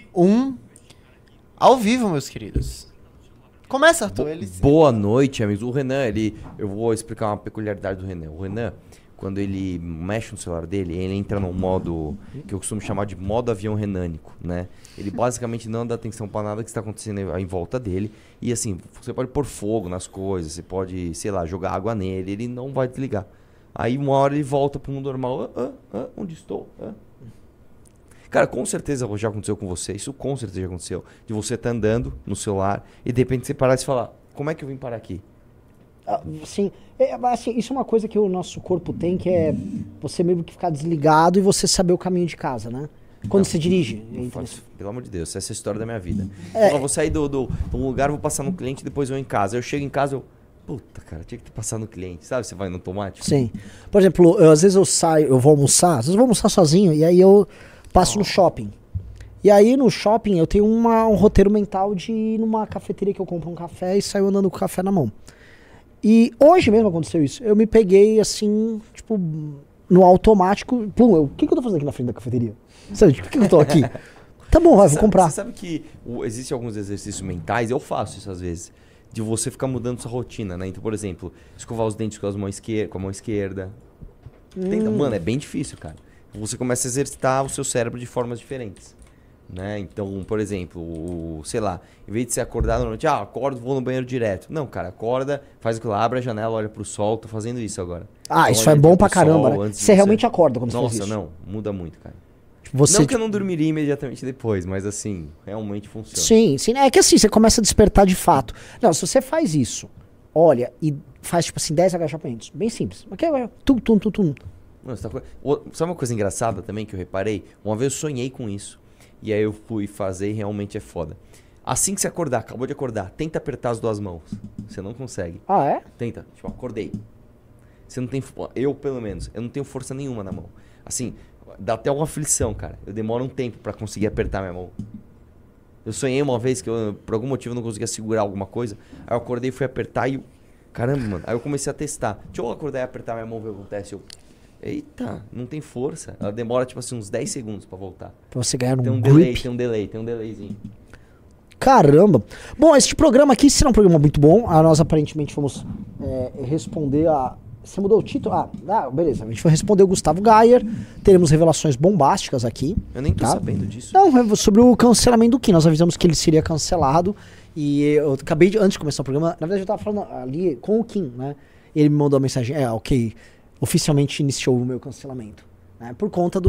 ao vivo, meus queridos. Começa, Arthur. Boa noite, amigos. O Renan, eu vou explicar uma peculiaridade do Renan. O Renan, quando ele mexe no celular dele, ele entra num modo que eu costumo chamar de modo avião renânico, né? Ele basicamente não dá atenção pra nada que está acontecendo em volta dele. E assim, você pode pôr fogo nas coisas, você pode, sei lá, jogar água nele, ele não vai desligar. Aí uma hora ele volta pro mundo normal. Onde estou? Cara, com certeza já aconteceu com você. Isso com certeza já aconteceu. De você estar andando no celular e de repente você parar e falar, como é que eu vim parar aqui? Sim, assim, isso é uma coisa que o nosso corpo tem, que é você mesmo que ficar desligado e você saber o caminho de casa, né? Quando você dirige. Pelo amor de Deus, essa é a história da minha vida. Eu vou sair de um lugar, vou passar no cliente, depois eu vou em casa. Eu chego em casa, puta, cara, tinha que ter passado no cliente. Sabe, você vai no automático? Sim. Por exemplo, às vezes eu saio, eu vou almoçar, às vezes eu vou almoçar sozinho, e aí eu passo no shopping. E aí no shopping eu tenho um roteiro mental de ir numa cafeteria que eu compro um café e saio andando com o café na mão. E hoje mesmo aconteceu isso. Eu me peguei assim, tipo, no automático. Plum, o que eu tô fazendo aqui na frente da cafeteria? Sabe, por que eu tô aqui? Tá bom, vou comprar. Você sabe que existem alguns exercícios mentais, eu faço isso às vezes, de você ficar mudando sua rotina, né? Então, por exemplo, escovar os dentes com a mão esquerda. Mano, é bem difícil, cara. Você começa a exercitar o seu cérebro de formas diferentes. Né? Então, por exemplo, sei lá, em vez de você acordar normalmente, acordo, vou no banheiro direto. Não, cara, acorda, faz aquilo, abre a janela, olha pro sol, tô fazendo isso agora. Então, isso é bom pra caramba, né? Você realmente acorda quando você faz isso. Nossa, não, muda muito, cara. Não que eu não dormiria imediatamente depois, mas assim, realmente funciona. Sim, é que assim, você começa a despertar de fato. Não, se você faz isso, olha, e faz tipo assim, 10 agachamentos, bem simples. Tum. Sabe uma coisa engraçada também que eu reparei? Uma vez eu sonhei com isso. E aí eu fui fazer e realmente é foda. Assim que você acordar, acabou de acordar, tenta apertar as duas mãos. Você não consegue. Ah, é? Tenta. Tipo, acordei. Você não tem... Eu, pelo menos, eu não tenho força nenhuma na mão. Assim, dá até uma aflição, cara. Eu demoro um tempo pra conseguir apertar minha mão. Eu sonhei uma vez que eu, por algum motivo, não conseguia segurar alguma coisa. Aí eu acordei, fui apertar e... Caramba, mano. Aí eu comecei a testar. Deixa eu acordar e apertar minha mão, ver o que acontece. Eita, não tem força. Ela demora, tipo assim, uns 10 segundos pra voltar. Pra você ganhar tem um grip. Tem um delayzinho. Caramba. Bom, este programa aqui será um programa muito bom. Nós aparentemente vamos responder a... Você mudou o título? Beleza. A gente vai responder o Gustavo Gayer. Teremos revelações bombásticas aqui. Eu nem tô sabendo disso. Não, sobre o cancelamento do Kim. Nós avisamos que ele seria cancelado. E eu acabei antes de começar o programa, na verdade eu tava falando ali com o Kim, né? Ele me mandou uma mensagem, ok... Oficialmente iniciou o meu cancelamento, né, por conta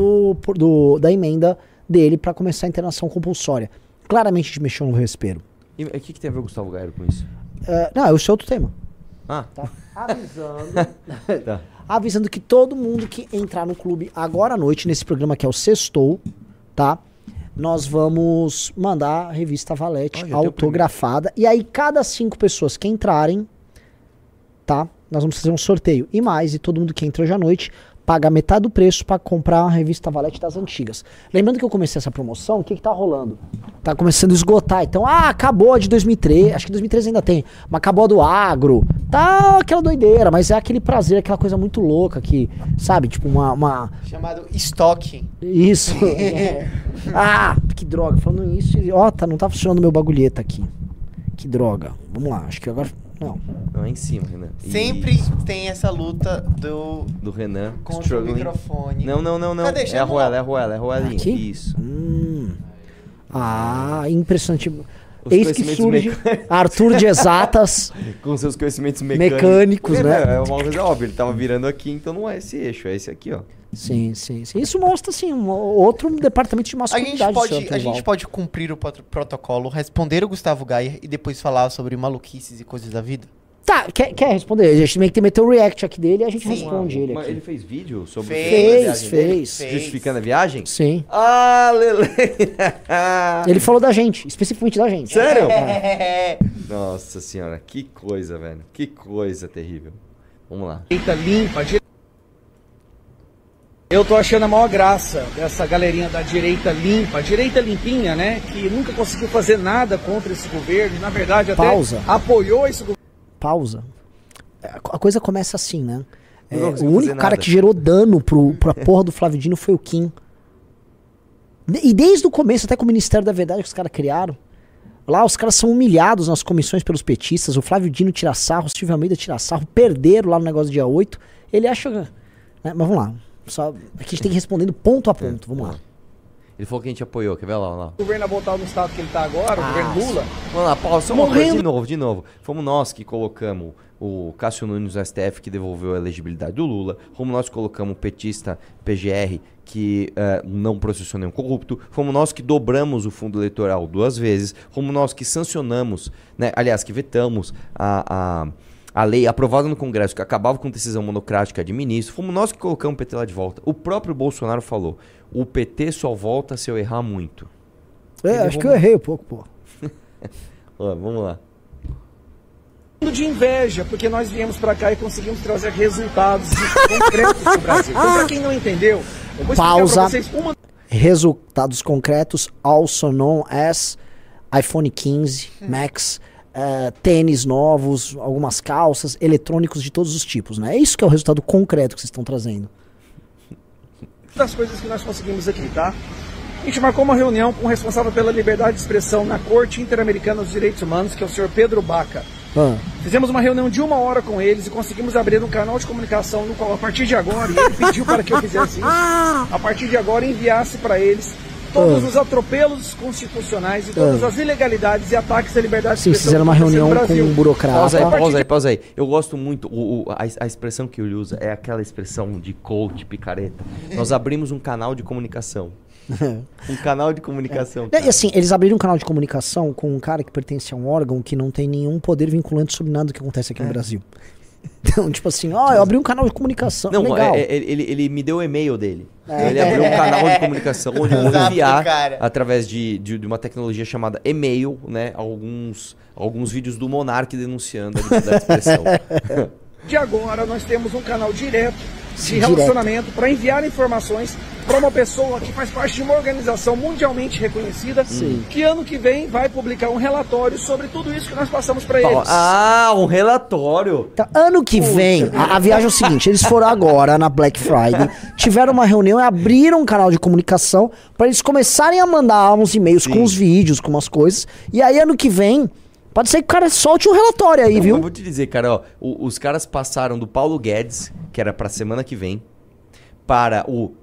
da emenda dele para começar a internação compulsória. Claramente a gente mexeu no vespeiro. E o que tem a ver o Gustavo Gayer com isso? Não, esse é outro tema. Tá. Avisando que todo mundo que entrar no clube agora à noite, nesse programa que é o Sextou, tá? Nós vamos mandar a revista Valete autografada. E aí cada 5 pessoas que entrarem, tá? Nós vamos fazer um sorteio. E todo mundo que entra hoje à noite paga metade do preço para comprar uma revista Valete das antigas. Lembrando que eu comecei essa promoção, o que tá rolando? Tá começando a esgotar. Então, acabou a de 2003. Acho que 2003 ainda tem. Mas acabou a do agro. Tá aquela doideira, mas é aquele prazer, aquela coisa muito louca que, sabe? Tipo uma... Chamado estoque. Isso. Que droga. Falando nisso, não tá funcionando meu bagulheta aqui. Que droga. Vamos lá, acho que agora... Não, é em cima, Renan. Sempre tem essa luta do Renan contra o microfone. Não. Cadê? É a Roelinha. Aqui? Isso. Impressionante. Eis que surge Arthur de Exatas. Com seus conhecimentos mecânicos, né? É uma coisa óbvia, ele tava virando aqui, então não é esse eixo, é esse aqui, ó. Sim. Isso mostra, assim, outro departamento de masculinidade. A gente pode cumprir o protocolo, responder o Gustavo Gayer e depois falar sobre maluquices e coisas da vida? Tá, quer responder? A gente tem que meter o react aqui dele e a gente responde ele aqui. Ele fez vídeo sobre fez. Justificando a viagem? Sim. Lele! Ele falou da gente, especificamente da gente. Sério? Nossa senhora, que coisa, velho. Que coisa terrível. Vamos lá. Direita limpa, eu tô achando a maior graça dessa galerinha da direita limpa, direita limpinha, né? Que nunca conseguiu fazer nada contra esse governo. Na verdade, até apoiou esse governo. Pausa. A coisa começa assim, né? O único cara que gerou dano pra porra do Flávio Dino foi o Kim. E desde o começo, até com o Ministério da Verdade que os caras criaram, lá os caras são humilhados nas comissões pelos petistas, o Flávio Dino tira sarro, o Silvio Almeida tira sarro, perderam lá no negócio do dia 8, ele acha... Né, mas vamos lá, só, aqui a gente tem que ir respondendo ponto a ponto, vamos lá. Ele falou que a gente apoiou, quer ver lá? O governo voltar no estado que ele tá agora, o governo Lula... Vamos lá, Paulo, só uma coisa, de novo. Fomos nós que colocamos o Cássio Nunes no STF, que devolveu a elegibilidade do Lula. Fomos nós que colocamos o petista PGR, que não processou nenhum corrupto. Fomos nós que dobramos o fundo eleitoral 2 vezes. Fomos nós que sancionamos, né, aliás, que vetamos a lei aprovada no Congresso, que acabava com decisão monocrática de ministro. Fomos nós que colocamos o PT lá de volta. O próprio Bolsonaro falou, o PT só volta se eu errar muito. Acho que eu errei um pouco, pô. Vamos lá. De inveja, porque nós viemos para cá e conseguimos trazer resultados concretos pro Brasil. Então, para quem não entendeu, eu vou explicar para vocês resultados concretos, also known as iPhone 15 Max, tênis novos, algumas calças, eletrônicos de todos os tipos, né? É isso que é o resultado concreto que vocês estão trazendo. Das coisas que nós conseguimos aqui, tá? A gente marcou uma reunião com o responsável pela liberdade de expressão na Corte Interamericana dos Direitos Humanos, que é o senhor Pedro Baca. Fizemos uma reunião de 1 hora com eles e conseguimos abrir um canal de comunicação no qual, a partir de agora, e ele pediu para que eu fizesse isso, a partir de agora enviasse para eles todos os atropelos constitucionais e todas as ilegalidades e ataques à liberdade de expressão. Sim, fizeram uma reunião com um burocrata. Pausa aí. Eu gosto muito, a expressão que ele usa é aquela expressão de coach, picareta. Nós abrimos um canal de comunicação. Um canal de comunicação. E assim, eles abriram um canal de comunicação com um cara que pertence a um órgão que não tem nenhum poder vinculante sobre nada do que acontece aqui no Brasil. Então, tipo assim, eu abri um canal de comunicação. Não, legal. Ele me deu o e-mail dele. Ele abriu um canal de comunicação onde eu vou enviar, através de uma tecnologia chamada e-mail, né, alguns vídeos do Monark denunciando a liberdade de expressão. De agora, nós temos um canal direto de relacionamento para enviar informações para uma pessoa que faz parte de uma organização mundialmente reconhecida, que ano que vem vai publicar um relatório sobre tudo isso que nós passamos para eles. Um relatório. Então, ano que vem, a viagem é o seguinte, eles foram agora na Black Friday, tiveram uma reunião e abriram um canal de comunicação para eles começarem a mandar uns e-mails com os vídeos, com umas coisas, e aí ano que vem pode ser que o cara solte um relatório aí, viu? Eu vou te dizer, cara, os caras passaram do Paulo Guedes, que era pra semana que vem, para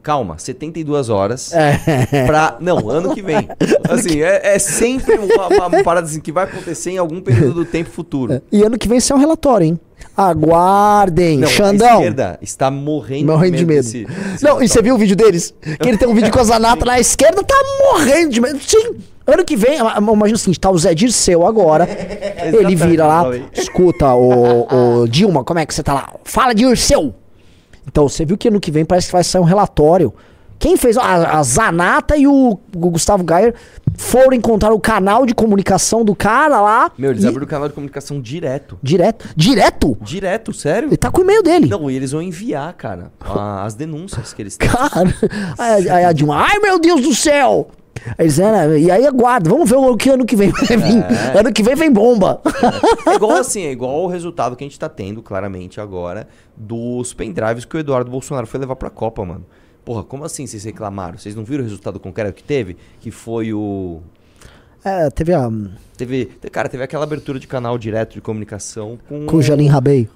72 horas, não, ano que vem. Assim, é sempre uma parada assim, que vai acontecer em algum período do tempo futuro. E ano que vem sai um relatório, hein? Aguardem, Xandão. A esquerda está morrendo de medo. Não, e você viu o vídeo deles? Que ele tem um vídeo com a Zanata na esquerda, tá morrendo de medo. Sim. Ano que vem, imagina o seguinte, tá o Zé Dirceu agora, ele vira lá, escuta, o Dilma, como é que você tá lá? Fala, Dirceu! Então, você viu que ano que vem parece que vai sair um relatório. Quem fez? A Zanata e o Gustavo Gayer foram encontrar o canal de comunicação do cara lá. Eles abriram o canal de comunicação direto. Direto? Direto, sério? Ele tá com o e-mail dele. Não, e eles vão enviar, cara, as denúncias que eles têm. Cara, aí a Dilma, ai meu Deus do céu! E aí aguarda, vamos ver o que ano que vem vai vir. Ano que vem bomba. É igual o resultado que a gente tá tendo, claramente, agora, dos pendrives que o Eduardo Bolsonaro foi levar pra Copa, mano. Porra, como assim vocês reclamaram? Vocês não viram o resultado concreto que teve? Que foi o... teve a... Teve aquela abertura de canal direto de comunicação com... Com o Jalim Rabei.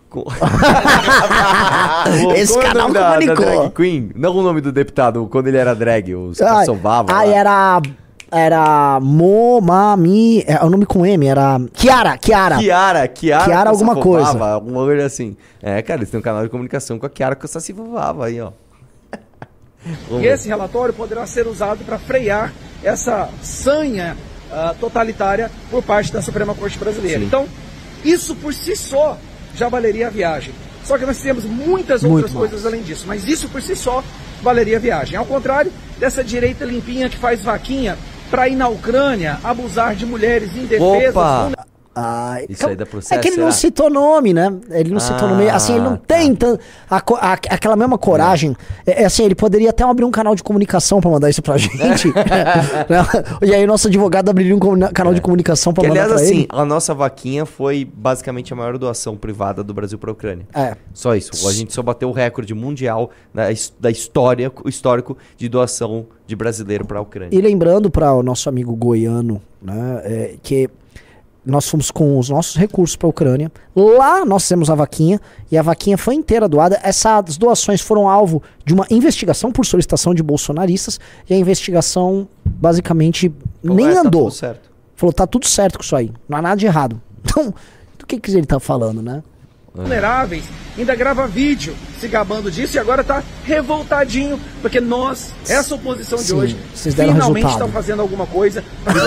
Esse canal comunicou. Da drag queen? Não o nome do deputado, quando ele era drag, os caras salvavam. Era Mami... É o nome com M, era... Kiara alguma coisa. Alguma coisa assim. Cara, eles têm um canal de comunicação com a Kiara que só se vovava aí, ó. E esse relatório poderá ser usado para frear essa sanha totalitária por parte da Suprema Corte Brasileira. Então, isso por si só já valeria a viagem. Só que nós temos muitas outras coisas além disso, mas isso por si só valeria a viagem. Ao contrário dessa direita limpinha que faz vaquinha para ir na Ucrânia abusar de mulheres indefesas. Isso aí dá processo, é que ele não citou nome, né? Ele não citou nome. Assim, ele não tem aquela mesma coragem. Assim, ele poderia até abrir um canal de comunicação pra mandar isso pra gente. E aí o nosso advogado abriria um canal de comunicação pra mandar pra ele. Aliás, assim, a nossa vaquinha foi basicamente a maior doação privada do Brasil pra Ucrânia. Só isso. A gente só bateu o recorde mundial da histórico de doação de brasileiro pra Ucrânia. E lembrando para o nosso amigo goiano, né, que nós fomos com os nossos recursos para a Ucrânia. Lá nós fizemos a vaquinha e a vaquinha foi inteira doada. Essas doações foram alvo de uma investigação por solicitação de bolsonaristas e a investigação basicamente nem andou. Tá tudo certo. Falou, tá tudo certo com isso aí, não há nada de errado. Então, do que ele tá falando, né? Vulneráveis, ainda grava vídeo se gabando disso e agora tá revoltadinho porque nós, essa oposição de hoje, finalmente estão fazendo alguma coisa.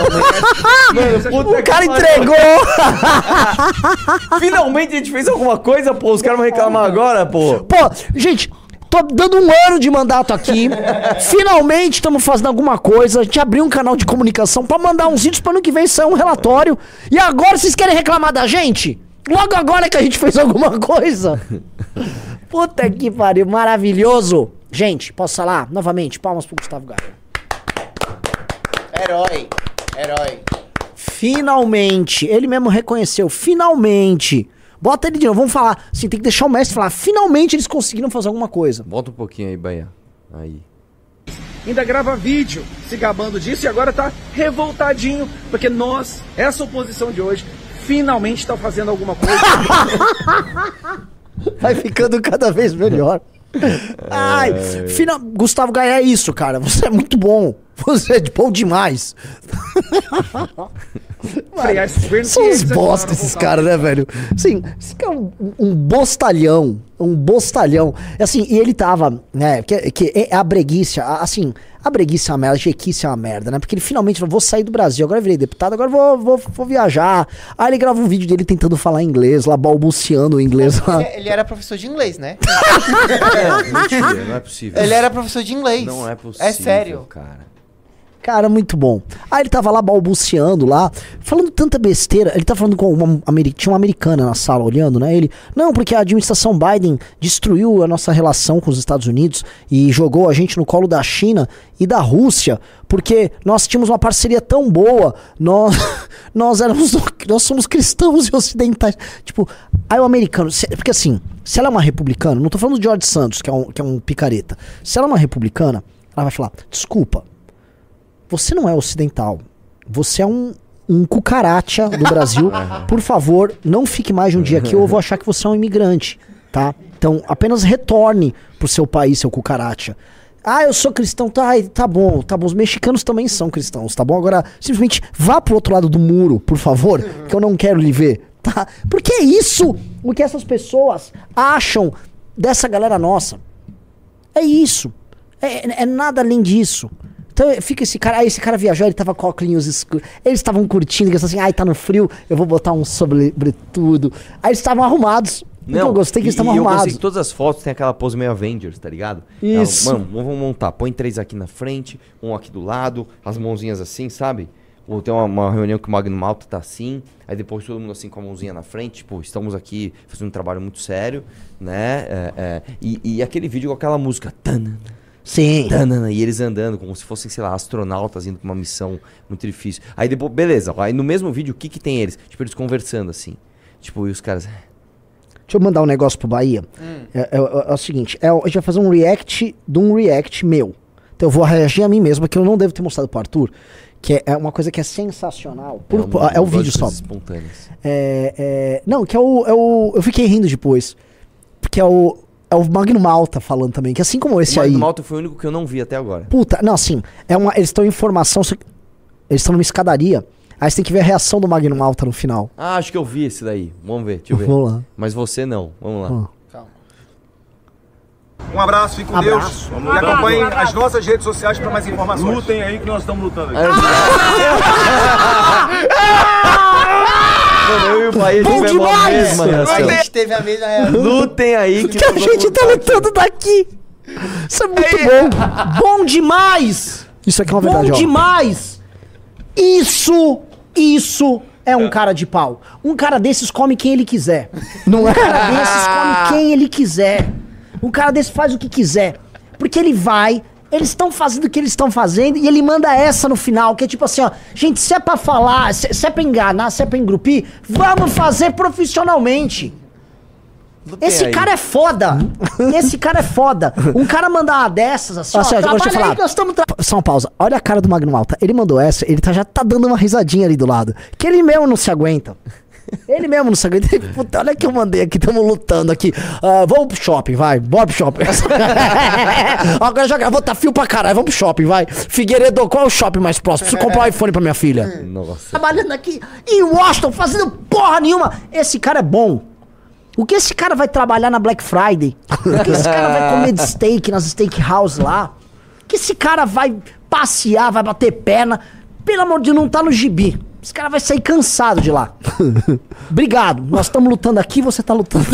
O cara entregou! Finalmente a gente fez alguma coisa, pô. Os caras vão reclamar agora, pô. Pô, gente, tô dando 1 ano de mandato aqui. Finalmente estamos fazendo alguma coisa. A gente abriu um canal de comunicação pra mandar uns vídeos pra ano que vem sair um relatório. E agora vocês querem reclamar da gente? Logo agora que a gente fez alguma coisa. Puta que pariu, maravilhoso. Gente, posso falar? Novamente, palmas pro Gustavo Gaia. Herói. Finalmente, ele mesmo reconheceu, finalmente. Bota ele de novo, vamos falar. Assim, tem que deixar o mestre falar. Finalmente eles conseguiram fazer alguma coisa. Bota um pouquinho aí, Bahia. Aí. Ainda grava vídeo se gabando disso e agora tá revoltadinho porque nós, essa oposição de hoje, finalmente está fazendo alguma coisa. Vai ficando cada vez melhor. Gustavo Gaia é isso, cara. Você é muito bom. Você é bom demais. Mano, são uns bosta esses caras, né, velho? Assim, esse cara é um bostalhão. Um bostalhão. Assim, e ele tava, né, que a breguice, assim, a breguice é uma merda, a jequice é uma merda, né? Porque ele finalmente falou, vou sair do Brasil, agora eu virei deputado, agora vou viajar. Aí ele grava um vídeo dele tentando falar inglês, lá balbuciando o inglês lá. Ele era professor de inglês, né? Mentira, não é possível. Ele era professor de inglês. Não é possível, É sério. Cara, muito bom. Aí ele tava lá balbuciando lá, falando tanta besteira. Ele tá falando com tinha uma americana na sala olhando, né? Ele, não, porque a administração Biden destruiu a nossa relação com os Estados Unidos e jogou a gente no colo da China e da Rússia, porque nós tínhamos uma parceria tão boa, nós somos cristãos e ocidentais. Tipo, aí o americano, porque assim, se ela é uma republicana, não tô falando do George Santos, que é um picareta. Se ela é uma republicana, ela vai falar, desculpa, você não é ocidental. Você é um cucaracha do Brasil. Por favor, não fique mais de um dia aqui ou eu vou achar que você é um imigrante, tá? Então, apenas retorne pro seu país, seu cucaracha. Eu sou cristão, tá bom. Os mexicanos também são cristãos, tá bom? Agora, simplesmente vá pro outro lado do muro, por favor, que eu não quero lhe ver, tá? Porque é isso o que essas pessoas acham dessa galera nossa. É isso. É nada além disso. Então fica esse cara viajou, ele tava com óculos escuros, eles estavam curtindo, que assim, tá no frio, eu vou botar um sobretudo. Aí eles estavam arrumados. Então eu gostei que eles estavam arrumados. Eu gostei que todas as fotos tem aquela pose meio Avengers, tá ligado? Isso. Mano, vamos montar, põe 3 aqui na frente, um aqui do lado, as mãozinhas assim, sabe? Ou tem uma reunião que o Magno Malta tá assim, aí depois todo mundo assim com a mãozinha na frente, tipo, estamos aqui fazendo um trabalho muito sério, né? E aquele vídeo com aquela música... Sim. E eles andando como se fossem, sei lá, astronautas indo pra uma missão muito difícil. Aí depois, beleza. Aí no mesmo vídeo, o que tem eles? Tipo, eles conversando assim. Tipo, e os caras... Deixa eu mandar um negócio pro Bahia. É o seguinte, a gente vai fazer um react de um react meu. Então eu vou reagir a mim mesmo, que eu não devo ter mostrado pro Arthur. Que é uma coisa que é sensacional. É o vídeo só. Não, que eu fiquei rindo depois. Porque é o Magno Malta falando também, que assim como esse aí... O Magno Malta foi o único que eu não vi até agora. Puta, não, assim, eles estão em formação, eles estão numa escadaria, aí você tem que ver a reação do Magno Malta no final. Acho que eu vi esse daí, vamos ver, deixa eu ver. Vamos lá. Mas você não, vamos lá. Calma. Um abraço, fique com Deus. E acompanhem as nossas redes sociais para mais informações. Lutem aí que nós estamos lutando aqui. Mano, eu e o Bahia tivemos a mesma reação. A gente teve a mesma reação. Lutem aí que a gente tá lutando daqui. Isso é muito bom. Bom demais. Isso aqui é uma verdade. Bom demais. Isso é um cara de pau. Um cara desses come quem ele quiser. Um cara desses come quem ele quiser. Um cara desse faz o que quiser. Porque ele vai, eles estão fazendo o que eles estão fazendo e ele manda essa no final, que é tipo assim, ó, gente, se é pra falar, se é pra enganar, se é pra engrupir, vamos fazer profissionalmente. Esse cara é foda. Esse cara é foda. Um cara mandar uma dessas assim, ó, deixa eu falar. Nós estamos só uma pausa. Olha a cara do Magno Malta. Ele mandou essa, ele já tá dando uma risadinha ali do lado. Que ele mesmo não se aguenta. Ele mesmo não se aguenta. Puta, olha que eu mandei aqui, estamos lutando aqui. Vamos pro shopping, vai. Bora pro shopping. Agora já vou tá fio pra caralho. Vamos pro shopping, vai. Figueiredo, qual é o shopping mais próximo? Preciso comprar um iPhone pra minha filha. Nossa. Trabalhando aqui em Washington, fazendo porra nenhuma. Esse cara é bom. O que esse cara vai trabalhar na Black Friday? O que esse cara vai comer de steak nas steakhouse lá? O que esse cara vai passear, vai bater perna? Pelo amor de Deus, não tá no gibi. Esse cara vai sair cansado de lá. Obrigado. Nós estamos lutando aqui, você tá lutando.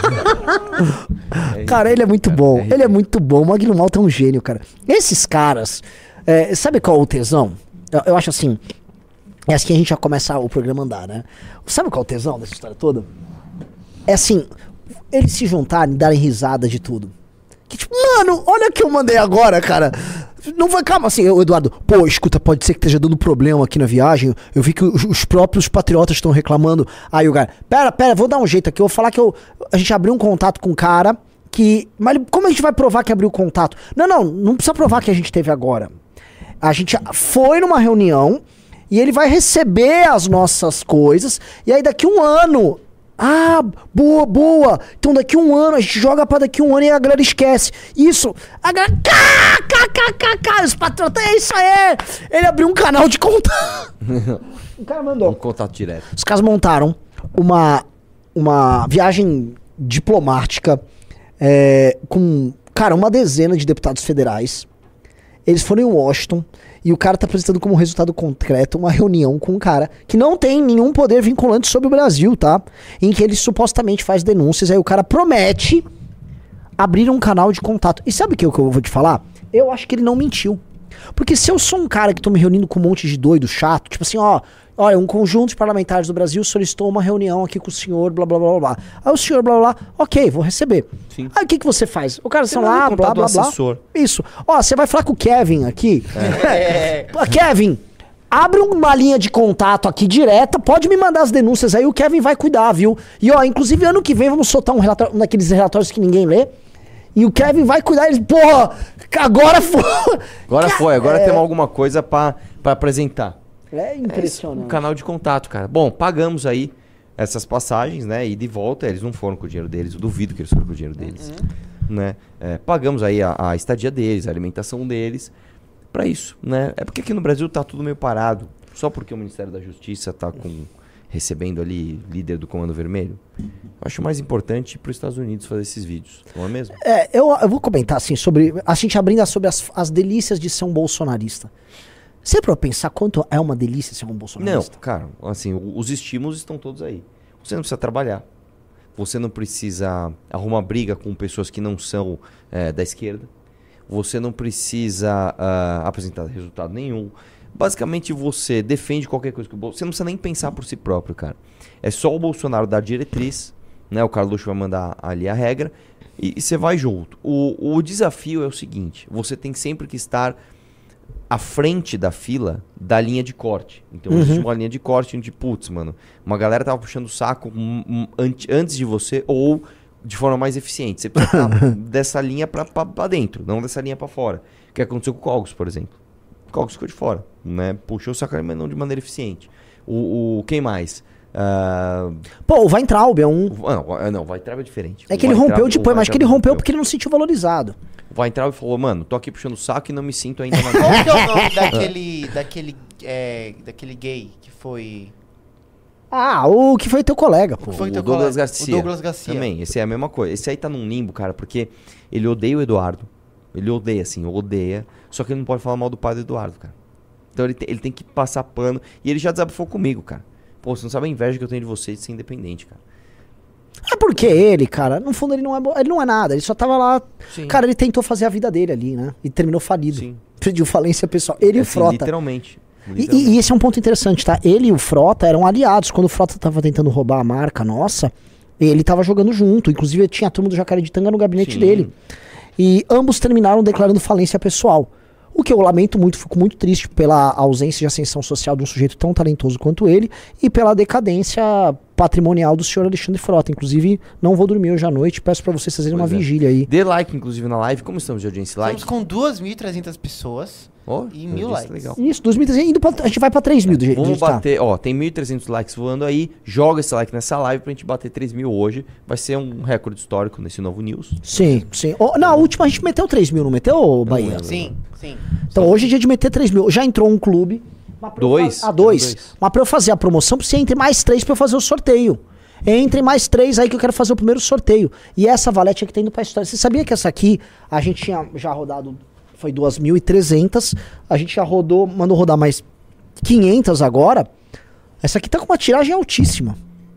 Cara, ele é muito bom. Ele é muito bom. O Magno Malta é um gênio, cara. Esses caras... sabe qual é o tesão? Eu acho assim... É assim que a gente já começa o programa a andar, né? Sabe qual é o tesão dessa história toda? É assim, eles se juntarem e darem risada de tudo. Que tipo, mano, olha o que eu mandei agora, cara. Não vai, calma, assim, Eduardo, pô, escuta, pode ser que esteja dando problema aqui na viagem. Eu vi que os próprios patriotas estão reclamando. Aí o cara, pera, vou dar um jeito aqui. Eu vou falar que a gente abriu um contato com um cara que... Mas como a gente vai provar que abriu o contato? Não precisa provar que a gente teve agora. A gente foi numa reunião e ele vai receber as nossas coisas. E aí daqui um ano... Ah, boa. Então daqui um ano, a gente joga pra daqui um ano e a galera esquece. Isso. A galera... Os patrões, é isso aí. Ele abriu um canal de contato. O cara mandou. Um contato direto. Os caras montaram uma viagem diplomática com, cara, uma dezena de deputados federais. Eles foram em Washington. E o cara tá apresentando como resultado concreto uma reunião com um cara que não tem nenhum poder vinculante sobre o Brasil, tá? Em que ele supostamente faz denúncias, aí o cara promete abrir um canal de contato. E sabe o que eu vou te falar? Eu acho que ele não mentiu. Porque se eu sou um cara que tô me reunindo com um monte de doido chato, tipo assim, olha, um conjunto de parlamentares do Brasil solicitou uma reunião aqui com o senhor, blá, blá, blá, blá. Aí o senhor, blá, blá, blá, ok, vou receber. Sim. Aí o que você faz? O cara está lá, blá, blá, blá. Isso. Ó, você vai falar com o Kevin aqui. Kevin, abre uma linha de contato aqui direta, pode me mandar as denúncias aí, o Kevin vai cuidar, viu? E ó, inclusive ano que vem vamos soltar um daqueles relatórios que ninguém lê. E o Kevin vai cuidar, ele, porra, agora foi. Agora temos alguma coisa pra apresentar. É impressionante. Um canal de contato, cara. Bom, pagamos aí essas passagens, né? E de volta, eles não foram com o dinheiro deles. Eu duvido que eles foram com o dinheiro deles. Né? Pagamos aí a estadia deles, a alimentação deles. Pra isso, né? É porque aqui no Brasil tá tudo meio parado. Só porque o Ministério da Justiça tá recebendo ali líder do Comando Vermelho. Eu acho mais importante ir para os Estados Unidos fazer esses vídeos, não é mesmo? Eu vou comentar assim sobre... A gente abrindo sobre as delícias de ser um bolsonarista. Você pra pensar quanto é uma delícia ser um bolsonarista? Não, cara, assim, os estímulos estão todos aí. Você não precisa trabalhar. Você não precisa arrumar briga com pessoas que não são da esquerda. Você não precisa apresentar resultado nenhum. Basicamente você defende qualquer coisa que você não precisa nem pensar por si próprio, cara. É só o Bolsonaro dar diretriz, né? O Carluxo vai mandar ali a regra e você vai junto. O desafio é o seguinte: você tem sempre que estar à frente da fila da linha de corte. Então existe uma linha de corte onde, putz, mano, uma galera tava puxando o saco antes de você ou de forma mais eficiente. Você precisa estar dessa linha pra dentro, não dessa linha pra fora. O que aconteceu com o Cogos, por exemplo. O Cogos ficou de fora, né? Puxou o saco, mas não de maneira eficiente. Quem mais? Pô, o Weintraub é um... Não, o Weintraub é diferente. É que ele rompeu depois, mas que ele rompeu porque ele não se sentiu valorizado. O Weintraub falou, mano, tô aqui puxando o saco e não me sinto ainda na Qual que é o nome daquele gay que foi... o que foi teu colega, pô. O Douglas Garcia. O Douglas Garcia. Também, esse é a mesma coisa. Esse aí tá num limbo, cara, porque ele odeia o Eduardo. Ele odeia, assim, odeia. Só que ele não pode falar mal do pai do Eduardo, cara. Então ele tem que passar pano. E ele já desabafou comigo, cara. Pô, você não sabe a inveja que eu tenho de você de ser independente, cara. É porque ele, cara, no fundo ele não é nada. Ele só tava lá... Sim. Cara, ele tentou fazer a vida dele ali, né? E terminou falido. Sim. Pediu falência pessoal. Ele e o Frota. Literalmente. E esse é um ponto interessante, tá? Ele e o Frota eram aliados. Quando o Frota tava tentando roubar a marca nossa, ele tava jogando junto. Inclusive, tinha a turma do Jacaretanga no gabinete dele. E ambos terminaram declarando falência pessoal. O que eu lamento muito, fico muito triste pela ausência de ascensão social de um sujeito tão talentoso quanto ele e pela decadência patrimonial do senhor Alexandre Frota. Inclusive, não vou dormir hoje à noite, peço pra vocês fazerem uma vigília aí. Dê like, inclusive, na live. Como estamos de audiência like? Estamos com 2.300 pessoas e 1.000 likes. Legal. Isso, 2.300, a gente vai pra 3.000 do jeito. Vamos bater, tem 1.300 likes voando aí. Joga esse like nessa live pra gente bater 3.000 hoje. Vai ser um recorde histórico nesse novo news. Sim. Na última a gente meteu 3.000, não meteu, Bahia? Sim. Então hoje é dia de meter 3.000. Já entrou um clube. Dois. Mas pra eu fazer a promoção, precisa entre mais 3 pra eu fazer o sorteio. Entre mais 3 aí que eu quero fazer o primeiro sorteio. E essa valete aqui tá indo pra história. Você sabia que essa aqui, a gente tinha já rodado, foi 2.300. A gente já mandou rodar mais 500 agora. Essa aqui tá com uma tiragem altíssima.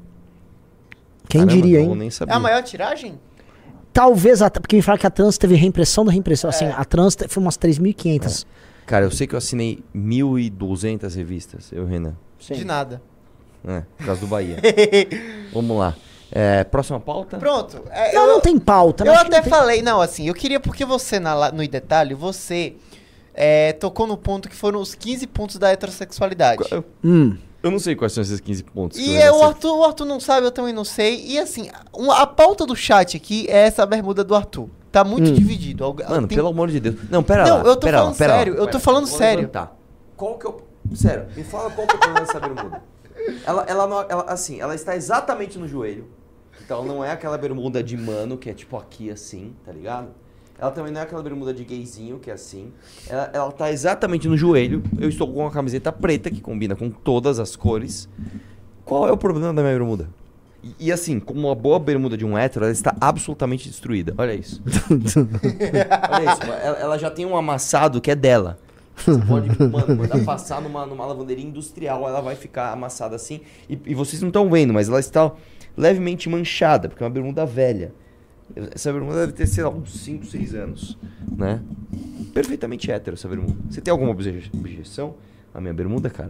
Quem diria, hein? Nem sabia. É a maior tiragem? Talvez, porque me falaram que a Trans teve reimpressão da reimpressão. Assim, a Trans foi umas 3.500. Cara, eu sei que eu assinei 1.200 revistas, Renan. Sim. De nada. Por causa do Bahia. Vamos lá. Próxima pauta? Pronto. Não tem pauta. Eu até falei, eu queria porque você, no detalhe, você tocou no ponto que foram os 15 pontos da heterossexualidade. Eu não sei quais são esses 15 pontos. E o Arthur não sabe, eu também não sei. E assim, a pauta do chat aqui é essa bermuda do Arthur. Tá muito dividido. Mano, pelo amor de Deus. Não, pera lá. Eu tô falando sério. Eu tô falando sério. Tá. Qual que é o... Sério, me fala qual que é o problema dessa bermuda. Ela está exatamente no joelho. Então ela não é aquela bermuda de mano, que é tipo aqui assim, tá ligado? Ela também não é aquela bermuda de gayzinho, que é assim. Ela tá exatamente no joelho. Eu estou com uma camiseta preta, que combina com todas as cores. Qual é o problema da minha bermuda? E assim, como uma boa bermuda de um hétero, ela está absolutamente destruída. Olha isso. Olha isso. Ela já tem um amassado que é dela. Você pode, mandar passar numa lavanderia industrial, ela vai ficar amassada assim. E vocês não estão vendo, mas ela está levemente manchada, porque é uma bermuda velha. Essa bermuda deve ter, sei lá, uns 5, 6 anos, né? Perfeitamente hétero essa bermuda. Você tem alguma objeção à minha bermuda, cara?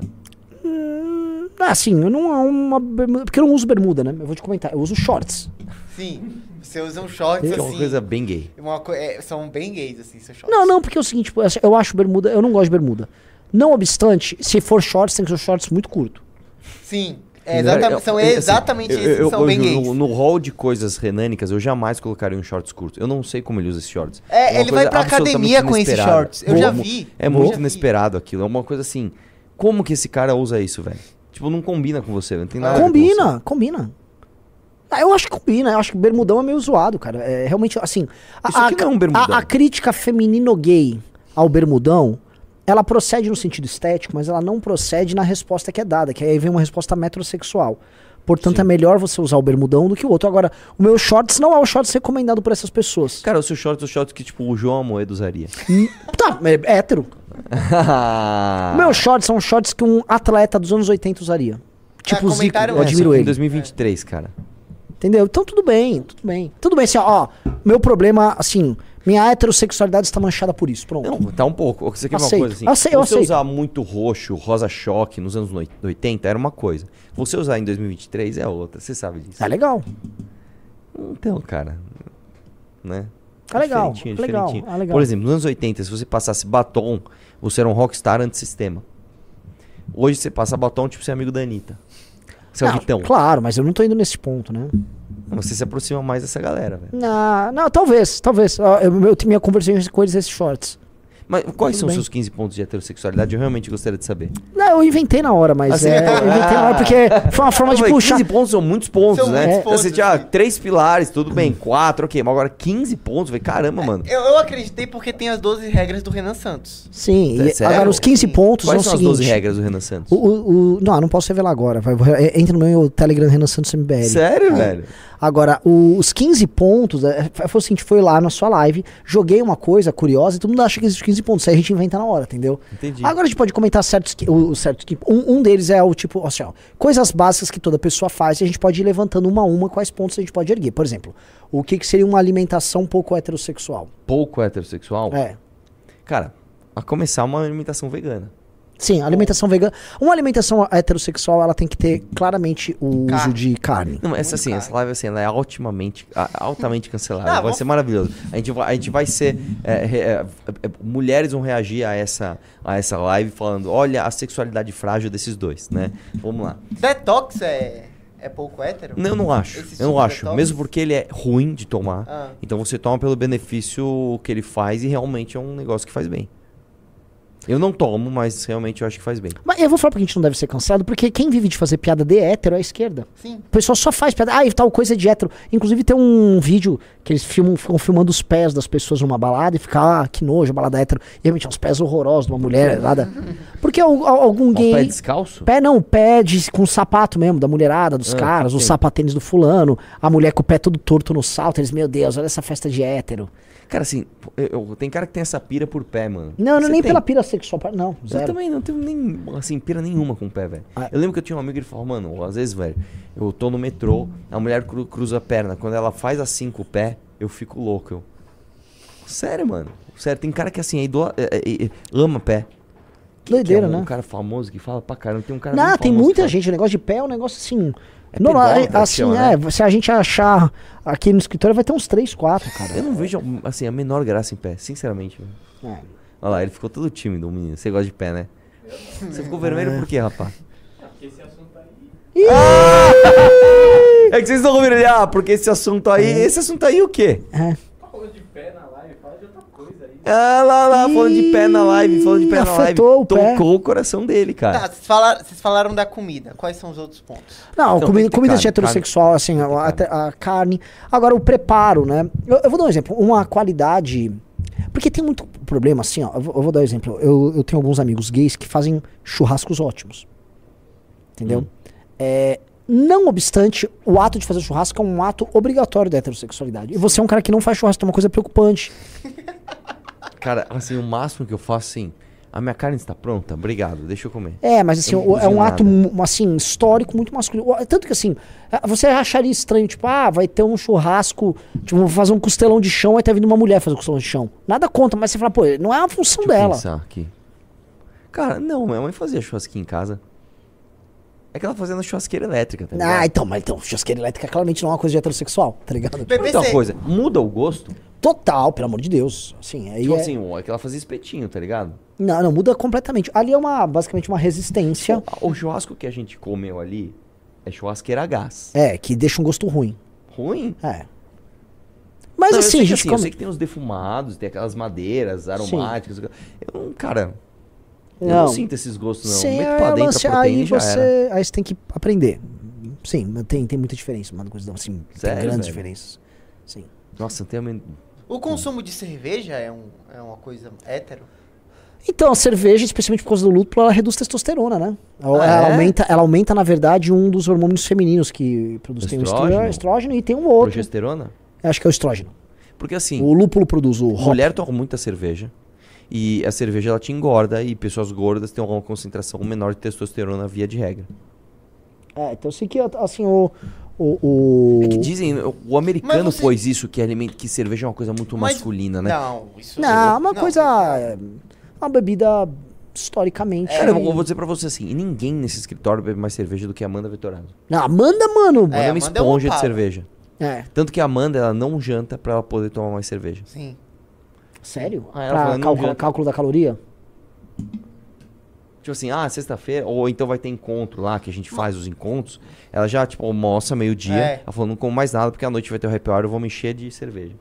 Assim, eu não é uma bermuda, porque eu não uso bermuda, né? Eu vou te comentar, eu uso shorts. Sim, você usa um shorts assim. É uma coisa bem gay. São bem gays, assim, seus shorts. Não, porque é o seguinte, eu acho bermuda, eu não gosto de bermuda. Não obstante, se for shorts, tem que ser shorts muito curto. Sim. São exatamente esses, são bem gays. No hall de coisas renânicas, eu jamais colocaria um shorts curto. Eu não sei como ele usa esses shorts. Ele vai pra academia com esses shorts. Eu já vi. É muito inesperado aquilo. É uma coisa assim. Como que esse cara usa isso, velho? Tipo, não combina com você. Não tem nada Combina. Eu acho que combina. Eu acho que bermudão é meio zoado, cara. É realmente, assim... Isso aqui não é um bermudão. A crítica feminino-gay ao bermudão, ela procede no sentido estético, mas ela não procede na resposta que é dada, que aí vem uma resposta metrosexual. Portanto, é melhor você usar o bermudão do que o outro. Agora, o meu shorts não é o shorts recomendado por essas pessoas. Cara, o seu shorts é o shorts que, tipo, o João Amoedo usaria. Tá, é hétero. O meu shorts são shorts que um atleta dos anos 80 usaria. Tipo o Zico, eu admiro ele. Em 2023, cara. Entendeu? Então tudo bem. Tudo bem, assim, ó, meu problema, assim, minha heterossexualidade está manchada por isso, pronto. Não, tá um pouco. Você quer uma coisa assim? Eu você aceito. usar muito roxo, rosa choque nos anos 80 era uma coisa. Você usar em 2023 é outra, você sabe disso. É legal. Então, cara, né? É legal, diferentinho. legal. Por exemplo, nos anos 80, se você passasse batom, você era um rockstar antissistema. Hoje você passa batom, tipo, você é amigo da Anitta. Você é o Vitão. Claro, mas eu não tô indo nesse ponto, né? Você se aproxima mais dessa galera, velho. Não, talvez. Eu tinha conversado com eles esses shorts. Mas quais são os seus 15 pontos de heterossexualidade? Eu realmente gostaria de saber. Não, eu inventei na hora, mas eu inventei na hora porque foi uma forma de puxar. 15 pontos são muitos pontos, né? Muitos pontos, você tinha 3 pilares, tudo bem, 4, ok. Mas agora 15 pontos, velho, caramba, mano. Eu acreditei porque tem as 12 regras do Renan Santos. Sim, agora os 15 pontos Quais são são o seguinte. as 12 regras do Renan Santos? Não posso revelar agora. Entra no meu Telegram Renan Santos MBL. Sério, velho? Agora, os 15 pontos, foi o seguinte, foi lá na sua live, joguei uma coisa curiosa e todo mundo acha que existem 15 pontos, aí a gente inventa na hora, entendeu? Entendi. Agora a gente pode comentar certos que um deles é o tipo, assim, ó, coisas básicas que toda pessoa faz e a gente pode ir levantando uma a uma quais pontos a gente pode erguer. Por exemplo, o que seria uma alimentação pouco heterossexual? Pouco heterossexual? É. Cara, a começar uma alimentação vegana. Sim, alimentação vegana. Uma alimentação heterossexual, ela tem que ter claramente o uso de carne. Não, essa live assim, ela é altamente cancelável. Vai ser maravilhoso. A gente vai ser... mulheres vão reagir a essa live falando, olha a sexualidade frágil desses dois, né? Vamos lá. Detox é pouco hétero? Não, eu não acho. Eu não acho. Detox? Mesmo porque ele é ruim de tomar. Então você toma pelo benefício que ele faz e realmente é um negócio que faz bem. Eu não tomo, mas realmente eu acho que faz bem. Mas eu vou falar porque a gente não deve ser cancelado, porque quem vive de fazer piada de hétero é a esquerda. Sim. O pessoal só faz piada. Tal coisa de hétero. Inclusive tem um vídeo que eles ficam filmando os pés das pessoas numa balada e fica, que nojo, balada hétero. E realmente, uns pés horrorosos de uma mulher, nada. Porque algum gay... pé descalço? Pé com sapato mesmo, da mulherada, dos caras, os sapatênis do fulano, a mulher com o pé todo torto no salto. Eles, meu Deus, olha essa festa de hétero. Cara, assim, tem cara que tem essa pira por pé, mano. Não, nem pela pira sexual, não, zero. Eu também não tenho nem, assim, pira nenhuma com o pé, velho. Eu lembro que eu tinha um amigo que ele falou, mano, às vezes, velho, eu tô no metrô, a mulher cruza a perna, quando ela faz assim com o pé, eu fico louco. Sério, mano. Sério, tem cara que, assim, ama pé. Doideira, né? Um cara famoso que fala pra caramba, tem um cara Não, tem muita gente, o negócio de pé é um negócio assim... assim, né? Se a gente achar aqui no escritório, vai ter uns 3, 4, cara. Eu não vejo, assim, a menor graça em pé, sinceramente. Olha lá, ele ficou todo tímido, o menino. Você gosta de pé, né? Você ficou vermelho por quê, rapaz? Porque esse assunto aí... É que vocês não ouviram ele, porque esse assunto aí... Esse assunto aí o quê? Falando de pé na live, fala de outra coisa aí. Lá, falando de pé na live, Tocou o coração dele, cara. Tá, vocês falaram da comida. Quais são os outros pontos? Não, comida de heterossexual, assim, a carne. Agora, o preparo, né? Eu vou dar um exemplo. Uma qualidade... Porque tem muito problema, assim, ó. Eu vou dar um exemplo. Eu tenho alguns amigos gays que fazem churrascos ótimos. Entendeu? Não obstante, o ato de fazer churrasco é um ato obrigatório da heterossexualidade. E você é um cara que não faz churrasco, é uma coisa preocupante. Cara, assim, o máximo que eu faço, assim... A minha carne está pronta, obrigado, deixa eu comer. Mas assim, é um ato, assim, histórico muito masculino. Tanto que, assim, você acharia estranho, tipo, vai ter um churrasco, tipo, vou fazer um costelão de chão, aí tá vindo uma mulher fazer um costelão de chão. Nada conta, mas você fala, pô, não é a função Deixa eu dela. pensar aqui. Cara, não, minha mãe fazia churrasquinho em casa. É que ela fazia na churrasqueira elétrica, tá ligado? Mas churrasqueira elétrica claramente não é uma coisa de heterossexual, tá ligado? Então, coisa, muda o gosto? Total, pelo amor de Deus. Assim, aí tipo assim, é que ela fazia espetinho, tá ligado? Não, muda completamente. Ali é basicamente uma resistência. O churrasco que a gente comeu ali é churrasqueira a gás. Que deixa um gosto ruim. Ruim? Mas não, assim, eu sei que tem os defumados, tem aquelas madeiras aromáticas. Eu não sinto esses gostos, não. Sim, meto pra dentro a proteína e já era. Aí você tem que aprender. Sim, tem muita diferença. Uma coisa assim, sério, tem grandes velho? diferenças. Sim. Nossa, não tem O consumo de cerveja é uma coisa hétero? Então, a cerveja, especialmente por causa do lúpulo, ela reduz testosterona, né? Ela aumenta, na verdade, um dos hormônios femininos que produz. Tem o estrógeno e tem um outro. Progesterona? Acho que é o estrógeno. Porque assim... O lúpulo produz o hop. Mulher toma muita cerveja. E a cerveja, ela te engorda. E pessoas gordas têm uma concentração menor de testosterona via de regra. Então eu sei que, assim, É que dizem, o americano pôs isso, que cerveja é uma coisa muito masculina, né? Não, isso não, uma coisa... Uma bebida historicamente... Cara, eu vou dizer pra você assim, ninguém nesse escritório bebe mais cerveja do que a Amanda Vettorado. Não, Amanda, mano... Amanda é uma esponja de cerveja. Tanto que a Amanda, ela não janta pra ela poder tomar mais cerveja. Sim. Sério? Pra cálculo da caloria? Tipo assim, sexta-feira, ou então vai ter encontro lá, que a gente faz os encontros. Ela já, tipo, almoça meio-dia. Ela falou, não como mais nada, porque à noite vai ter o happy hour, eu vou me encher de cerveja.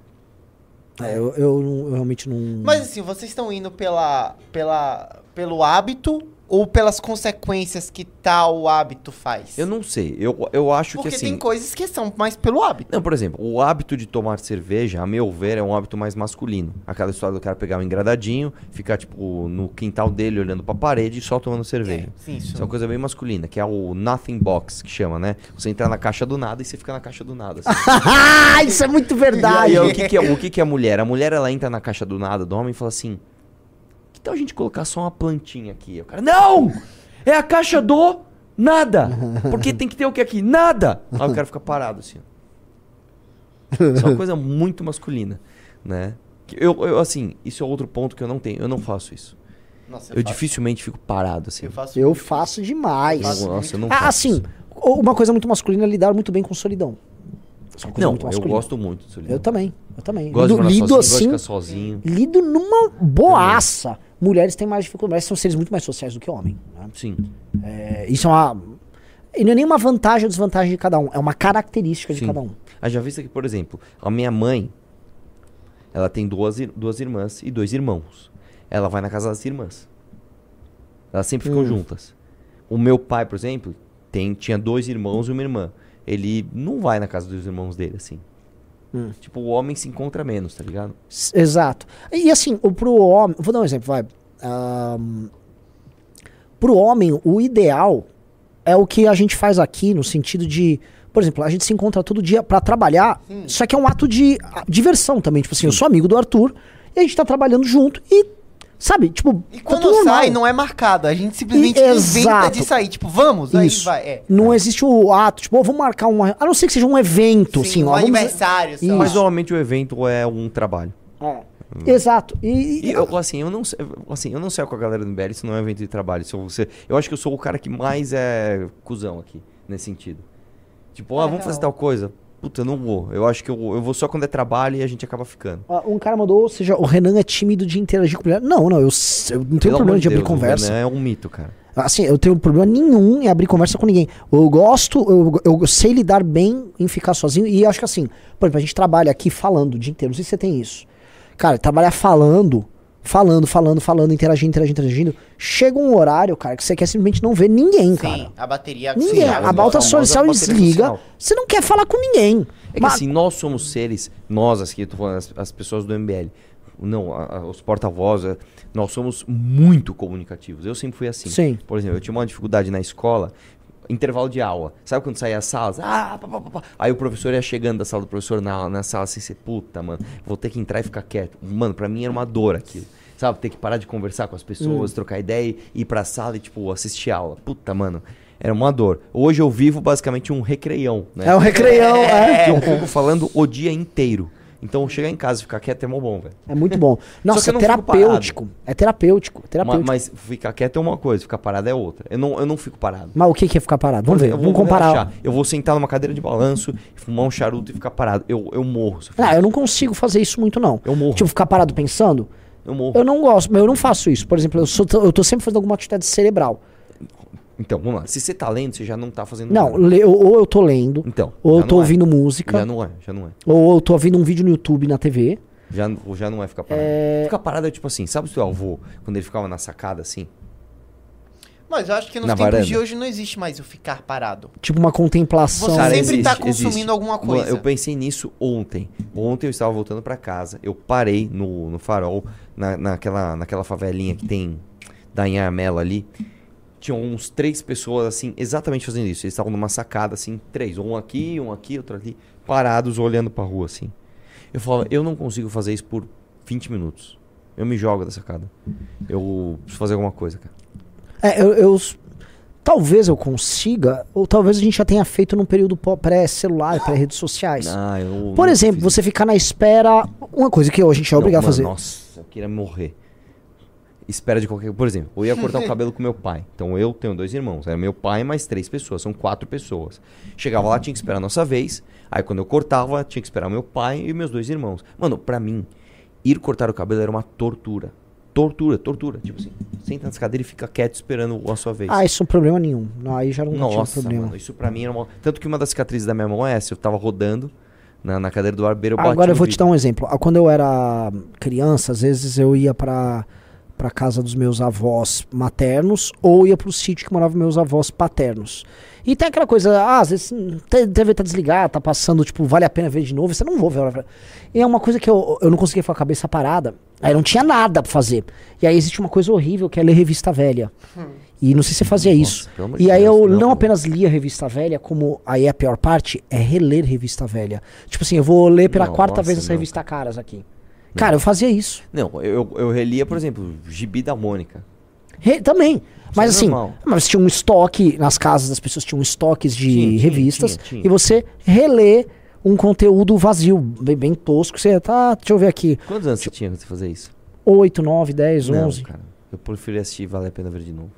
Eu realmente não... Mas assim, vocês estão indo pelo hábito ou pelas consequências que tal hábito faz? Eu não sei, eu acho porque que assim... Porque tem coisas que são mais pelo hábito. Não, por exemplo, o hábito de tomar cerveja, a meu ver, é um hábito mais masculino. Aquela história do cara pegar um engradadinho, ficar, tipo, no quintal dele, olhando pra parede e só tomando cerveja. Sim, isso é uma coisa bem masculina, que é o nothing box, que chama, né? Você entra na caixa do nada e você fica na caixa do nada. Assim. Isso é muito verdade! E aí, o que é a mulher? A mulher, ela entra na caixa do nada do homem e fala assim... Que tal a gente colocar só uma plantinha aqui? O cara, não! É a caixa do nada! Porque tem que ter o que aqui? Nada! Aí o cara fica parado assim. Isso é uma coisa muito masculina, né? Eu assim, isso é outro ponto que eu não tenho. Eu não faço isso. Nossa, Eu dificilmente fico parado, assim. Eu faço demais. Nossa, eu não faço. Assim, uma coisa muito masculina é lidar muito bem com solidão. Isso é uma coisa Não, muito eu masculina. gosto muito de solidão. Eu também. Gosto de morar Lido sozinho, assim, gosto de ficar sozinho. lido numa boaça. Mulheres têm mais dificuldade, mulheres são seres muito mais sociais do que homem. Né? Sim. Isso é uma... E não é nem uma vantagem ou desvantagem de cada um, é uma característica de cada um. Já visto que, por exemplo, a minha mãe, ela tem duas irmãs e 2 irmãos. Ela vai na casa das irmãs. Elas sempre ficam juntas. O meu pai, por exemplo, tinha 2 irmãos e uma irmã. Ele não vai na casa dos irmãos dele, assim. Tipo, o homem se encontra menos, tá ligado? Exato. E assim, pro homem... Vou dar um exemplo, vai. Pro homem, o ideal é o que a gente faz aqui, no sentido de... Por exemplo, a gente se encontra todo dia pra trabalhar. Isso aqui é um ato de diversão também. Tipo assim, eu sou amigo do Arthur e a gente tá trabalhando junto e... Sabe, tipo... E quando sai, não é marcado. A gente simplesmente inventa de sair. Tipo, vamos, Isso. aí vai. Não existe o ato, tipo, vamos marcar a não ser que seja um evento, Sim, assim. um aniversário. Isso. Mas normalmente o evento é um trabalho. Exato. E eu não saio com a galera do MBL, isso não é um evento de trabalho. Eu acho que eu sou o cara que mais é cuzão aqui, nesse sentido. Tipo, vamos fazer tal coisa. Puta, eu não vou. Eu acho que eu vou só quando é trabalho e a gente acaba ficando. Um cara mandou, ou seja, o Renan é tímido de interagir com mulher. Não, eu não tenho problema de abrir conversa. O Renan é um mito, cara. Assim, eu tenho problema nenhum em abrir conversa com ninguém. Eu sei lidar bem em ficar sozinho. E acho que assim, por exemplo, a gente trabalha aqui falando o dia inteiro. Não sei se você tem isso. Cara, trabalhar falando, interagindo. Chega um horário, cara, que você quer simplesmente não ver ninguém, cara. Sim, a bateria... Ninguém. A bauta social desliga. Você não quer falar com ninguém. É que assim, nós somos seres, nós aqui, eu tô falando, as pessoas do MBL, não, os porta-vozes, nós somos muito comunicativos. Eu sempre fui assim. Sim. Por exemplo, eu tinha uma dificuldade na escola, intervalo de aula. Sabe quando saía as salas? Aí o professor ia chegando da sala do professor na sala assim, você, puta, mano, vou ter que entrar e ficar quieto. Mano, pra mim era uma dor aquilo. Sabe, ter que parar de conversar com as pessoas, trocar ideia, ir pra sala e, tipo, assistir aula. Puta, mano, era uma dor. Hoje eu vivo basicamente um recreião, né? É um recreião, Eu fico falando o dia inteiro. Então, chegar em casa e ficar quieto é mó bom, velho. É muito bom. Nossa, é terapêutico. É terapêutico. Mas ficar quieto é uma coisa, ficar parado é outra. Eu não fico parado. Mas o que é ficar parado? Vamos ver, vamos comparar. Relaxar. Eu vou sentar numa cadeira de balanço, fumar um charuto e ficar parado. Eu morro. Eu não consigo fazer isso muito, não. Eu morro. Tipo, ficar parado pensando. Eu morro. Eu não gosto, mas eu não faço isso. Por exemplo, eu tô sempre fazendo alguma atividade cerebral. Então, vamos lá. Se você tá lendo, você já não tá fazendo nada. Não, ou eu tô lendo, então, ou eu tô ouvindo música. Já não é. Ou eu tô ouvindo um vídeo no YouTube, na TV. Já não é ficar parado. Ficar parado é tipo assim, sabe o seu avô, quando ele ficava na sacada assim? Mas eu acho que nos tempos de hoje não existe mais o ficar parado. Tipo uma contemplação. Você sempre tá consumindo alguma coisa. Eu pensei nisso ontem. Ontem eu estava voltando pra casa, eu parei no farol, naquela favelinha que tem da Anhamela ali. Tinham uns 3 pessoas, assim, exatamente fazendo isso. Eles estavam numa sacada, assim, 3. Um aqui, outro ali, parados, olhando pra rua, assim. Eu falava, eu não consigo fazer isso por 20 minutos. Eu me jogo da sacada. Eu preciso fazer alguma coisa, cara. Talvez eu consiga, ou talvez a gente já tenha feito num período pré-celular, pré-redes sociais. Por exemplo, você ficar na espera, uma coisa que a gente é obrigado a fazer. Nossa, eu queria morrer. Espera de qualquer... Por exemplo, eu ia cortar o cabelo com meu pai. Então eu tenho 2 irmãos. Era meu pai mais 3 pessoas. São 4 pessoas. Chegava lá, tinha que esperar a nossa vez. Aí quando eu cortava, tinha que esperar meu pai e meus 2 irmãos. Mano, pra mim, ir cortar o cabelo era uma tortura. Tortura. Tipo assim, senta na cadeira e fica quieto esperando a sua vez. Isso não é problema nenhum. Não, aí já não tinha problema. Mano, isso pra mim era uma... Tanto que uma das cicatrizes da minha mão é essa. Eu tava rodando na cadeira do barbeiro, eu bati. Agora eu vou te dar um exemplo. Quando eu era criança, às vezes eu ia pra casa dos meus avós maternos ou ia pro sítio que moravam meus avós paternos. E tem aquela coisa, às vezes deve estar desligado, tá passando, tipo, vale a pena ver de novo, você não vou ver. E é uma coisa que eu não conseguia ficar com a cabeça parada, aí não tinha nada pra fazer. E aí existe uma coisa horrível que é ler revista velha. E não sei se você fazia isso. E aí eu não apenas lia revista velha, como aí a pior parte é reler revista velha. Tipo assim, eu vou ler pela 4ª vez essa revista Caras aqui. Cara, eu fazia isso. Não, eu relia, por exemplo, Gibi da Mônica. Também. Mas assim, normal. Mas tinha um estoque, nas casas das pessoas tinham estoques de revistas. Tinha. E você relê um conteúdo vazio, bem tosco. Você deixa eu ver aqui. Quantos anos você tinha quando você fazia isso? 8, 9, 10, 11. Cara. eu preferi assistir Vale a Pena Ver de novo.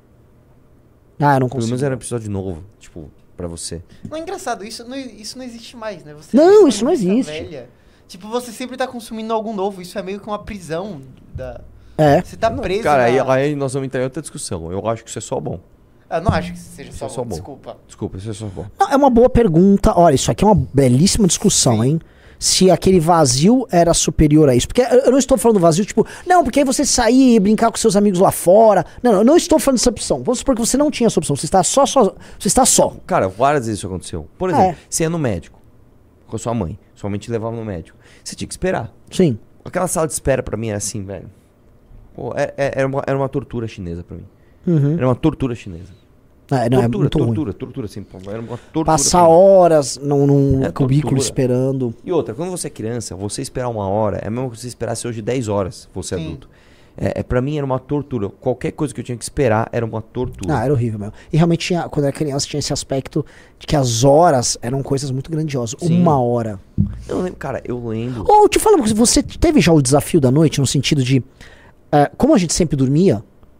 Ah, eu não Pelo consigo. menos era um episódio novo, tipo, pra você. Não é engraçado, isso não existe mais, né? Você Não, vê isso não uma revista existe. velha, tipo, você sempre tá consumindo algo novo. Isso é meio que uma prisão da... É. Você tá preso Cara, na... aí nós vamos entrar em outra discussão. Eu acho que isso é só bom. Eu não acho que seja Isso é só só bom, bom. desculpa. Desculpa, isso é só bom. Não, é uma boa pergunta. Olha, isso aqui é uma belíssima discussão, hein? Se aquele vazio era superior a isso. Porque eu não estou falando vazio, tipo, não, porque aí você sair e brincar com seus amigos lá fora. Não, eu não estou falando dessa opção. Vamos supor que você não tinha essa opção. Você está você está só. Cara, várias vezes isso aconteceu. Por exemplo, É. você ia no médico com a sua mãe. Sua mãe te levava no médico. Você tinha que esperar. Sim. Aquela sala de espera pra mim era assim, velho. Pô, era uma tortura chinesa pra mim. Uhum. Era uma tortura chinesa. É, não, é muito ruim. tortura, assim. Pô, era uma tortura. Passar pra mim. horas num É cubículo tortura. esperando. E outra, quando você é criança, você esperar 1 hora é mesmo que você esperasse hoje 10 horas, fosse Sim. adulto. Pra mim era uma tortura. Qualquer coisa que eu tinha que esperar era uma tortura. Ah, era horrível mesmo. E realmente, quando eu era criança, tinha esse aspecto de que as horas eram coisas muito grandiosas. Sim. 1 hora. Eu lembro, cara, eu lembro. Ou te fala, você teve já o desafio da noite, no sentido de, como a gente sempre dormia,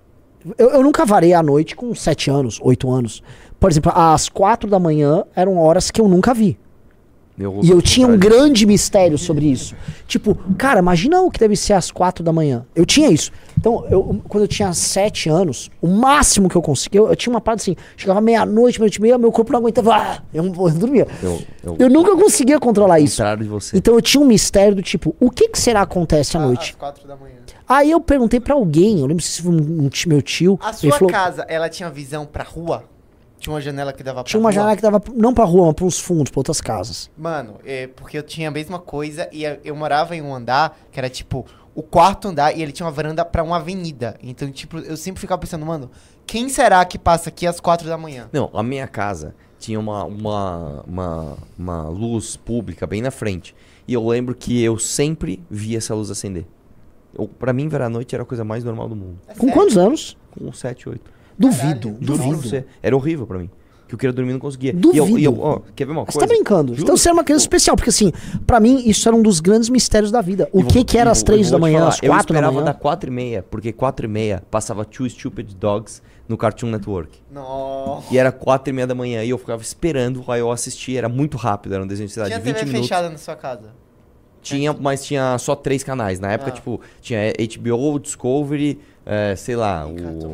eu nunca varei à noite com 7 anos, 8 anos. Por exemplo, às 4 da manhã eram horas que eu nunca vi. E eu tinha um grande mistério sobre isso. Tipo, cara, imagina o que deve ser às 4 da manhã. Eu tinha isso. Então, quando eu tinha 7 anos, o máximo que eu conseguia, eu tinha uma parte assim, chegava meia-noite, meia-noite e meia, meu corpo não aguentava, eu dormia. Eu nunca conseguia controlar isso. Contrário de você. Então eu tinha um mistério do tipo, o que será que acontece à noite? Às 4 da manhã. Aí eu perguntei pra alguém, eu lembro se foi meu tio. A ele sua falou, casa, ela tinha visão pra rua? Tinha uma janela que dava pra tinha uma rua? janela que dava não pra rua, mas pra uns fundos, pra outras casas. Mano, porque eu tinha a mesma coisa e eu morava em um andar que era tipo o 4º andar e ele tinha uma varanda pra uma avenida. Então, tipo, eu sempre ficava pensando, mano, quem será que passa aqui às 4 da manhã? Não, a minha casa tinha uma luz pública bem na frente. E eu lembro que eu sempre via essa luz acender. Pra mim, ver à noite era a coisa mais normal do mundo. É Com sério? quantos anos? Com 7, 8. Duvido, Caralho. Juro pra duvido. você. Era horrível pra mim. Que eu queria dormir e não conseguia. Duvido. E eu, ó, quer ver uma Você coisa? tá brincando. Juro. Então você é uma criança especial, porque assim, pra mim isso era um dos grandes mistérios da vida. O que era às 3 da manhã, às 4 da Eu esperava manhã? da 4h30, porque 4h30 passava Two Stupid Dogs no Cartoon Network. Nossa. E era 4h30 da manhã e eu ficava esperando, aí eu assistia, era muito rápido, era um desenho de cidade Tinha de 20 TV minutos. fechada na sua casa? Tinha, mas tinha só 3 canais. Na época, Ah. tipo, tinha HBO, Discovery, sei lá,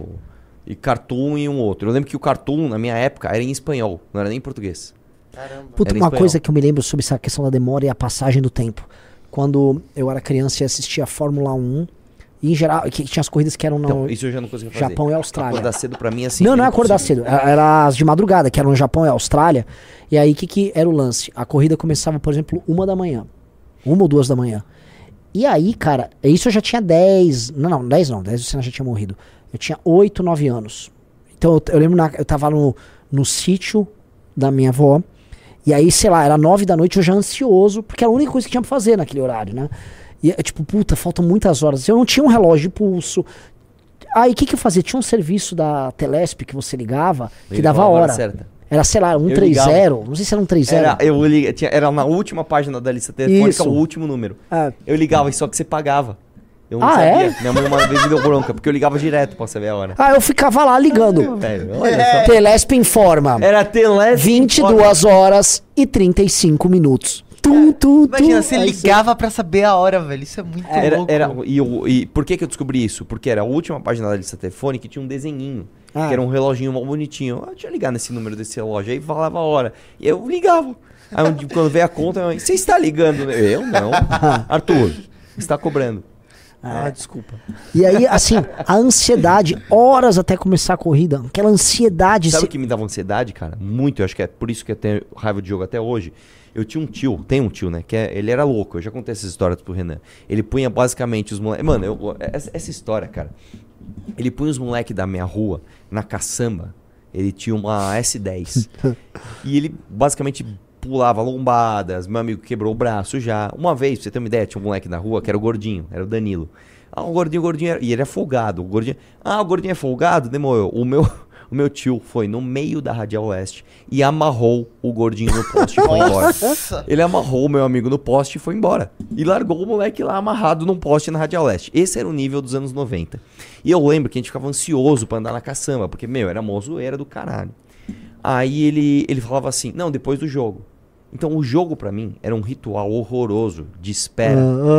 e Cartoon e um outro. Eu lembro que o Cartoon, na minha época, era em espanhol, não era nem em português. Caramba. Puta, Era em uma espanhol. coisa que eu me lembro sobre essa questão da demora e a passagem do tempo. Quando eu era criança e assistia a Fórmula 1, e em geral, que tinha as corridas que eram no Então, isso eu já não conseguia fazer. Japão e Austrália. Acordar cedo pra mim, assim... Não, não é era acordar impossível. cedo. Era as de madrugada, que eram no Japão e Austrália. E aí, o que era o lance? A corrida começava, por exemplo, 1 da manhã. 1 ou 2 da manhã. E aí, cara, isso eu já tinha 10... Não, 10 não. 10 o Senna já tinha morrido. Eu tinha 8, 9 anos. Então, eu lembro, eu tava no sítio da minha avó. E aí, sei lá, era 9 da noite, eu já ansioso, porque era a única coisa que tinha pra fazer naquele horário, né? E é tipo, puta, faltam muitas horas. Eu não tinha um relógio de pulso. Aí, o que eu fazia? Tinha um serviço da Telesp que você ligava, que Ele dava falava a hora hora. certa. Era, sei lá, 130. ligava. Não sei se era 130. Era na última página da lista telefônica, Isso. o último número. Ah, Eu ligava, só que você pagava. Eu não Ah, sabia. é? Minha mãe uma vez me deu bronca, porque eu ligava direto pra saber a hora. eu ficava lá ligando. Velho, olha só. Telesp informa. Era Telesp. 22 horas e 35 minutos. Tum, tum, Imagina, tum. você Aí ligava pra saber a hora, velho. Isso é muito louco. E por que eu descobri isso? Porque era a última página da lista telefônica que tinha um desenhinho. Ah. Que era um reloginho mal bonitinho. Deixa eu ligar nesse número desse relógio. Aí falava a hora. E eu ligava. Aí quando veio a conta, eu, você está ligando? Eu não. Arthur, está cobrando. Desculpa. E aí, assim, a ansiedade, horas até começar a corrida, aquela ansiedade. Sabe o que me dava ansiedade, cara? Muito, eu acho que é por isso que eu tenho raiva de jogo até hoje. Eu tinha um tio, tem um tio, né? Ele era louco, eu já contei essas histórias pro Renan. Ele punha basicamente os moleques. Mano, essa história, cara. Ele punha os moleques da minha rua na caçamba. Ele tinha uma S10. E ele basicamente pulava lombadas. Meu amigo quebrou o braço já. Uma vez, pra você ter uma ideia, tinha um moleque na rua que era o gordinho, era o Danilo. O gordinho. E ele é folgado. O gordinho é folgado? Demorou. O O meu tio foi no meio da Radial Leste e amarrou o gordinho no poste e foi embora. Ele amarrou o meu amigo no poste e foi embora. E largou o moleque lá amarrado num poste na Radial Leste. Esse era o nível dos anos 90. E eu lembro que a gente ficava ansioso pra andar na caçamba, porque, era mó zoeira do caralho. Aí ele falava assim, não, depois do jogo. Então o jogo pra mim era um ritual horroroso de espera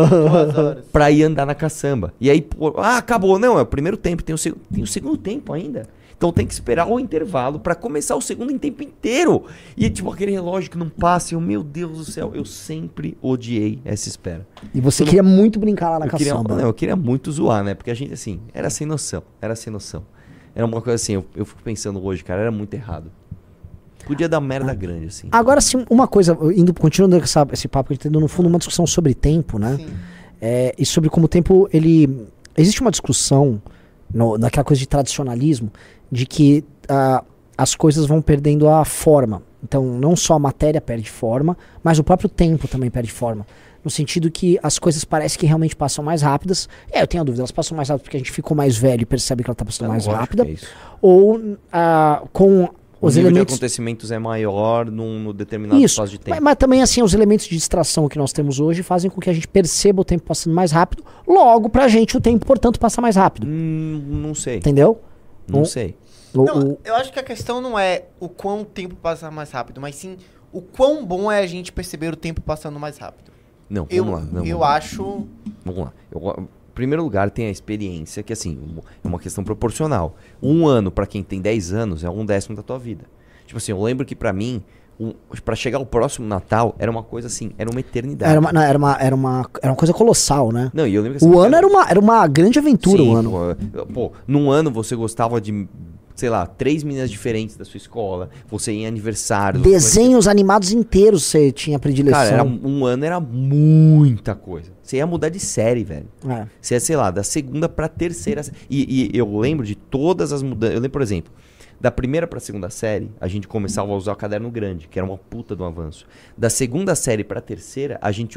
pra ir andar na caçamba. E aí, acabou. Não, é o primeiro tempo, tem o segundo tempo ainda. Então tem que esperar o intervalo pra começar o segundo tempo inteiro. E tipo, aquele relógio que não passa. Meu Deus do céu, eu sempre odiei essa espera. E você queria muito brincar lá na caçamba. Eu queria muito zoar, né? Porque a gente, assim, era sem noção. Era uma coisa assim, eu fico pensando hoje, cara, era muito errado. Podia dar merda grande, assim. Agora, sim, uma coisa, continuando esse papo que a gente tá tendo, no fundo, uma discussão sobre tempo, né? Sim. E sobre como o tempo, existe uma discussão, naquela coisa de tradicionalismo, de que as coisas vão perdendo a forma. Então, não só a matéria perde forma, mas o próprio tempo também perde forma. No sentido que as coisas parecem que realmente passam mais rápidas. Eu tenho a dúvida, elas passam mais rápido porque a gente ficou mais velho e percebe que ela tá passando mais rápida. Ou com os elementos de acontecimentos é maior num determinado espaço de tempo. Mas também, assim, os elementos de distração que nós temos hoje fazem com que a gente perceba o tempo passando mais rápido. Logo, pra gente, o tempo, portanto, passa mais rápido. Não sei. Entendeu? Não sei. Não, eu acho que a questão não é o quão o tempo passa mais rápido, mas sim o quão bom é a gente perceber o tempo passando mais rápido. Não, vamos lá. Eu acho... Vamos lá. Em primeiro lugar, tem a experiência, que assim, é uma questão proporcional. Um ano, pra quem tem 10 anos, é 1/10 da tua vida. Tipo assim, eu lembro que pra mim, pra chegar o próximo Natal, era uma coisa assim, era uma eternidade. Era uma coisa colossal, né? Não, e eu lembro que, assim, o ano era uma grande aventura, o ano. Pô, num ano você gostava de, sei lá, 3 meninas diferentes da sua escola, você ia em aniversários. Desenhos animados inteiros você tinha predileção. Cara, um ano era muita coisa. Você ia mudar de série, velho. Você ia, sei lá, da segunda pra terceira. E eu lembro de todas as mudanças. Eu lembro, por exemplo, da primeira pra segunda série, a gente começava a usar o caderno grande, que era uma puta do avanço. Da segunda série pra terceira,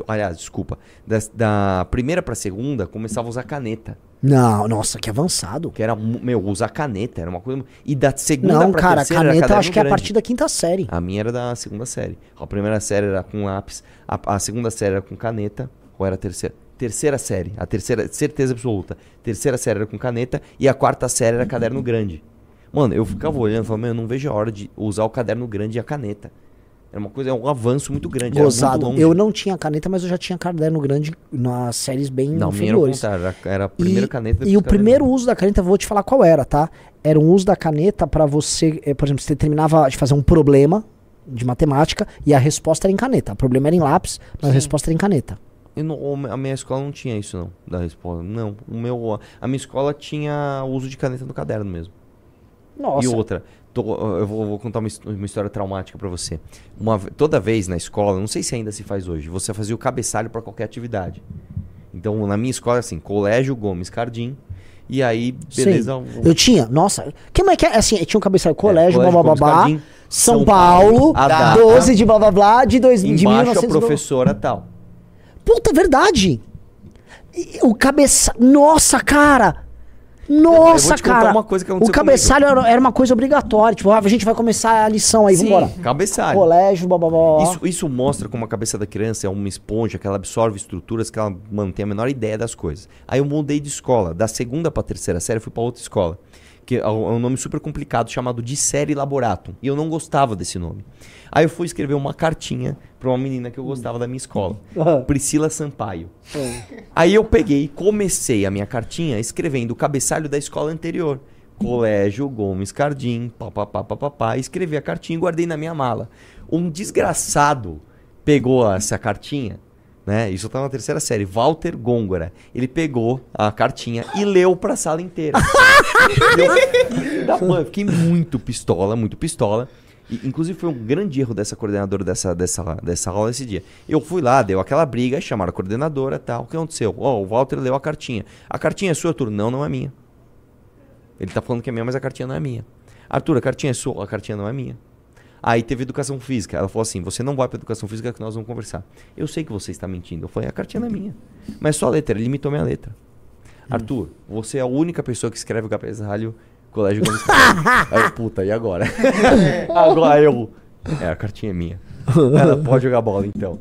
da primeira pra segunda, começava a usar caneta. Não, nossa, que avançado. Que era, usar caneta, era uma coisa... E da segunda pra terceira caneta eu acho que grande. É a partir da quinta série. A minha era da segunda série. A primeira série era com lápis, a segunda série era com caneta, ou era a terceira? Terceira série, a terceira, certeza absoluta. Terceira série era com caneta e a quarta série era caderno grande. Mano, eu ficava olhando e falava, eu não vejo a hora de usar o caderno grande e a caneta. Era uma coisa, um avanço muito grande. Gozado. Eu não tinha caneta, mas eu já tinha caderno grande nas séries bem inferiores. Não, era a primeira caneta. E o primeiro uso da caneta, vou te falar qual era, tá? Era um uso da caneta pra você, por exemplo, você terminava de fazer um problema de matemática e a resposta era em caneta. O problema era em lápis, mas a resposta era em caneta. A minha escola não tinha isso, não, da resposta. Não, a minha escola tinha o uso de caneta no caderno mesmo. Nossa. E outra, eu vou contar uma história traumática pra você. Toda vez na escola, não sei se ainda se faz hoje, você fazia o cabeçalho pra qualquer atividade. Então, na minha escola, assim, Colégio Gomes Cardim, e aí, beleza... Eu tinha, nossa, como é que é? Assim, tinha um cabeçalho, Colégio bababá, Cardim, São Paulo, 12 de blá blá blá, de 1900... Embaixo a professora tal. Puta, verdade. O cabeçalho... Nossa, cara. Nossa, cara. Uma coisa que aconteceu o cabeçalho era uma coisa obrigatória. Tipo, a gente vai começar a lição aí, vambora. Cabeçalho. Colégio, bababá. Isso mostra como a cabeça da criança é uma esponja, que ela absorve estruturas, que ela mantém a menor ideia das coisas. Aí eu mudei de escola. Da segunda pra terceira série, eu fui pra outra escola. Que é um nome super complicado, chamado de Série Laboratum. E eu não gostava desse nome. Aí eu fui escrever uma cartinha pra uma menina que eu gostava da minha escola. Priscila Sampaio. Aí eu peguei e comecei a minha cartinha escrevendo o cabeçalho da escola anterior. Colégio Gomes Cardim, papapá. Escrevi a cartinha e guardei na minha mala. Um desgraçado pegou essa cartinha, né? Isso tá na terceira série. Walter Gôngora. Ele pegou a cartinha e leu pra sala inteira. Eu fiquei muito pistola. E, inclusive foi um grande erro dessa coordenadora dessa aula esse dia. Eu fui lá, deu aquela briga, chamaram a coordenadora e tal. O que aconteceu? O Walter leu a cartinha. A cartinha é sua, Arthur? Não é minha. Ele tá falando que é minha, mas a cartinha não é minha. Arthur, a cartinha é sua? A cartinha não é minha. Aí teve educação física. Ela falou assim, você não vai pra educação física que nós vamos conversar. Eu sei que você está mentindo. Eu falei, a cartinha não é minha. Mas só a letra, ele limitou minha letra. Arthur, você é a única pessoa que escreve o cabeçalho Colégio Gomes Cardin. Aí eu, puta, e agora? Agora eu... a cartinha é minha. Ela pode jogar bola, então.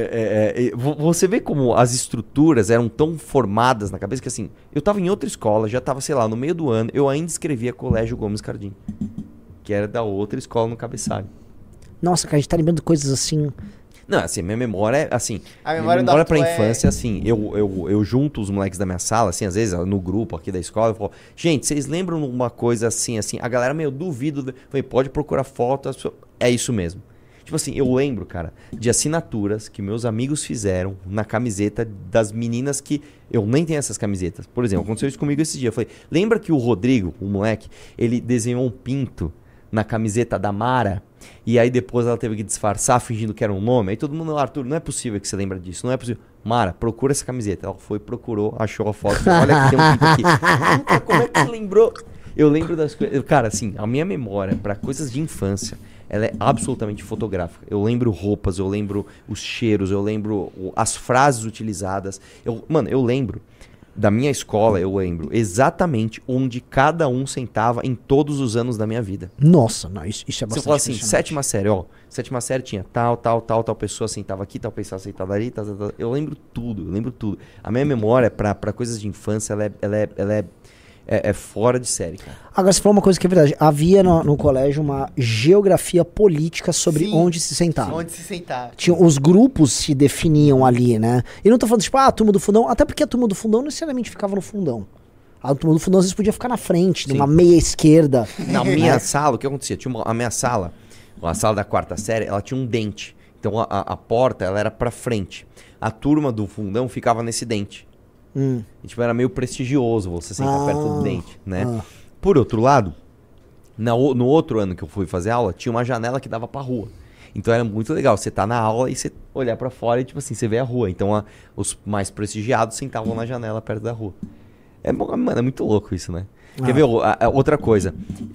Você vê como as estruturas eram tão formadas na cabeça que assim, eu tava em outra escola, já tava, sei lá, no meio do ano, eu ainda escrevia Colégio Gomes Cardin, que era da outra escola no cabeçalho. Nossa, cara, a gente tá lembrando de coisas assim... Não, assim, minha memória, assim... A memória pra infância, assim, eu junto os moleques da minha sala, assim, às vezes, no grupo aqui da escola, eu falo, gente, vocês lembram de uma coisa assim, a galera, meio duvido, falei, pode procurar foto, é isso mesmo. Tipo assim, eu lembro, cara, de assinaturas que meus amigos fizeram na camiseta das meninas que... Eu nem tenho essas camisetas. Por exemplo, aconteceu isso comigo esse dia. Eu falei, lembra que o Rodrigo, o moleque, ele desenhou um pinto na camiseta da Mara? E aí depois ela teve que disfarçar, fingindo que era um nome. Aí todo mundo, Arthur, não é possível que você lembra disso. Não é possível. Mara, procura essa camiseta. Ela foi, procurou, achou a foto. Olha que tem um pinto aqui. Como é que você lembrou? Eu lembro das coisas... Cara, assim, a minha memória pra coisas de infância... Ela é absolutamente fotográfica. Eu lembro roupas, eu lembro os cheiros, eu lembro as frases utilizadas. Mano, eu lembro da minha escola, eu lembro exatamente onde cada um sentava em todos os anos da minha vida. Nossa, não, isso é bastante. Você fala assim, sétima série tinha tal pessoa sentava aqui, tal pessoa sentava ali, tal. Eu lembro tudo. A minha memória pra coisas de infância, ela é fora de série, cara. Agora, você falou uma coisa que é verdade. Havia no colégio uma geografia política sobre onde se sentava. Onde se sentar. Os grupos se definiam ali, né? E não tô falando, tipo, a turma do fundão. Até porque a turma do fundão não necessariamente ficava no fundão. A turma do fundão às vezes podia ficar na frente, numa meia esquerda. Na minha sala, o que acontecia? A minha sala, a sala da quarta série, ela tinha um dente. Então a porta, ela era pra frente. A turma do fundão ficava nesse dente. E, tipo, era meio prestigioso você sentar perto do dente, né? Por outro lado, no outro ano que eu fui fazer aula, tinha uma janela que dava pra rua. Então era muito legal, você tá na aula e você olhar pra fora e, tipo assim, você vê a rua. Então os mais prestigiados sentavam na janela perto da rua. Mano, é muito louco isso, né? Quer ver outra coisa?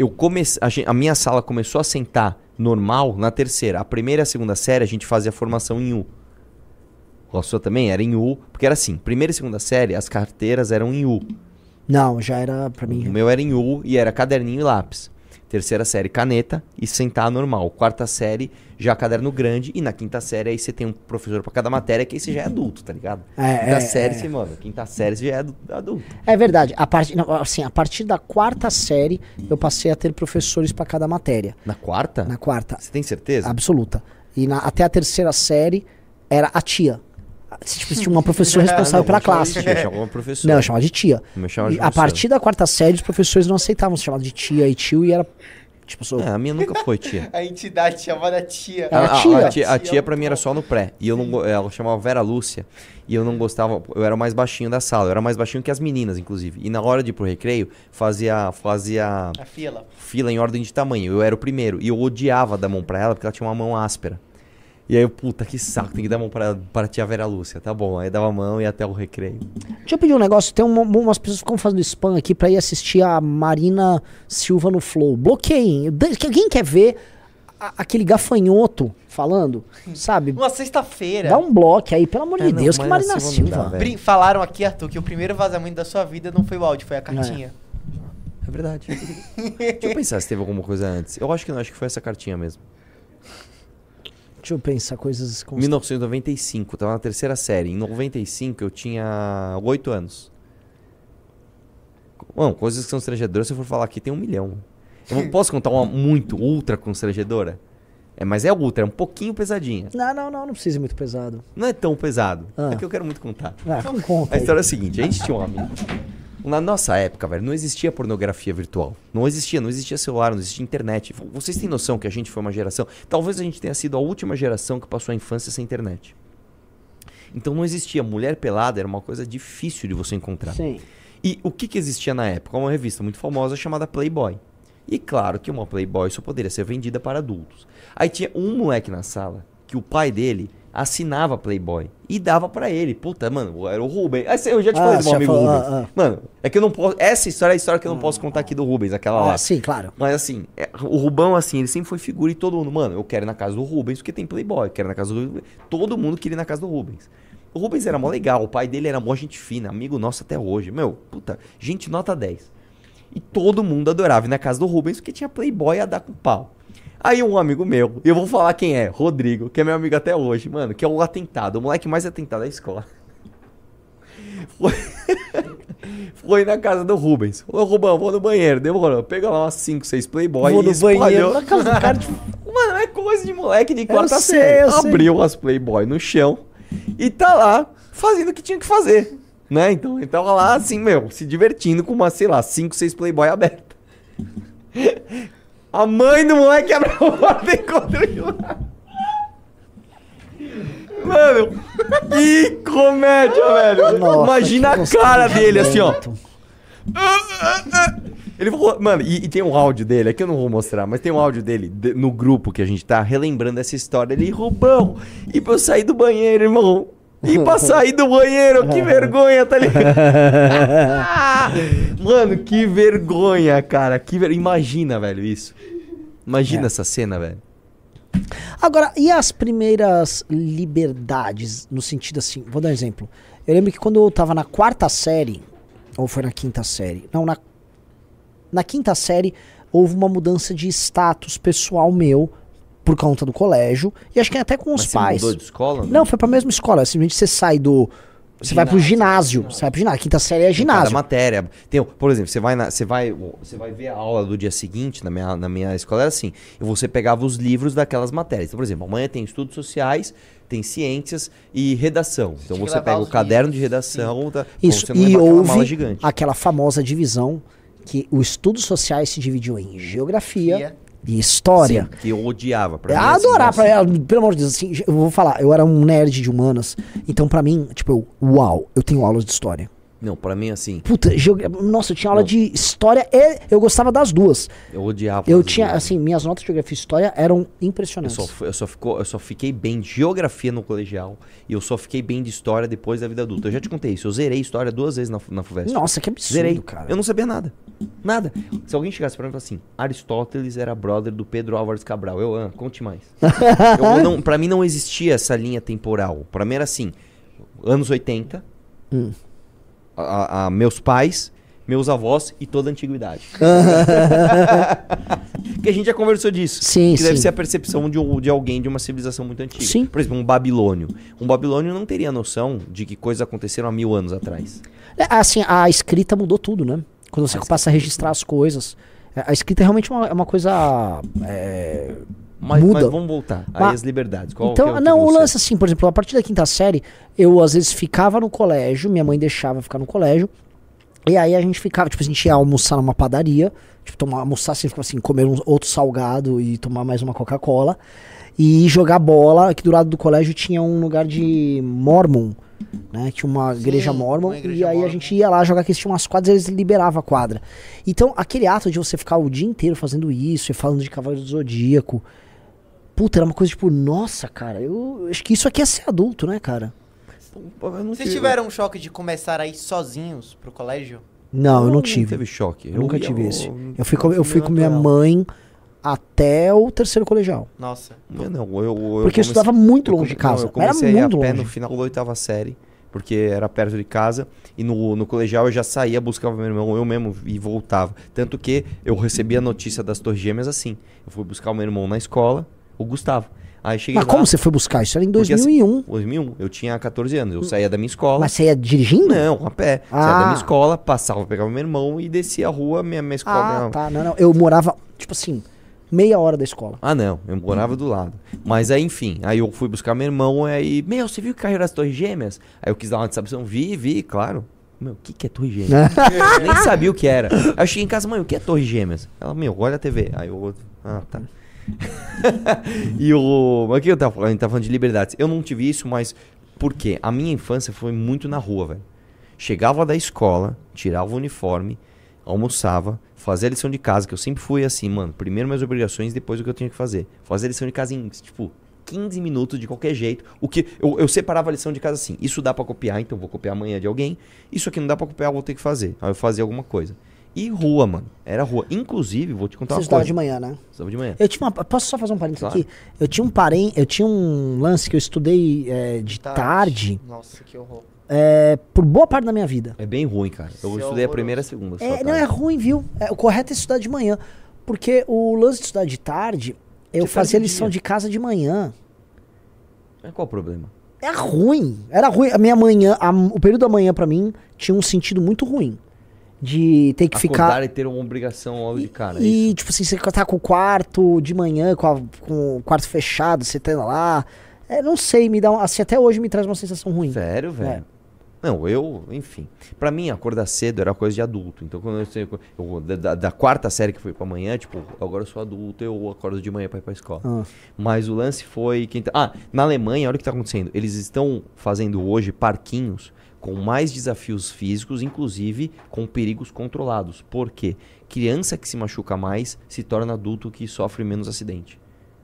A minha sala começou a sentar normal na terceira. A primeira e a segunda série a gente fazia formação em U. A sua também era em U, porque era assim, primeira e segunda série, as carteiras eram em U. Não, já era pra mim. O meu era em U e era caderninho e lápis. Terceira série, caneta e sentar normal. Quarta série, já caderno grande. E na quinta série, aí você tem um professor pra cada matéria, que aí você já é adulto, tá ligado? Quinta série, você, mano, quinta série você já é adulto. É verdade. A partir da quarta série, eu passei a ter professores pra cada matéria. Na quarta? Na quarta. Você tem certeza? Absoluta. E até a terceira série, era a tia. Tipo, tinha uma professora responsável pela classe. Eu chamava uma professora. Não, eu chamava de tia. A partir da quarta série, os professores não aceitavam ser chamados de tia e tio, e era... Tipo, a minha nunca foi tia. A entidade chamada tia. A tia pra mim era só no pré. E ela chamava Vera Lúcia. E eu não gostava... Eu era o mais baixinho da sala. Eu era mais baixinho que as meninas, inclusive. E na hora de ir pro recreio, fazia a fila em ordem de tamanho. Eu era o primeiro. E eu odiava dar mão pra ela, porque ela tinha uma mão áspera. E aí, puta, que saco, tem que dar mão pra tia Vera Lúcia. Tá bom, aí dava a mão e ia até o recreio. Deixa eu pedir um negócio, tem umas pessoas que ficam fazendo spam aqui pra ir assistir a Marina Silva no Flow. Bloqueiem. Alguém quer ver aquele gafanhoto falando, sabe? Uma sexta-feira. Dá um bloco aí, pelo amor de Deus, que Marina Silva. Falaram aqui, Arthur, que o primeiro vazamento da sua vida não foi o áudio, foi a cartinha. É verdade. Deixa eu pensar se teve alguma coisa antes. Eu acho que não, acho que foi essa cartinha mesmo. Deixa eu pensar coisas... 1995, tava na terceira série. Em 95 eu tinha 8 anos. Bom, coisas que são constrangedoras, se eu for falar aqui, tem 1 milhão. Eu posso contar uma muito ultra constrangedora? Mas é ultra, é um pouquinho pesadinha. Não precisa ir muito pesado. Não é tão pesado. É que eu quero muito contar. Então conta. A história é a seguinte, a gente tinha um amigo. Na nossa época, velho, não existia pornografia virtual. Não existia celular, não existia internet. Vocês têm noção que a gente foi uma geração... Talvez a gente tenha sido a última geração que passou a infância sem internet. Então não existia. Mulher pelada era uma coisa difícil de você encontrar. Sim. E o que existia na época? Uma revista muito famosa chamada Playboy. E claro que uma Playboy só poderia ser vendida para adultos. Aí tinha um moleque na sala que o pai dele... assinava Playboy e dava pra ele. Puta, mano, era o Rubens. Eu já te falei do meu amigo Rubens. Mano, é que eu não posso... Essa história é a história que eu não posso contar aqui do Rubens, aquela lá. Sim, claro. Mas assim, o Rubão, assim, ele sempre foi figura e todo mundo... Mano, eu quero ir na casa do Rubens porque tem Playboy. Quero ir na casa do Rubens. Todo mundo queria ir na casa do Rubens. O Rubens era mó legal. O pai dele era mó gente fina. Amigo nosso até hoje. Meu, puta, gente nota 10. E todo mundo adorava ir na casa do Rubens, porque tinha Playboy a dar com pau. Aí um amigo meu, eu vou falar quem é, Rodrigo, que é meu amigo até hoje, mano, que é o atentado, o moleque mais atentado da escola. Foi na casa do Rubens. Falou, Rubão, vou no banheiro. Demorou. Pega lá umas 5, 6 Playboy Vou e no banheiro espalhou. na casa do cara. Mano, é coisa de moleque de quarta sei, série. eu sei. Abriu as Playboy no chão e tá lá fazendo o que tinha que fazer. Né? Então ele tava lá assim, meu, se divertindo com umas, sei lá, 5, 6 Playboy abertas. A mãe do moleque abriu a porta e encontrou ele lá. Mano, que comédia, velho. Nossa, imagina a cara dele assim, ó. Ele falou, mano, e tem um áudio dele, aqui eu não vou mostrar, mas tem um áudio dele no grupo que a gente tá relembrando essa história. Ele, Rubão, e pra eu sair do banheiro, irmão. E pra sair do banheiro, que vergonha, tá ligado? Mano, que vergonha, cara. Imagina, velho, isso. Imagina essa cena, velho. Agora, e as primeiras liberdades, no sentido assim, vou dar um exemplo. Eu lembro que quando eu tava na 4ª série, ou foi na 5ª série? Não, na 5ª série houve uma mudança de status pessoal meu, por conta do colégio, e acho que até com os pais. Você mudou de escola? Não, foi pra mesma escola, simplesmente você sai do... Você vai pro ginásio, você vai pro ginásio. 5ª série é ginásio. Cada matéria. Por exemplo, você vai ver a aula do dia seguinte, na minha escola era assim, e você pegava os livros daquelas matérias. Então, por exemplo, amanhã tem estudos sociais, tem ciências e redação. Então você pega o caderno de redação, isso, você não e leva aquela houve mala gigante. aquela famosa divisão que os estudos sociais se dividiu em geografia e história. Sim, que eu odiava. Eu adorava, pelo amor de Deus, assim, eu vou falar, eu era um nerd de humanas, então pra mim, tipo, eu tenho aulas de história. Não, pra mim assim... Puta, nossa, eu tinha aula de história e eu gostava das duas. Eu odiava. Eu tinha, assim, minhas notas de geografia e história eram impressionantes. Eu só fiquei bem de geografia no colegial e eu só fiquei bem de história depois da vida adulta. Eu já te contei isso, eu zerei história 2 vezes na FUVEST. Nossa, que absurdo, zerei. cara. Eu não sabia nada. Nada. Se alguém chegasse pra mim e falasse assim, Aristóteles era brother do Pedro Álvares Cabral. Conte mais. Pra mim não existia essa linha temporal. Pra mim era assim, anos 80... meus pais, meus avós e toda a antiguidade. Que a gente já conversou disso. Sim, que deve ser a percepção de alguém de uma civilização muito antiga. Sim. Por exemplo, um babilônio. Um babilônio não teria noção de que coisas aconteceram há 1000 anos atrás. Assim, a escrita mudou tudo, né? Quando você passa a registrar as coisas. A escrita é realmente é uma coisa... Mas muda. vamos voltar. Aí as liberdades. Então, o lance assim, por exemplo, a partir da 5ª série, eu às vezes ficava no colégio, minha mãe deixava ficar no colégio, e aí a gente ficava, tipo, a gente ia almoçar numa padaria, tipo, almoçar assim, ficava assim, comer outro salgado e tomar mais uma Coca-Cola, e jogar bola, que do lado do colégio tinha um lugar de Mormon, né, tinha uma igreja Mormon, e aí a gente ia lá jogar, que tinha umas quadras, eles liberavam a quadra. Então, aquele ato de você ficar o dia inteiro fazendo isso, e falando de Cavaleiro do Zodíaco, puta, era uma coisa tipo, nossa, cara, eu acho que isso aqui é ser adulto, né, cara? Vocês tiveram um choque de começar a ir sozinhos pro colégio? Não, eu não tive. Não teve choque. Eu nunca tive esse. Eu fui com minha mãe até o 3º colegial. Nossa. Porque eu estudava muito longe de casa. Eu comecei era a ir muito a pé longe. no final da 8ª série, porque era perto de casa, e no colegial eu já saía, buscava meu irmão, eu mesmo, e voltava. Tanto que eu recebia a notícia das Torres Gêmeas assim. Eu fui buscar o meu irmão na escola, o Gustavo. Aí cheguei Mas lá, como você foi buscar? Isso era em porque, 2001. 2001, eu tinha 14 anos, eu saía da minha escola. Mas você ia dirigindo? Não, a pé. Saía da minha escola, passava, pegava meu irmão e descia a rua, minha escola. Tá, não. Eu morava, tipo assim, meia hora da escola. Não, eu morava do lado. Mas aí, enfim, aí eu fui buscar meu irmão, aí, você viu que caiu das Torres Gêmeas? Aí eu quis dar uma distribuição, vi, claro. O que é Torre Gêmeas? Eu nem sabia o que era. Aí eu cheguei em casa, mãe, o que é Torre Gêmeas? Ela, olha a TV. Aí eu, tá. Mas o que eu tava falando? A gente tava falando de liberdades. Eu não tive isso, mas por quê? A minha infância foi muito na rua, velho. Chegava da escola, tirava o uniforme, almoçava, fazia a lição de casa, que eu sempre fui assim, mano. Primeiro minhas obrigações, depois o que eu tinha que fazer. Fazer a lição de casa em, tipo, 15 minutos de qualquer jeito. O que eu separava a lição de casa assim. Isso dá pra copiar, então vou copiar amanhã de alguém. Isso aqui não dá pra copiar, eu vou ter que fazer. Aí eu fazia alguma coisa. E rua, mano. Era rua. Inclusive, vou te contar Você uma estudava coisa. de manhã, né? Estudava de manhã. Posso só fazer um parênteses Claro. aqui? Eu tinha um lance que eu estudei de tarde. Nossa, que horror. por boa parte da minha vida. É bem ruim, cara. Eu estudei a primeira e a segunda. Só, Não, é ruim, viu? O correto é estudar de manhã. Porque o lance de estudar de tarde, eu fazia lição de casa de manhã. Mas qual o problema? É ruim. Era ruim. A minha manhã, o período da manhã pra mim tinha um sentido muito ruim. De ter que Acordar e ter uma obrigação logo de cara. E, tipo assim, você tá com o quarto de manhã, com o quarto fechado, você tá lá. Não sei, me dá assim, até hoje me traz uma sensação ruim. Sério, velho? Não, enfim. Pra mim, acordar cedo era coisa de adulto. Então, quando da quarta série que foi pra manhã, tipo, agora eu sou adulto, eu acordo de manhã pra ir pra escola. Mas o lance foi... na Alemanha, olha o que tá acontecendo. Eles estão fazendo hoje parquinhos com mais desafios físicos, inclusive com perigos controlados. Por quê? Criança que se machuca mais se torna adulto que sofre menos acidente.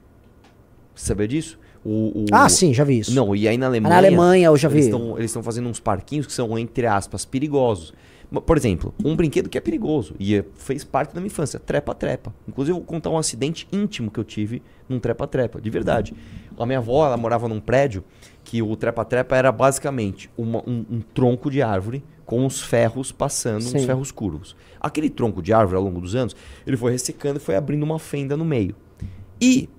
Você sabia disso? Sim, já vi isso. Não, e aí na Alemanha... Na Alemanha eu já vi. Eles estão fazendo uns parquinhos que são, entre aspas, perigosos. Por exemplo, um brinquedo que é perigoso e fez parte da minha infância, trepa-trepa. Inclusive, eu vou contar um acidente íntimo que eu tive num trepa-trepa, de verdade. A minha avó, ela morava num prédio que o trepa-trepa era basicamente um tronco de árvore com os ferros passando, uns ferros curvos. Aquele tronco de árvore, ao longo dos anos, ele foi ressecando e foi abrindo uma fenda no meio. E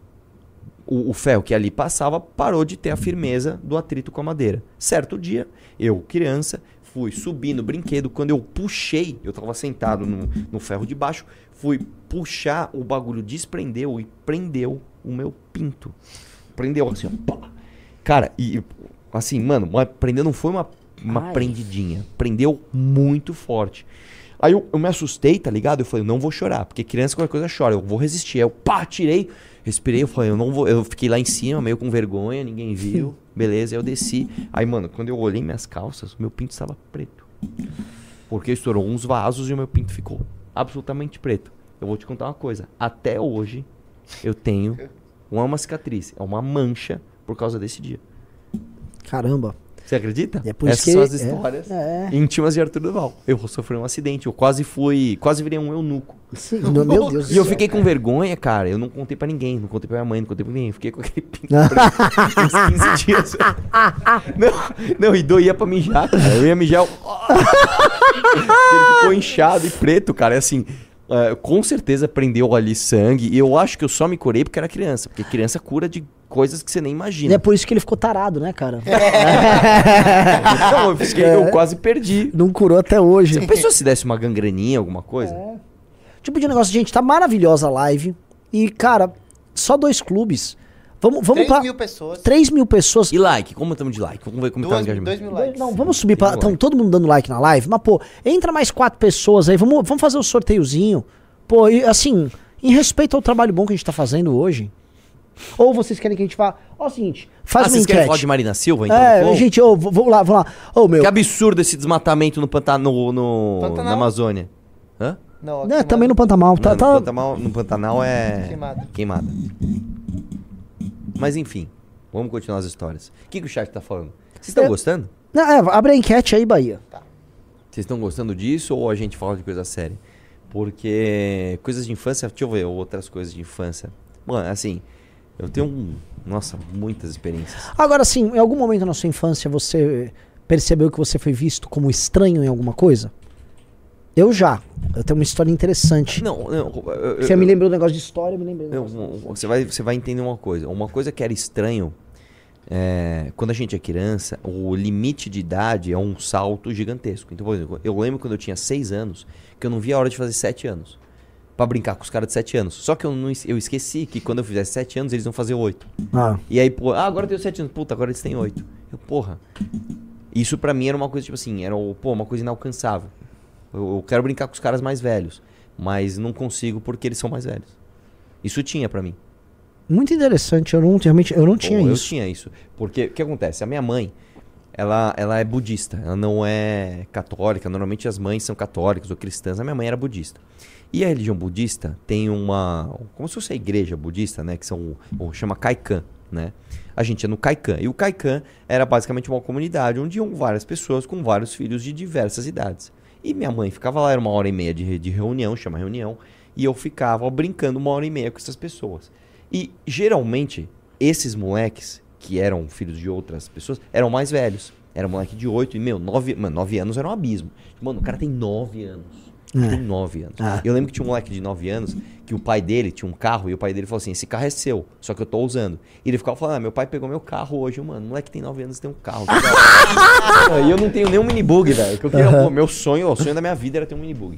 o ferro que ali passava parou de ter a firmeza do atrito com a madeira. Certo dia, eu, criança, fui subir no brinquedo. Quando eu puxei, eu estava sentado no ferro de baixo, fui puxar, o bagulho desprendeu e prendeu o meu pinto. Prendeu assim, ó. Pá. Cara, e assim, mano, prendeu, não foi uma prendidinha. Prendeu muito forte. Aí eu me assustei, tá ligado? Eu falei, não vou chorar, porque criança qualquer coisa chora, eu vou resistir. Aí eu tirei, respirei, eu falei, eu não vou. Eu fiquei lá em cima, meio com vergonha, ninguém viu. Beleza, aí eu desci. Aí, mano, quando eu olhei minhas calças, meu pinto estava preto. Porque estourou uns vasos e o meu pinto ficou absolutamente preto. Eu vou te contar uma coisa. Até hoje, eu tenho uma cicatriz, é uma mancha por causa desse dia. Caramba. Você acredita? É por Essas isso são as histórias íntimas de Arthur Duval. Eu sofri um acidente, eu quase virei um eunuco. Sim, meu Deus. E eu fiquei com vergonha, cara. Eu não contei pra ninguém, não contei pra minha mãe, não contei pra ninguém. Fiquei com aquele pinto uns 15 dias. Não, e doía pra mijar, cara. Eu ia mijar. Ele ficou inchado e preto, cara. É assim. Com certeza prendeu ali sangue. E eu acho que eu só me curei porque era criança. Porque criança cura de coisas que você nem imagina. E é por isso que ele ficou tarado, né, cara? Não, eu quase perdi. Não curou até hoje. Você pensou se desse uma gangreninha, alguma coisa? Tipo de negócio, gente, tá maravilhosa a live. E, cara, só 2 clubes. Vamos 3 mil pessoas. 3 mil pessoas. E like? Como estamos de like? Vamos ver como tá o engajamento. 2 mil likes. Não, vamos subir pra... Estão todo mundo dando like na live. Mas, pô, entra mais 4 pessoas aí. Vamos fazer o sorteiozinho. Pô, e assim, em respeito ao trabalho bom que a gente tá fazendo hoje. Ou vocês querem que a gente vá... Ó, o seguinte, faz uma vocês enquete. querem falar de Marina Silva, então? Gente, vamos lá. Ô, meu... Que absurdo esse desmatamento no Pantanal. Na Amazônia. Hã? Não, também no Pantanal. No Pantanal é... Queimada. Mas enfim, vamos continuar as histórias. O que o chat tá falando? Vocês estão gostando? Abre a enquete aí, Bahia. Tá. Vocês estão gostando disso ou a gente fala de coisa séria? Porque coisas de infância... Deixa eu ver outras coisas de infância. Mano, assim... Eu tenho, muitas experiências. Agora, sim, em algum momento na sua infância você percebeu que você foi visto como estranho em alguma coisa? Eu tenho uma história interessante. Você me lembrou um negócio de história, eu me lembrei. Você vai entender uma coisa. Uma coisa que era estranho, quando a gente é criança, o limite de idade é um salto gigantesco. Então, por exemplo, eu lembro quando eu tinha 6 anos, que eu não via a hora de fazer 7 anos. Pra brincar com os caras de 7 anos. Só que eu esqueci que quando eu fizesse 7 anos, eles iam fazer 8. E aí, agora eu tenho 7 anos. Puta, agora eles têm 8. Isso pra mim era uma coisa, tipo assim, era uma coisa inalcançável. Eu quero brincar com os caras mais velhos, mas não consigo porque eles são mais velhos. Isso tinha pra mim. Muito interessante, eu não tinha isso. Eu tinha isso. Porque, o que acontece? A minha mãe, ela é budista, ela não é católica. Normalmente as mães são católicas ou cristãs. A minha mãe era budista. E a religião budista tem como se fosse a igreja budista, né? Que chama Kaikan, né? A gente ia no Kaikan. E o Kaikan era basicamente uma comunidade onde iam várias pessoas com vários filhos de diversas idades. E minha mãe ficava lá, era 1h30 de reunião, chama reunião. E eu ficava brincando 1h30 com essas pessoas. E geralmente, esses moleques, que eram filhos de outras pessoas, eram mais velhos. Era um moleque de 8 e, 9 anos era um abismo. Mano, o cara tem 9 anos. Tem 9 anos. Eu lembro que tinha um moleque de 9 anos que o pai dele tinha um carro e o pai dele falou assim, esse carro é seu, só que eu tô usando. E ele ficava falando, meu pai pegou meu carro hoje. Mano, o moleque tem 9 anos e tem um carro. E eu não tenho nem um minibug, velho. Meu sonho, o sonho da minha vida era ter um minibug.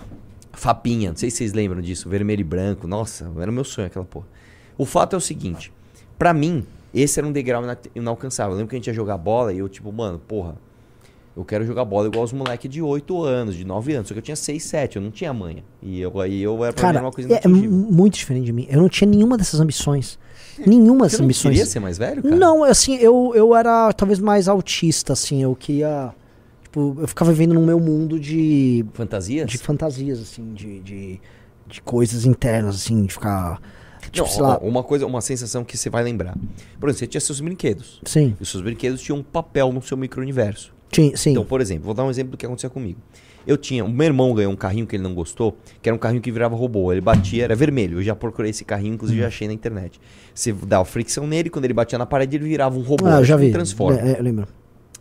Fapinha, não sei se vocês lembram disso, vermelho e branco. Nossa, era o meu sonho aquela porra. O fato é o seguinte, pra mim, esse era um degrau inalcançável. Eu lembro que a gente ia jogar bola e eu tipo, mano, porra, eu quero jogar bola igual os moleques de 8 anos, de 9 anos. Só que eu tinha 6, 7, eu não tinha manha. E eu era pra mim uma coisa inatingível. Muito diferente de mim. Eu não tinha nenhuma dessas ambições. Nenhuma dessas ambições. Você queria ser mais velho, cara? Não, assim, eu era talvez mais autista, assim. Eu queria... Tipo, eu ficava vivendo no meu mundo de... Fantasias? De fantasias, assim, de coisas internas, assim, de ficar... Tipo, não, sei lá. uma sensação que você vai lembrar. Por exemplo, você tinha seus brinquedos. Sim. E os seus brinquedos tinham um papel no seu micro-universo. Sim. Então, por exemplo, vou dar um exemplo do que aconteceu comigo. O meu irmão ganhou um carrinho que ele não gostou, que era um carrinho que virava robô. Ele batia, era vermelho. Eu já procurei esse carrinho, inclusive já achei na internet. Você dava fricção nele, quando ele batia na parede, ele virava um robô. Eu já vi. Um Transformer. Eu lembro.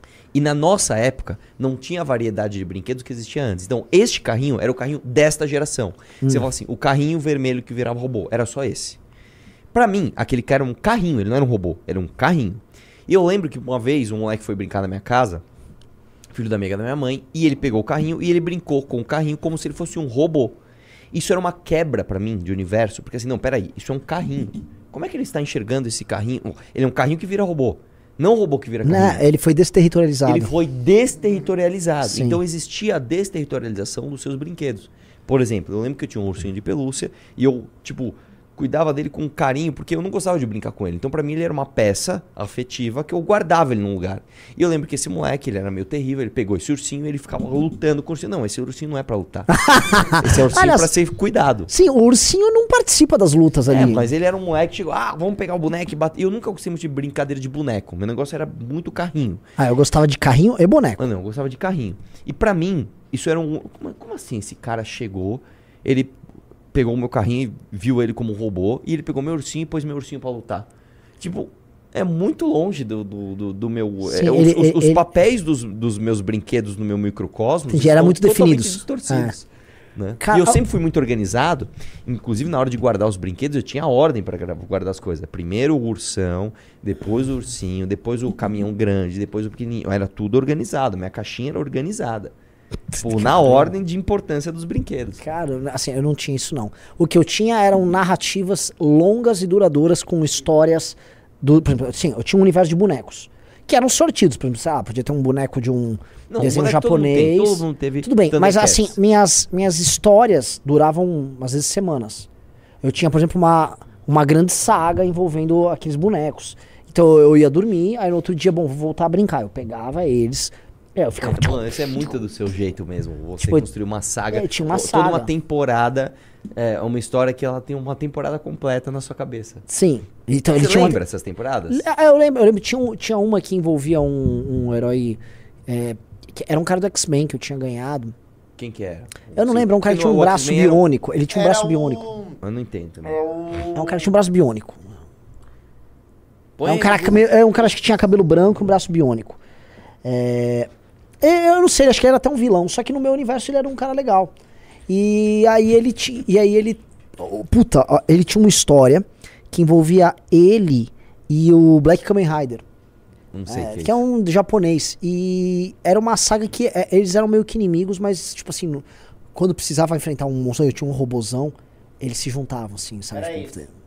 E na nossa época, não tinha a variedade de brinquedos que existia antes. Então, este carrinho era o carrinho desta geração. Você fala assim, o carrinho vermelho que virava robô, era só esse. Pra mim, aquele cara era um carrinho, ele não era um robô, era um carrinho. E eu lembro que uma vez um moleque foi brincar na minha casa, filho da amiga da minha mãe, e ele pegou o carrinho e ele brincou com o carrinho como se ele fosse um robô. Isso era uma quebra pra mim de universo, porque assim, não, peraí, isso é um carrinho. Como é que ele está enxergando esse carrinho? Ele é um carrinho que vira robô, não um robô que vira carrinho. Não, ele foi desterritorializado. Ele foi desterritorializado. Sim. Então existia a desterritorialização dos seus brinquedos. Por exemplo, eu lembro que eu tinha um ursinho de pelúcia e eu, tipo... cuidava dele com carinho, porque eu não gostava de brincar com ele. Então, pra mim, ele era uma peça afetiva que eu guardava ele num lugar. E eu lembro que esse moleque, ele era meio terrível, ele pegou esse ursinho e ele ficava lutando com o ursinho. Não, esse ursinho não é pra lutar. Esse é ursinho pra ser cuidado. Sim, o ursinho não participa das lutas ali. Mas ele era um moleque que chegou, vamos pegar o boneco e bater. Eu nunca gostei muito de brincadeira de boneco. Meu negócio era muito carrinho. Eu gostava de carrinho e boneco. Não, eu gostava de carrinho. E pra mim, isso era um... Como assim esse cara chegou, ele... pegou o meu carrinho e viu ele como um robô. E ele pegou meu ursinho e pôs meu ursinho pra lutar. Tipo, é muito longe do meu... Sim, os papéis dos meus brinquedos no meu microcosmos já era muito definidos. Distorcidos. Né? E eu sempre fui muito organizado. Inclusive, na hora de guardar os brinquedos, eu tinha ordem pra guardar as coisas. Primeiro o ursão, depois o ursinho, depois o caminhão grande, depois o pequenininho. Era tudo organizado. Minha caixinha era organizada. Tipo, na ordem de importância dos brinquedos. Cara, assim, eu não tinha isso não. O que eu tinha eram narrativas longas e duradouras com histórias por exemplo, assim, eu tinha um universo de bonecos que eram sortidos, por exemplo, podia ter um boneco de um desenho japonês. Todo mundo teve. Tudo bem, mas assim, minhas histórias duravam às vezes semanas. Eu tinha, por exemplo, uma grande saga envolvendo aqueles bonecos. Então eu ia dormir, aí no outro dia, vou voltar a brincar. Eu pegava eles, eu ficava... Mano, isso é muito do seu jeito mesmo. Você construir uma saga. Tinha uma toda uma temporada, uma história que ela tem uma temporada completa na sua cabeça. Sim. Então, Você lembra essas temporadas? Eu lembro, tinha uma que envolvia um herói... que era um cara do X-Men que eu tinha ganhado. Quem que era? Eu não lembro, um cara que tinha um braço biônico. Ele tinha um braço biônico. Eu não entendo também. Um cara que tinha um braço biônico. É um cara que tinha cabelo branco e um braço biônico. Eu não sei, acho que ele era até um vilão, só que no meu universo ele era um cara legal. E aí ele tinha uma história que envolvia ele e o Black Kamen Rider. Não sei que é um japonês. E era uma saga que eles eram meio que inimigos, mas tipo assim, quando precisava enfrentar um monstro, eu tinha um robozão, eles se juntavam assim, sabe?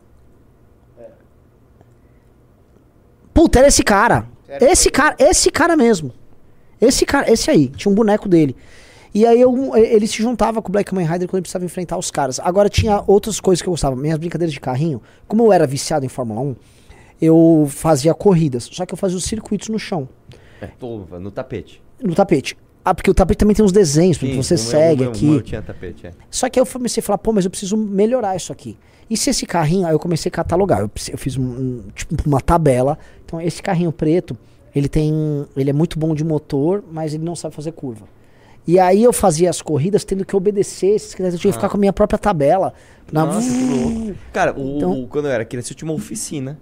Puta, era esse cara. Esse cara mesmo. Esse aí, tinha um boneco dele. E aí ele se juntava com o Black Kamen Rider quando ele precisava enfrentar os caras. Agora tinha outras coisas que eu gostava. Minhas brincadeiras de carrinho, como eu era viciado em Fórmula 1, eu fazia corridas. Só que eu fazia os circuitos no chão. No tapete. No tapete. Porque o tapete também tem uns desenhos, porque você segue aqui. Eu tinha tapete, Só que aí eu comecei a falar, mas eu preciso melhorar isso aqui. E se esse carrinho, aí eu comecei a catalogar. Eu fiz tipo uma tabela. Então esse carrinho preto, ele é muito bom de motor, mas ele não sabe fazer curva. E aí eu fazia as corridas tendo que obedecer esses critérios. Eu tinha que ficar com a minha própria tabela. Nossa, que louco. Cara, quando eu era criança, eu tinha uma oficina.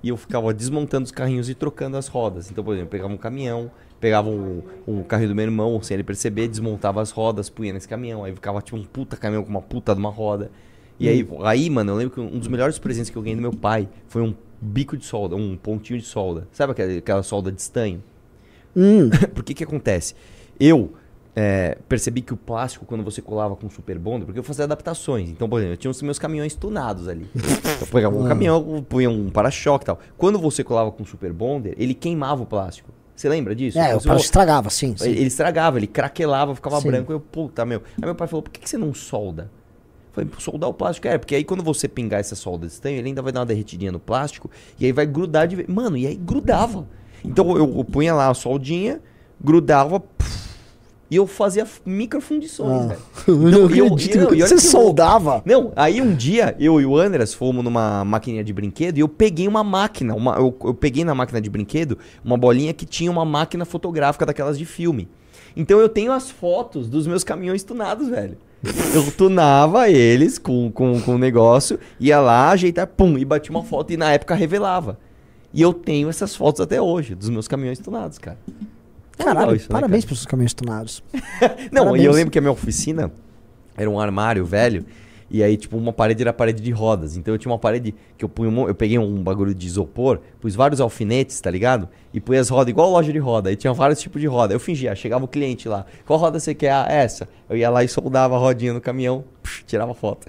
e eu ficava desmontando os carrinhos e trocando as rodas. Então, por exemplo, eu pegava um caminhão, pegava um carrinho do meu irmão, sem ele perceber, desmontava as rodas, punha nesse caminhão. Aí ficava tipo um puta caminhão com uma puta de uma roda. E aí, mano, eu lembro que um dos melhores presentes que eu ganhei do meu pai foi um bico de solda, um pontinho de solda. Sabe aquela solda de estanho? Por que acontece? Eu percebi que o plástico, quando você colava com super bonder, porque eu fazia adaptações. Então, por exemplo, eu tinha os meus caminhões tunados ali. Eu pegava um caminhão, punha um para-choque e tal. Quando você colava com super bonder, ele queimava o plástico. Você lembra disso? O plástico estragava, sim. Ele estragava, ele craquelava, ficava sim. branco. Eu, puta, meu. Aí meu pai falou, por que você não solda? Eu falei, soldar o plástico. Porque aí quando você pingar essa solda de estanho, ele ainda vai dar uma derretidinha no plástico e aí vai grudar de vez. Mano, e aí grudava. Então eu punha lá a soldinha, grudava, e eu fazia microfundições, velho. Você soldava? Não, aí um dia eu e o Andras fomos numa maquininha de brinquedo e eu peguei uma máquina, eu peguei na máquina de brinquedo uma bolinha que tinha uma máquina fotográfica daquelas de filme. Então eu tenho as fotos dos meus caminhões tunados, velho. Eu tunava eles com o negócio, ia lá, ajeitar, pum, e batia uma foto e na época revelava. E eu tenho essas fotos até hoje, dos meus caminhões tunados, cara. Caralho, isso, parabéns né, pelos seus caminhões tunados. Não, Parabéns. e eu lembro que a minha oficina era um armário velho, e aí, tipo, uma parede era parede de rodas. Então eu tinha uma parede que eu peguei um bagulho de isopor, pus vários alfinetes, tá ligado? E pus as rodas igual loja de roda. Aí tinha vários tipos de roda. Eu fingia, chegava o cliente lá. Qual roda você quer? Ah, essa. Eu ia lá e soldava a rodinha no caminhão, tirava foto.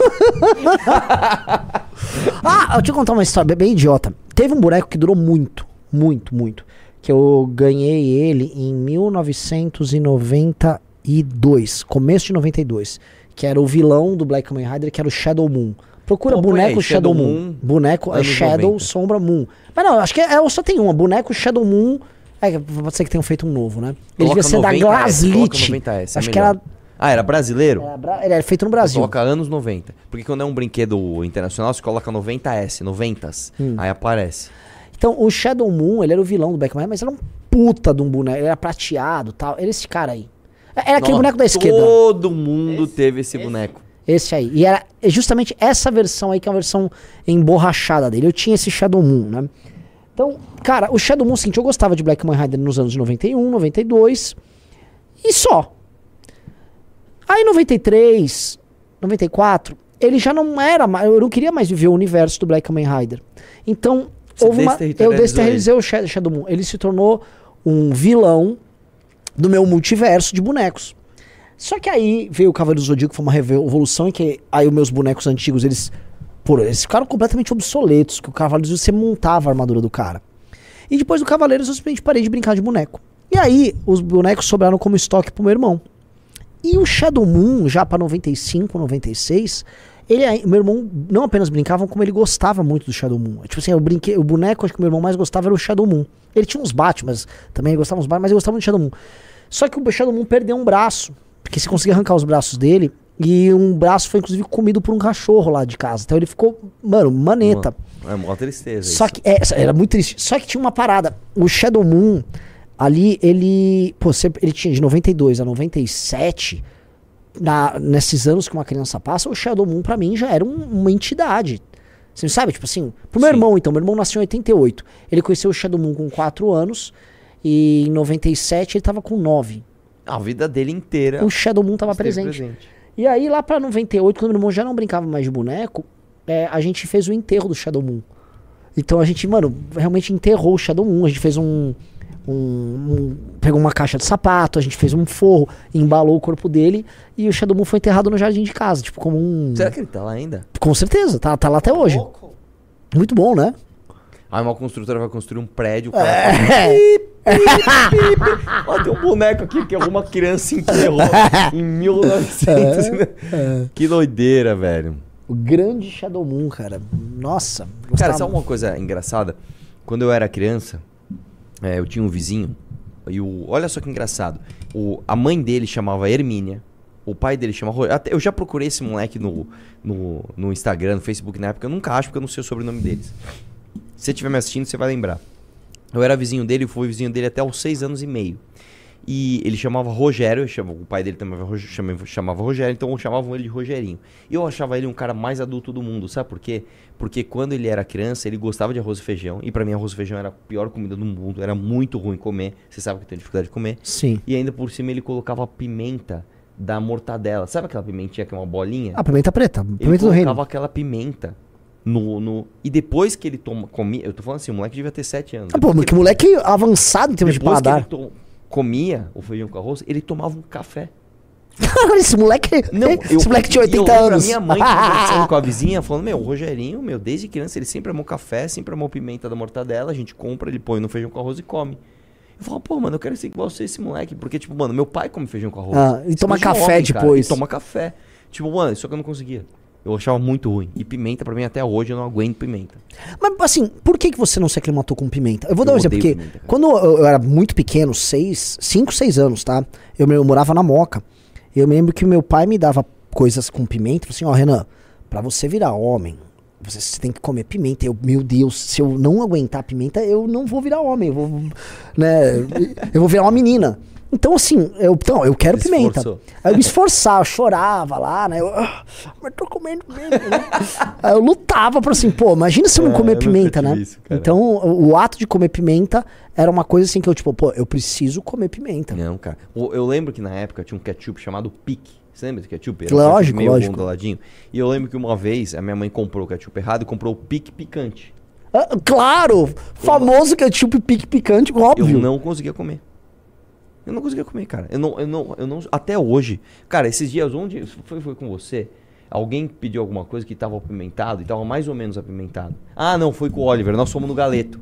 Deixa eu contar uma história bem idiota. Teve um boneco que durou muito, muito, muito. Que eu ganhei ele em 1992, começo de 92. Que era o vilão do Black Kamen Rider, que era o Shadow Moon. Procura boneco Shadow Moon. Boneco é Shadow 90. Sombra Moon. Mas não, acho que só tem uma. Boneco Shadow Moon. Pode ser que tenham feito um novo, né? Ele devia ser da Glaslit. Acho que era. Ah, era brasileiro? Ele era feito no Brasil. Coloca anos 90. Porque quando é um brinquedo internacional, você coloca 90S, 90s. Aí aparece. Então, o Shadow Moon, ele era o vilão do Black Kamen, mas era um puta de um boneco. Ele era prateado e tal. Era esse cara aí. Era aquele boneco da esquerda. Todo mundo teve esse boneco. Esse aí. E era justamente essa versão aí, que é a versão emborrachada dele. Eu tinha esse Shadow Moon, né? Então, cara, o Shadow Moon, eu gostava de Black Kamen Rider nos anos 91, 92. E só. Aí em 93, 94, ele já não era mais. Eu não queria mais viver o universo do Black Kamen Rider. Então, eu desterrilizei o Shadow Moon. Ele se tornou um vilão do meu multiverso de bonecos. Só que aí veio o Cavaleiro do Zodíaco, que foi uma revolução em que aí os meus bonecos antigos, eles ficaram completamente obsoletos, que o Cavaleiro do Zodíaco, você montava a armadura do cara. E depois do Cavaleiro, eu simplesmente parei de brincar de boneco. E aí, os bonecos sobraram como estoque pro meu irmão. E o Shadow Moon, já pra 95, 96, meu irmão não apenas brincava, como ele gostava muito do Shadow Moon. Tipo assim, o boneco, acho que o meu irmão mais gostava era o Shadow Moon. Ele tinha uns Batmans, também ele gostava dos Batman, mas ele gostava muito do Shadow Moon. Só que o Shadow Moon perdeu um braço, porque você conseguia arrancar os braços dele, e um braço foi inclusive comido por um cachorro lá de casa. Então ele ficou, maneta. É uma tristeza. Só que, era muito triste. Só que tinha uma parada. O Shadow Moon, ali, ele tinha de 92 a 97, nesses anos que uma criança passa, o Shadow Moon pra mim já era uma entidade. Você sabe, tipo assim, pro meu irmão então, meu irmão nasceu em 88. Ele conheceu o Shadow Moon com 4 anos e em 97 ele tava com 9. A vida dele inteira. O Shadow Moon tava presente. E aí lá pra 98, quando meu irmão já não brincava mais de boneco, a gente fez o enterro do Shadow Moon. Então a gente, realmente enterrou o Shadow Moon. A gente fez pegou uma caixa de sapato, a gente fez um forro, embalou o corpo dele e o Shadow Moon foi enterrado no jardim de casa, tipo como um... Será que ele tá lá ainda? Com certeza, tá lá até hoje. Muito bom, né? Aí uma construtora vai construir um prédio. Ó, tem um boneco aqui que alguma criança enterrou em 1900. Que doideira, velho. O grande Shadow Moon, cara. Nossa. Cara, sabe uma coisa engraçada? Quando eu era criança, eu tinha um vizinho. E olha só que engraçado. A mãe dele chamava Hermínia. O pai dele chamava... Eu já procurei esse moleque no Instagram, no Facebook na época. Eu nunca acho, porque eu não sei o sobrenome deles. Se você estiver me assistindo, você vai lembrar. Eu era vizinho dele, fui vizinho dele até os 6 anos e meio. E ele chamava Rogério, o pai dele também chamava Rogério, então chamavam ele de Rogerinho. E eu achava ele um cara mais adulto do mundo, sabe por quê? Porque quando ele era criança, ele gostava de arroz e feijão. E pra mim, arroz e feijão era a pior comida do mundo, era muito ruim comer. Você sabe que eu tenho dificuldade de comer. Sim. E ainda por cima ele colocava pimenta da mortadela. Sabe aquela pimentinha que é uma bolinha? Ah, pimenta preta, Ele pimenta do reino. colocava aquela pimenta E depois que ele comia... Eu tô falando assim, o moleque devia ter 7 anos. Ah, pô, que moleque avançado em termos de Depois que paladar. ele comia o feijão com arroz, ele tomava um café. Caralho, esse moleque... esse moleque tinha 80 anos. Minha mãe conversando com a vizinha, falando, o Rogerinho, desde criança, ele sempre amou café, sempre amou pimenta da mortadela, a gente compra, ele põe no feijão com arroz e come. Eu falo, pô, mano, eu quero ser igual você, esse moleque. Porque, tipo, mano, meu pai come feijão com arroz. E toma café depois. E toma café. Tipo, mano, só que eu não conseguia. Eu achava muito ruim. E pimenta, pra mim, até hoje, eu não aguento pimenta. Mas, assim, por que você não se aclimatou com pimenta? Eu vou dar um exemplo, porque pimenta, quando eu era muito pequeno, 5, 6 anos, tá? Eu morava na Moca. Eu me lembro que meu pai me dava coisas com pimenta. Falei assim, ó, Renan, pra você virar homem, você tem que comer pimenta. Eu, meu Deus, se eu não aguentar pimenta, eu não vou virar homem. Eu vou virar uma menina. Então, assim, eu quero pimenta. Aí eu me esforçava, eu chorava lá, né? Mas tô comendo pimenta, né? Aí eu lutava pra assim, pô, imagina se eu não comer pimenta, né? Isso, então, o ato de comer pimenta era uma coisa assim que eu, tipo, pô, eu preciso comer pimenta. Não, cara. Eu lembro que na época tinha um ketchup chamado Pic. Você lembra desse ketchup? Era lógico, meio lógico. Gondoladinho. E eu lembro que uma vez a minha mãe comprou o ketchup errado e comprou o Pic picante. Claro! Famoso ketchup pique picante, óbvio. Eu não conseguia comer. Eu não conseguia comer, cara. Eu não até hoje. Cara, esses dias, onde foi com você? Alguém pediu alguma coisa que tava apimentado e tava mais ou menos apimentado. Ah, não, foi com o Oliver. Nós fomos no Galeto.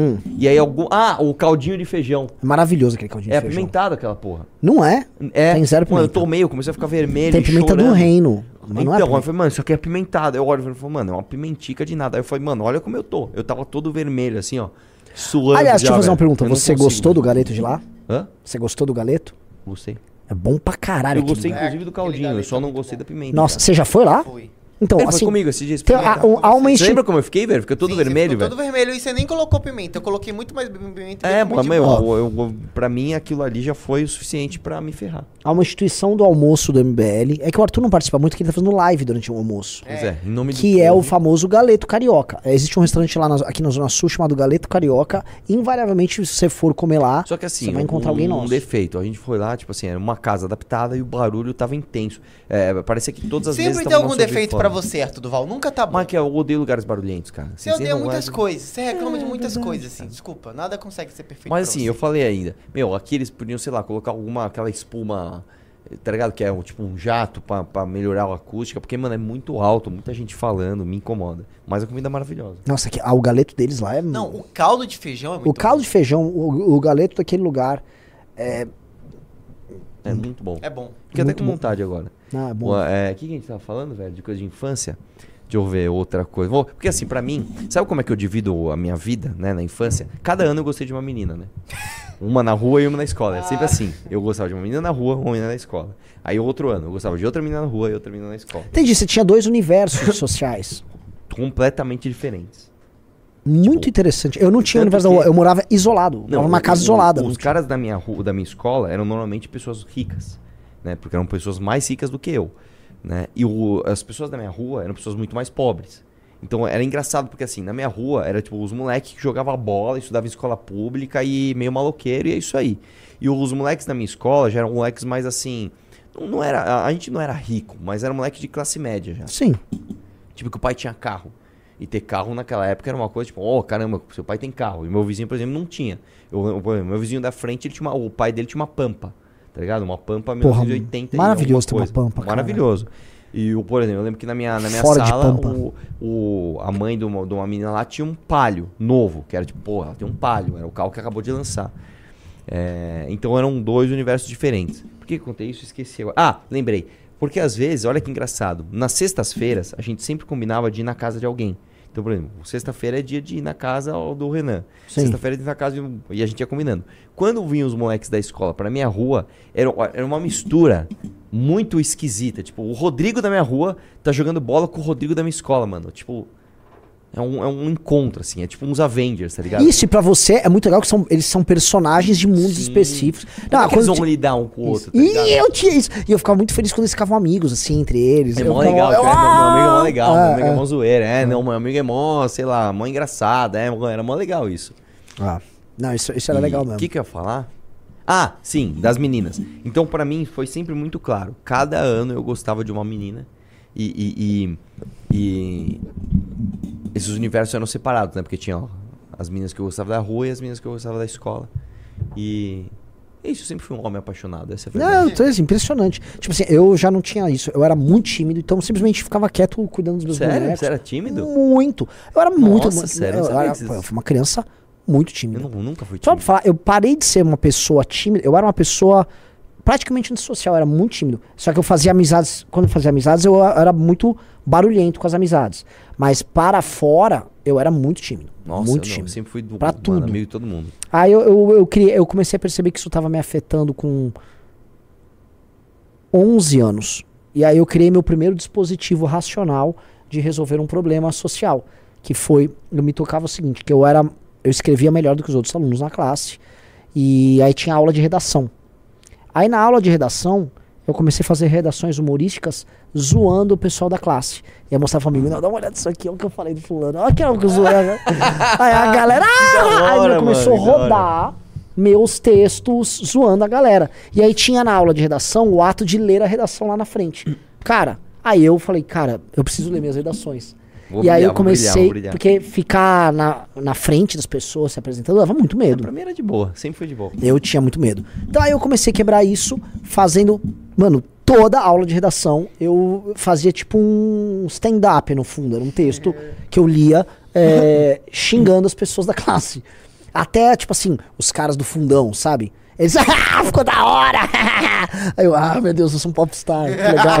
E aí o caldinho de feijão. É maravilhoso aquele caldinho de feijão. É apimentado aquela porra. Não é? Tem zero pimenta. Mano, eu tomei, eu comecei a ficar vermelho. Tem pimenta chorando. do reino. Mas Então, não é eu falei, mano, isso aqui é apimentado. Aí o Oliver falou, mano, é uma pimentica de nada. Aí eu falei, mano, olha como eu tô. Eu tava todo vermelho, assim, ó. Suando. Aliás, deixa eu fazer uma pergunta. Eu não Você consigo. gostou do galeto de lá? Hã? Você gostou do galeto? Gostei. É bom pra caralho. Eu gostei, aquele- inclusive, do caldinho. Eu só não gostei da pimenta. Nossa, você já foi lá? Fui. Então, Ele assim, foi comigo esse dia. tem há uma Você lembra como eu fiquei, velho? Fiquei todo Sim, você vermelho, ficou velho. todo vermelho e você nem colocou pimenta. Eu coloquei muito mais pimenta. É, muito mas, boa. pra mim aquilo ali já foi o suficiente pra me ferrar. há uma instituição do almoço do MBL. É que o Arthur não participa muito, porque ele tá fazendo live durante o almoço. Pois é, em nome do Que é o povo. famoso Galeto Carioca. Existe um restaurante lá aqui na Zona Sul chamado Galeto Carioca. Invariavelmente, se você for comer lá, Só que assim, você vai encontrar alguém nosso. defeito. A gente foi lá, tipo assim, era uma casa adaptada e o barulho tava intenso. É, parecia que todas as vezes Sempre tem tava algum nosso ouvido defeito fora. pra você, Arthur Duval. Nunca tá bom. Mas que eu odeio lugares barulhentos, cara. Você Assim, odeia não muitas é- coisas. Você reclama de muitas coisas, assim. Desculpa, nada consegue ser perfeito Mas pra assim, você. eu falei ainda. Aqui eles podiam, sei lá, colocar aquela espuma, tá ligado? Que é tipo um jato pra melhorar a acústica. Porque, mano, é muito alto, muita gente falando, me incomoda. Mas a comida é maravilhosa. Nossa, o galeto deles lá é... Não, o caldo de feijão é muito o caldo de feijão, o galeto daquele lugar é... É muito bom. É bom. Fiquei até muito com bom. vontade agora. Ah, é bom. O que a gente tava falando, velho? De coisa de infância? Deixa eu ver outra coisa. Porque assim, pra mim, sabe como é que eu divido a minha vida, né, na infância? Cada ano eu gostei de uma menina, né? Uma na rua e uma na escola. É sempre assim. Eu gostava de uma menina na rua, uma menina na escola. Aí outro ano, eu gostava de outra menina na rua e outra menina na escola. Entendi, você tinha 2 universos sociais. Completamente diferentes. Muito interessante. Eu não tinha tanto universo da que- rua, eu morava isolado. Morava numa casa isolada. Os não tinha. caras da minha rua, da minha escola, eram normalmente pessoas ricas, né? Porque eram pessoas mais ricas do que eu, né? E as pessoas da minha rua eram pessoas muito mais pobres. Então era engraçado, porque assim, na minha rua era tipo os moleques que jogavam bola, estudavam em escola pública e meio maloqueiro, e é isso aí. E os moleques da minha escola já eram moleques mais assim. Não era, a gente não era rico, mas era moleque de classe média já. Sim. Tipo que o pai tinha carro. E ter carro naquela época era uma coisa tipo, caramba, seu pai tem carro. E meu vizinho, por exemplo, não tinha. Meu vizinho da frente, o pai dele tinha uma Pampa, tá ligado? Uma Pampa Porra, 1980. e maravilhoso ter alguma uma coisa. Pampa, cara. Maravilhoso. E, por exemplo, eu lembro que na minha Fora de sala, Pampa. a mãe de uma menina lá tinha um Palio novo, que era tipo, porra, ela tem um Palio, era o carro que acabou de lançar. Então eram 2 universos diferentes. Por que eu contei isso? Esqueci agora. Ah, lembrei. Porque às vezes, olha que engraçado, nas sextas-feiras a gente sempre combinava de ir na casa de alguém. Então, por exemplo, sexta-feira é dia de ir na casa do Renan. Sim. Sexta-feira é de ir na casa e a gente ia combinando. Quando vinham os moleques da escola pra minha rua, era uma mistura muito esquisita. Tipo, o Rodrigo da minha rua tá jogando bola com o Rodrigo da minha escola, mano. Tipo, É um encontro, assim. É tipo uns Avengers, tá ligado? Isso, e pra você é muito legal que eles são personagens de mundos específicos. Como é que eles vão lidar um com o outro, tá ligado? E eu tinha isso. E eu ficava muito feliz quando eles ficavam amigos, assim, entre eles. É mó legal, meu amigo é mó legal, meu amigo é mó zoeira. Não, meu amigo é mó, sei lá, mó engraçado. Era mó legal isso. Não, isso era legal mesmo. O que eu ia falar? Ah, sim, das meninas. Então, pra mim, foi sempre muito claro. Cada ano eu gostava de uma menina. E esses universos eram separados, né? Porque tinha as meninas que eu gostava da rua e as meninas que eu gostava da escola. E isso, eu sempre fui um homem apaixonado, essa é a verdade. Não, é impressionante. Tipo assim, eu já não tinha isso. Eu era muito tímido, então eu simplesmente ficava quieto cuidando dos meus bonecos. Você era tímido? Muito. Eu era muito. Sério? Eu fui uma criança muito tímida. Eu nunca fui tímido. Só pra falar, eu parei de ser uma pessoa tímida, eu era uma pessoa praticamente antissocial, eu era muito tímido. Só que eu fazia amizades, quando eu fazia amizades, eu era muito barulhento com as amizades. Mas para fora, eu era muito tímido. Nossa, muito tímido. tímido. Eu sempre fui pra tudo. Amigo de todo mundo. Aí eu comecei a perceber que isso tava me afetando com 11 anos. E aí eu criei meu primeiro dispositivo racional de resolver um problema social. Que foi, eu me tocava o seguinte, que eu escrevia melhor do que os outros alunos na classe. E aí tinha aula de redação. Aí na aula de redação, eu comecei a fazer redações humorísticas zoando o pessoal da classe. E eu mostrava pra mim, não, dá uma olhada nisso aqui, olha o que eu falei do fulano, olha que é o que eu zoei. Aí a galera, aí começou a rodar meus textos zoando a galera. E aí tinha na aula de redação o ato de ler a redação lá na frente. Cara, aí eu falei, cara, eu preciso ler minhas redações. Aí eu comecei, porque ficar na frente das pessoas se apresentando dava muito medo. Pra mim era de boa, sempre foi de boa. Eu tinha muito medo. Então aí eu comecei a quebrar isso fazendo, mano, toda a aula de redação eu fazia tipo um stand-up no fundo, era um texto que eu lia xingando as pessoas da classe. Até, tipo assim, os caras do fundão, sabe? Eles, ficou da hora! Aí eu, meu Deus, eu sou um popstar, que legal.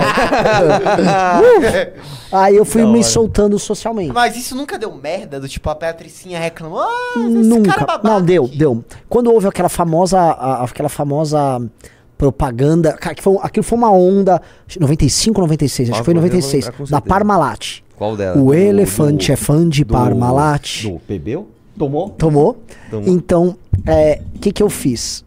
Aí eu fui me soltando socialmente. Mas isso nunca deu merda? Do tipo, a Patricinha reclamou, nunca. Cara babaca. Não, deu. Quando houve aquela famosa propaganda, cara, aquilo foi uma onda, 95, 96, acho que foi 96, da Parmalat. Qual dela? O elefante é fã de Parmalat. Do Pebeu? Tomou. Então, que eu fiz?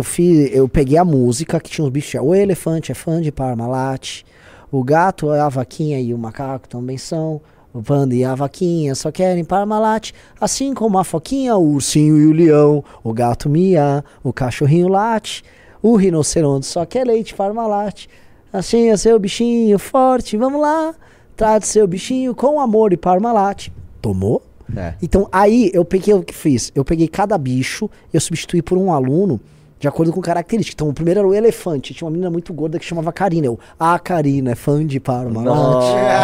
Eu peguei a música que tinha os bichos. O elefante é fã de Parmalat. O gato, a vaquinha e o macaco também são. O panda e a vaquinha só querem Parmalat. Assim como a foquinha, o ursinho e o leão. O gato mia, o cachorrinho late. O rinoceronte só quer leite Parmalat. Assim é seu bichinho forte, vamos lá. Trate seu bichinho com amor e Parmalat. Tomou? Então aí eu peguei o que fiz. Eu peguei cada bicho, eu substituí por um aluno de acordo com características. Então o primeiro era o elefante. Tinha uma menina muito gorda que chamava Karina. Karina é fã de Parmalat.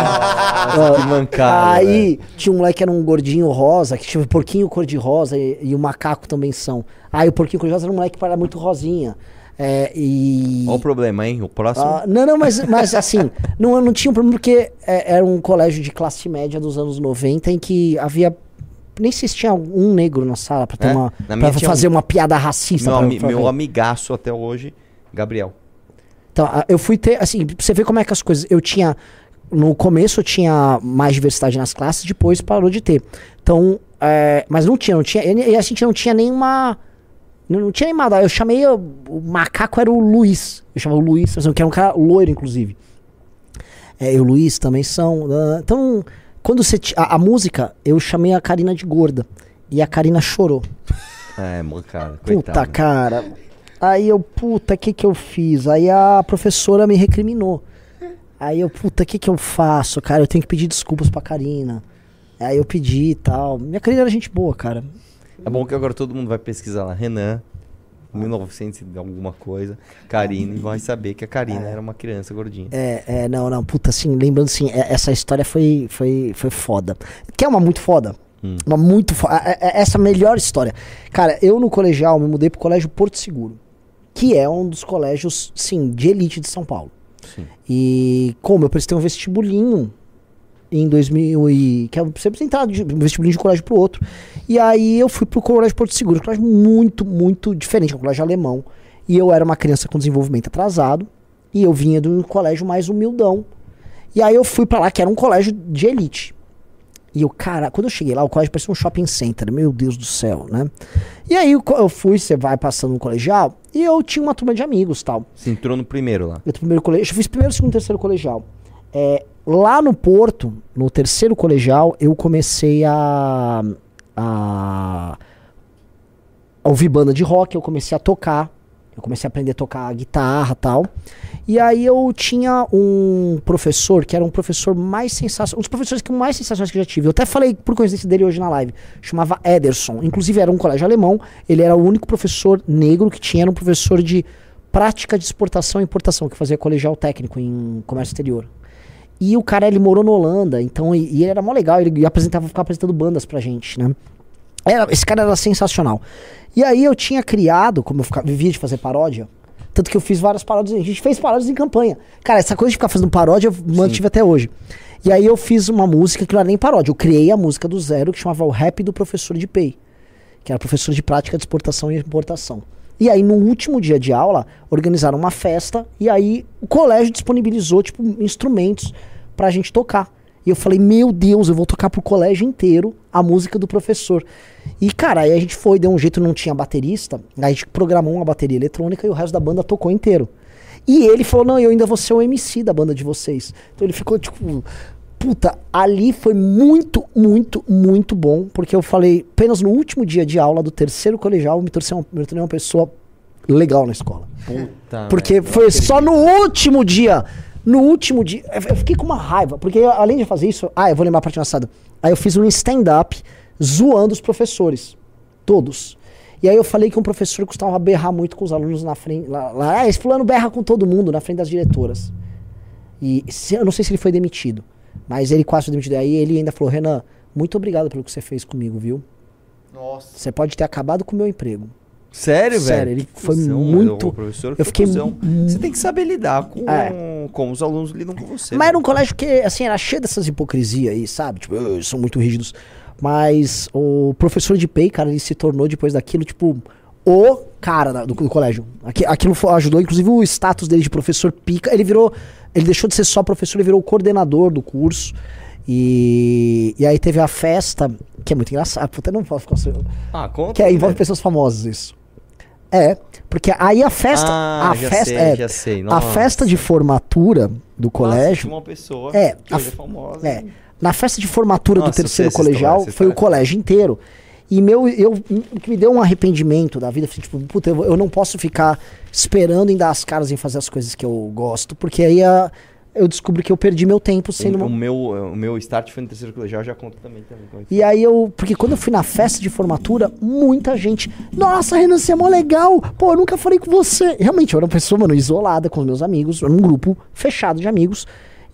Que mancada. Aí tinha um moleque que era um gordinho rosa, que tinha um porquinho cor de rosa e o macaco também são. Aí o porquinho cor de rosa era um moleque que era muito rosinha. Olha o problema, hein? O próximo. Não, mas assim, não tinha um problema porque era um colégio de classe média dos anos 90 em que havia. Nem sei se tinha um negro na sala pra ter pra fazer uma piada racista. Meu amigaço até hoje, Gabriel. Então, eu fui ter, assim, pra você ver como é que as coisas. No começo eu tinha mais diversidade nas classes, depois parou de ter. Então, mas não tinha. E a gente não tinha nenhuma. Não tinha nem nada. Eu chamei. O macaco era o Luiz. Eu chamava o Luiz, que era um cara loiro, inclusive. E o Luiz também são. Então, quando você. A música, eu chamei a Karina de gorda. E a Karina chorou. Cara, puta, cara. Aí eu, o que eu fiz? Aí a professora me recriminou. Aí eu, o que eu faço, cara? Eu tenho que pedir desculpas pra Karina. Aí eu pedi e tal. Minha Karina era gente boa, cara. É bom que agora todo mundo vai pesquisar lá. Renan, 1900 e alguma coisa. Karina, e vai saber que a Karina era uma criança gordinha. Não. Puta, assim, lembrando assim, essa história foi foda. Quer uma muito foda? Uma muito foda. Essa melhor história. Cara, eu no colegial me mudei pro Colégio Porto Seguro. Que é um dos colégios, sim, de elite de São Paulo. Sim. E como eu prestei um vestibulinho em 2000 que você precisa entrar de um vestibulinho de um colégio pro outro. E aí eu fui pro Colégio Porto Seguro, um colégio muito, muito diferente, um colégio alemão. E eu era uma criança com desenvolvimento atrasado, e eu vinha de um colégio mais humildão. E aí eu fui pra lá, que era um colégio de elite. E eu, cara, quando eu cheguei lá, o colégio parecia um shopping center, meu Deus do céu, né? E aí eu fui, você vai passando no colegial, e eu tinha uma turma de amigos, tal. Você entrou no primeiro lá? Eu primeiro colegial, eu fiz primeiro, segundo, terceiro colegial. Lá no Porto, no terceiro colegial, eu comecei a ouvir banda de rock, eu comecei a tocar. Eu comecei a aprender a tocar guitarra e tal. E aí eu tinha um professor, que era um professor mais sensacional, um dos professores mais sensacionais que eu já tive. Eu até falei por coincidência dele hoje na live. Chamava Ederson. Inclusive era um colégio alemão. Ele era o único professor negro que tinha. Era um professor de prática de exportação e importação, que fazia colegial técnico em comércio exterior. E o cara, ele morou na Holanda. Então, e ele era mó legal. Ele ficava apresentando bandas pra gente, né? Esse cara era sensacional. E aí eu tinha criado, como eu vivia de fazer paródia, tanto que eu fiz várias paródias, a gente fez paródias em campanha. Cara, essa coisa de ficar fazendo paródia eu mantive até hoje. E aí eu fiz uma música que não era nem paródia, eu criei a música do zero, que chamava O Rap do Professor de PEI, que era professor de prática de exportação e importação. E aí no último dia de aula, organizaram uma festa, e aí o colégio disponibilizou, tipo, instrumentos pra gente tocar. E eu falei, meu Deus, eu vou tocar pro colégio inteiro a música do professor. E, cara, aí a gente foi, deu um jeito, não tinha baterista. Aí a gente programou uma bateria eletrônica e o resto da banda tocou inteiro. E ele falou, não, eu ainda vou ser o MC da banda de vocês. Então ele ficou, tipo, puta, ali foi muito, muito, muito bom. Porque eu falei, apenas no último dia de aula do terceiro colegial, eu me tornei uma pessoa legal na escola. Puta, porque foi só no último dia. No último dia, eu fiquei com uma raiva, porque além de fazer isso, eu vou lembrar a parte engraçada. Aí eu fiz um stand-up zoando os professores, todos. E aí eu falei que um professor costumava berrar muito com os alunos na frente, esse fulano berra com todo mundo, na frente das diretoras. E eu não sei se ele foi demitido, mas ele quase foi demitido. Aí ele ainda falou, Renan, muito obrigado pelo que você fez comigo, viu? Nossa. Você pode ter acabado com o meu emprego. Sério, velho? Sério, ele foi muito... Professor eu fiquei... Você tem que saber lidar com como os alunos lidam com você. Mas era um colégio que, assim, era cheio dessas hipocrisias aí, sabe? Tipo, eles são muito rígidos. Mas o professor de PEI, cara, ele se tornou depois daquilo, tipo, o cara do colégio. Aquilo ajudou, inclusive, o status dele de professor pica. Ele deixou de ser só professor, ele virou o coordenador do curso. E aí teve a festa, que é muito engraçado, puta, eu não posso ficar... conta. Que envolve pessoas famosas, isso. Porque aí a festa... já sei. A festa de formatura do colégio... Uma pessoa famosa. Na festa de formatura do terceiro colegial, foi o colégio inteiro. E o que me deu um arrependimento da vida, tipo, puta, eu não posso ficar esperando em dar as caras em fazer as coisas que eu gosto, porque aí eu descobri que eu perdi meu tempo sendo... O meu start foi no terceiro colegial, já conta também. E aí porque quando eu fui na festa de formatura, muita gente... Nossa, Renan, você é mó legal! Pô, eu nunca falei com você! Realmente, eu era uma pessoa, mano, isolada com os meus amigos, num grupo fechado de amigos.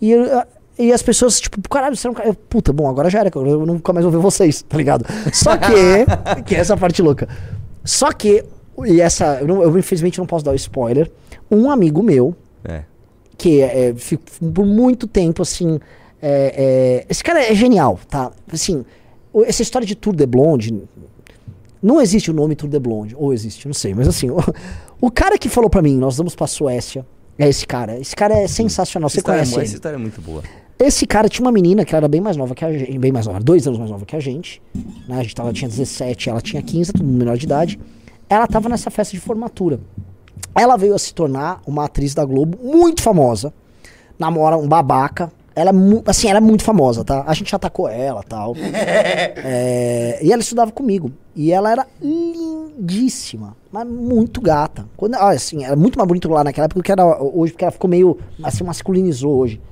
E as pessoas, tipo, caralho, você é um cara... Puta, bom, agora já era, eu nunca mais vou ver vocês, tá ligado? Só que essa é a parte louca. Só que, eu infelizmente não posso dar o spoiler, um amigo meu... que por muito tempo, assim, esse cara é genial, tá? Assim, essa história de Tour de Blonde, não existe o nome Tour de Blonde, ou existe, não sei, mas assim, o cara que falou pra mim, nós vamos pra Suécia, é esse cara é sensacional, você conhece ele. Essa história é muito boa. Esse cara tinha uma menina que era bem mais nova que a gente, 2 anos mais nova que a gente, né? A gente tinha 17, ela tinha 15, todo mundo menor de idade, ela tava nessa festa de formatura. Ela veio a se tornar uma atriz da Globo muito famosa, namora um babaca, ela é muito famosa, tá? A gente atacou ela e tal. E ela estudava comigo, e ela era lindíssima, mas muito gata. Assim, era muito mais bonito lá naquela época do que era hoje, porque ela ficou meio, assim, masculinizou hoje.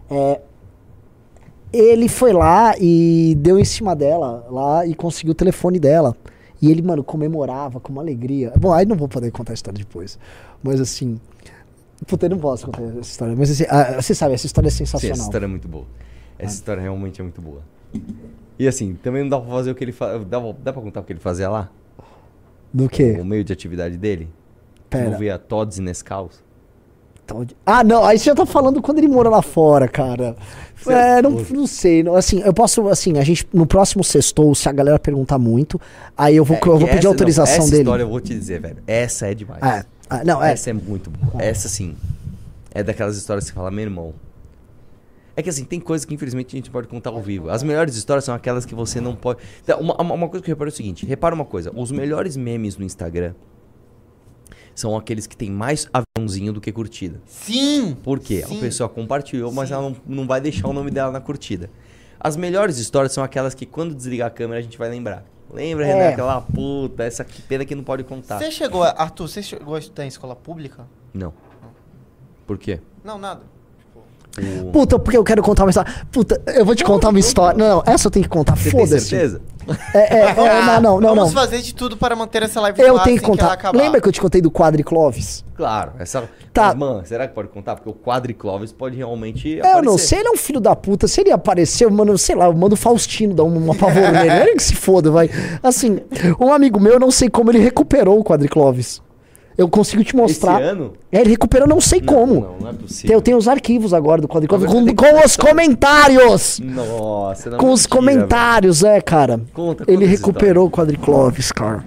Ele foi lá e deu em cima dela lá e conseguiu o telefone dela. E ele, mano, comemorava com uma alegria. Bom, aí não vou poder contar a história depois. Mas assim... Puta, eu não posso contar essa história. Mas assim, você sabe, essa história é sensacional. Sim, essa história é muito boa. Essa história realmente é muito boa. E assim, também não dá pra fazer o que ele fazia... Dá pra contar o que ele fazia lá? Do quê? O meio de atividade dele? Pera. Não via Todds e Nescaus? Não, aí você já tá falando quando ele mora lá fora, cara. Não sei. Assim, eu posso, assim, a gente, no próximo sextou, se a galera perguntar muito, aí eu vou pedir autorização dele. Essa história eu vou te dizer, velho. Essa é demais. Essa é muito boa. Essa, sim, é daquelas histórias que você fala, meu irmão. É que assim, tem coisas que infelizmente a gente pode contar ao vivo. As melhores histórias são aquelas que você não pode... Uma coisa que eu reparo é o seguinte, repara uma coisa, os melhores memes no Instagram são aqueles que tem mais aviãozinho do que curtida. Sim! Por quê? Sim. A pessoa compartilhou, mas ela não vai deixar o nome dela na curtida. As melhores histórias são aquelas que quando desligar a câmera a gente vai lembrar. Lembra, Renan? Aquela puta, essa que pena que não pode contar. Arthur, você chegou a estudar em escola pública? Não. Por quê? Não, nada. Puta, porque eu quero contar uma história. Puta, eu vou te contar uma história. Não, essa eu tenho que contar, Você tem foda-se. certeza? Não. Vamos fazer de tudo para manter essa live Eu no ar tenho que sem ela contar. acabar. Lembra que eu te contei do Quadriclovis? Claro. Tá. Mas, mano, será que pode contar? Porque o Quadriclovis pode realmente Eu não sei, ele é um filho da puta. Se ele aparecer, mano, sei lá, eu mando o Faustino dar um apavoro nele. Ele que se foda, vai. Assim, um amigo meu, eu não sei como ele recuperou o Quadriclovis. Eu consigo te mostrar. Esse ano? Ele recuperou, não sei como. Não é possível. Eu tenho os arquivos agora do Quadriclovis Mas você tem com os comentários. Nossa, não é Com os mentira, comentários, cara. Conta Ele essa recuperou o Quadriclovis, cara.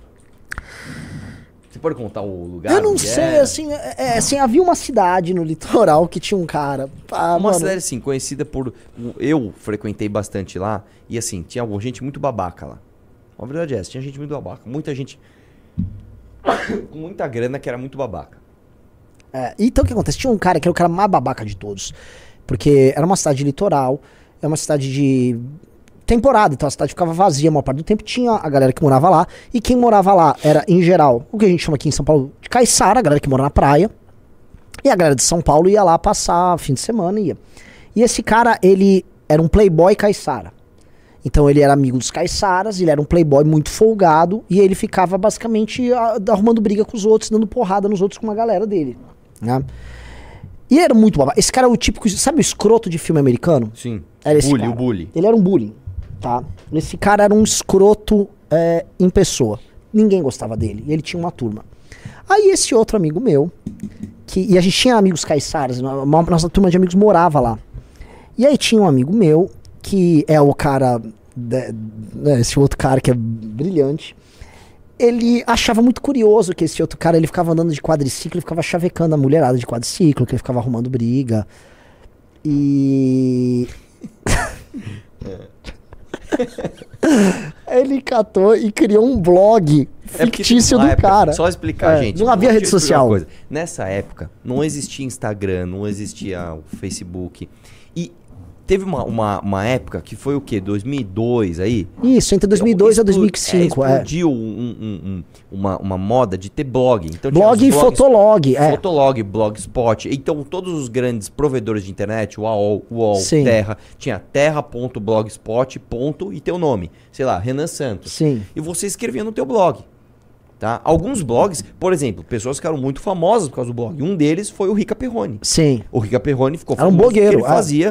Você pode contar o lugar? Eu não onde sei, é? assim, havia uma cidade no litoral que tinha um cara. Uma cidade, assim, conhecida por... Eu frequentei bastante lá e, assim, tinha gente muito babaca lá. A verdade é essa, tinha gente muito babaca. Muita gente com muita grana que era muito babaca. Então o que acontece? Tinha um cara que era o cara mais babaca de todos. Porque era uma cidade litoral, é uma cidade de temporada, então a cidade ficava vazia a maior parte do tempo. Tinha a galera que morava lá, e quem morava lá era, em geral, o que a gente chama aqui em São Paulo de caiçara, a galera que mora na praia. E a galera de São Paulo ia lá passar fim de semana, ia. E esse cara, ele era um playboy caiçara. Então ele era amigo dos caiçaras, ele era um playboy muito folgado, e ele ficava basicamente arrumando briga com os outros, dando porrada nos outros com uma galera dele, né? E ele era muito babaca. Esse cara é o típico, sabe o escroto de filme americano? Sim. Era esse Bully, cara. o bully. Ele era um bullying, tá? Esse cara era um escroto em pessoa. Ninguém gostava dele, e ele tinha uma turma. Aí esse outro amigo meu, e a gente tinha amigos caiçaras, nossa turma de amigos morava lá. E aí tinha um amigo meu, que é o cara, esse outro cara que é brilhante, ele achava muito curioso que esse outro cara, ele ficava andando de quadriciclo, ele ficava chavecando a mulherada de quadriciclo, que ele ficava arrumando briga. E... ele catou e criou um blog fictício do cara. Só explicar, gente. Não havia rede social. Nessa época, não existia Instagram, não existia o Facebook. E teve uma época que foi o quê? 2002 aí? Isso, entre 2002 e 2005. Explodiu uma moda de ter blog. Então, blog e fotolog. Fotolog, Blogspot. Então todos os grandes provedores de internet, UOL, Sim. Terra, tinha terra.blogspot. E teu nome. Sei lá, Renan Santos. Sim. E você escrevia no teu blog. Tá? Alguns blogs, por exemplo, pessoas ficaram muito famosas por causa do blog. Um deles foi o Rica Perrone. Sim. O Rica Perrone ficou famoso porque ele fazia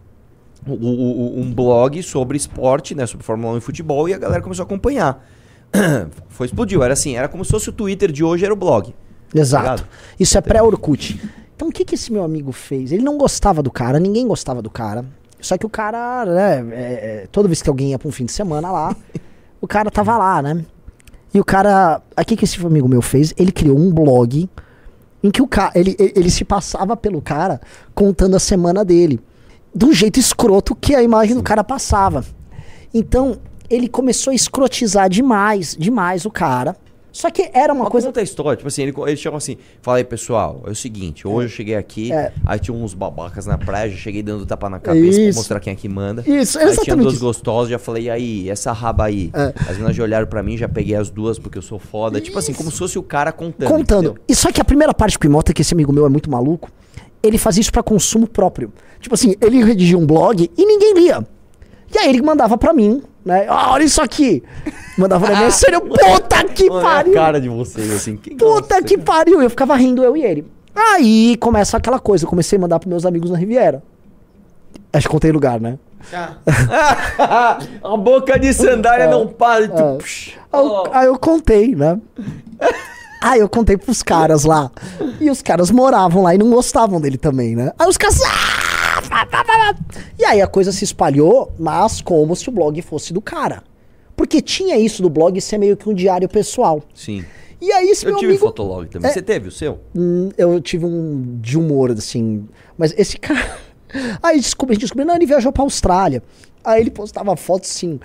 um blog sobre esporte, né, sobre Fórmula 1 e futebol, e a galera começou a acompanhar. Explodiu, era assim, era como se fosse o Twitter de hoje, era o blog. Exato. Tá, isso é pré-Orkut. Então o que esse meu amigo fez? Ele não gostava do cara, ninguém gostava do cara. Só que o cara, né, toda vez que alguém ia pra um fim de semana lá, o cara tava lá, né? E o cara, o que esse amigo meu fez? Ele criou um blog em que o cara, ele se passava pelo cara contando a semana dele. Do jeito escroto que a imagem do cara passava. Então, ele começou a escrotizar demais o cara. Só que era uma coisa... Conta a história, tipo assim, ele chegou assim, fala aí pessoal, é o seguinte, hoje eu cheguei aqui, aí tinha uns babacas na praia, já cheguei dando tapa na cabeça pra mostrar quem é que manda. Isso, aí exatamente. Tinha duas gostosas, já falei, e aí, essa raba aí? As meninas já olharam pra mim, já peguei as duas porque eu sou foda. Tipo assim, como se fosse o cara contando. Entendeu? E só que a primeira parte que me mostra que esse amigo meu é muito maluco, ele fazia isso pra consumo próprio. Tipo assim, ele redigia um blog e ninguém lia. E aí ele mandava pra mim, né? Olha isso aqui. Mandava na minha sério, puta que pariu. É a cara de vocês, assim. Puta que pariu. Eu ficava rindo, eu e ele. Aí começa aquela coisa, eu comecei a mandar pros meus amigos na Riviera. Acho que contei lugar, né? A boca de sandália não para. Aí eu contei, né? Aí eu contei pros caras lá. E os caras moravam lá e não gostavam dele também, né? Aí os caras... E aí a coisa se espalhou, mas como se o blog fosse do cara. Porque tinha isso do blog ser meio que um diário pessoal. Sim. E aí esse meu amigo... Eu tive fotolog também. Você teve o seu? Eu tive um de humor, assim. Mas esse cara... Aí a gente descobriu, não, ele viajou pra Austrália. Aí ele postava fotos assim.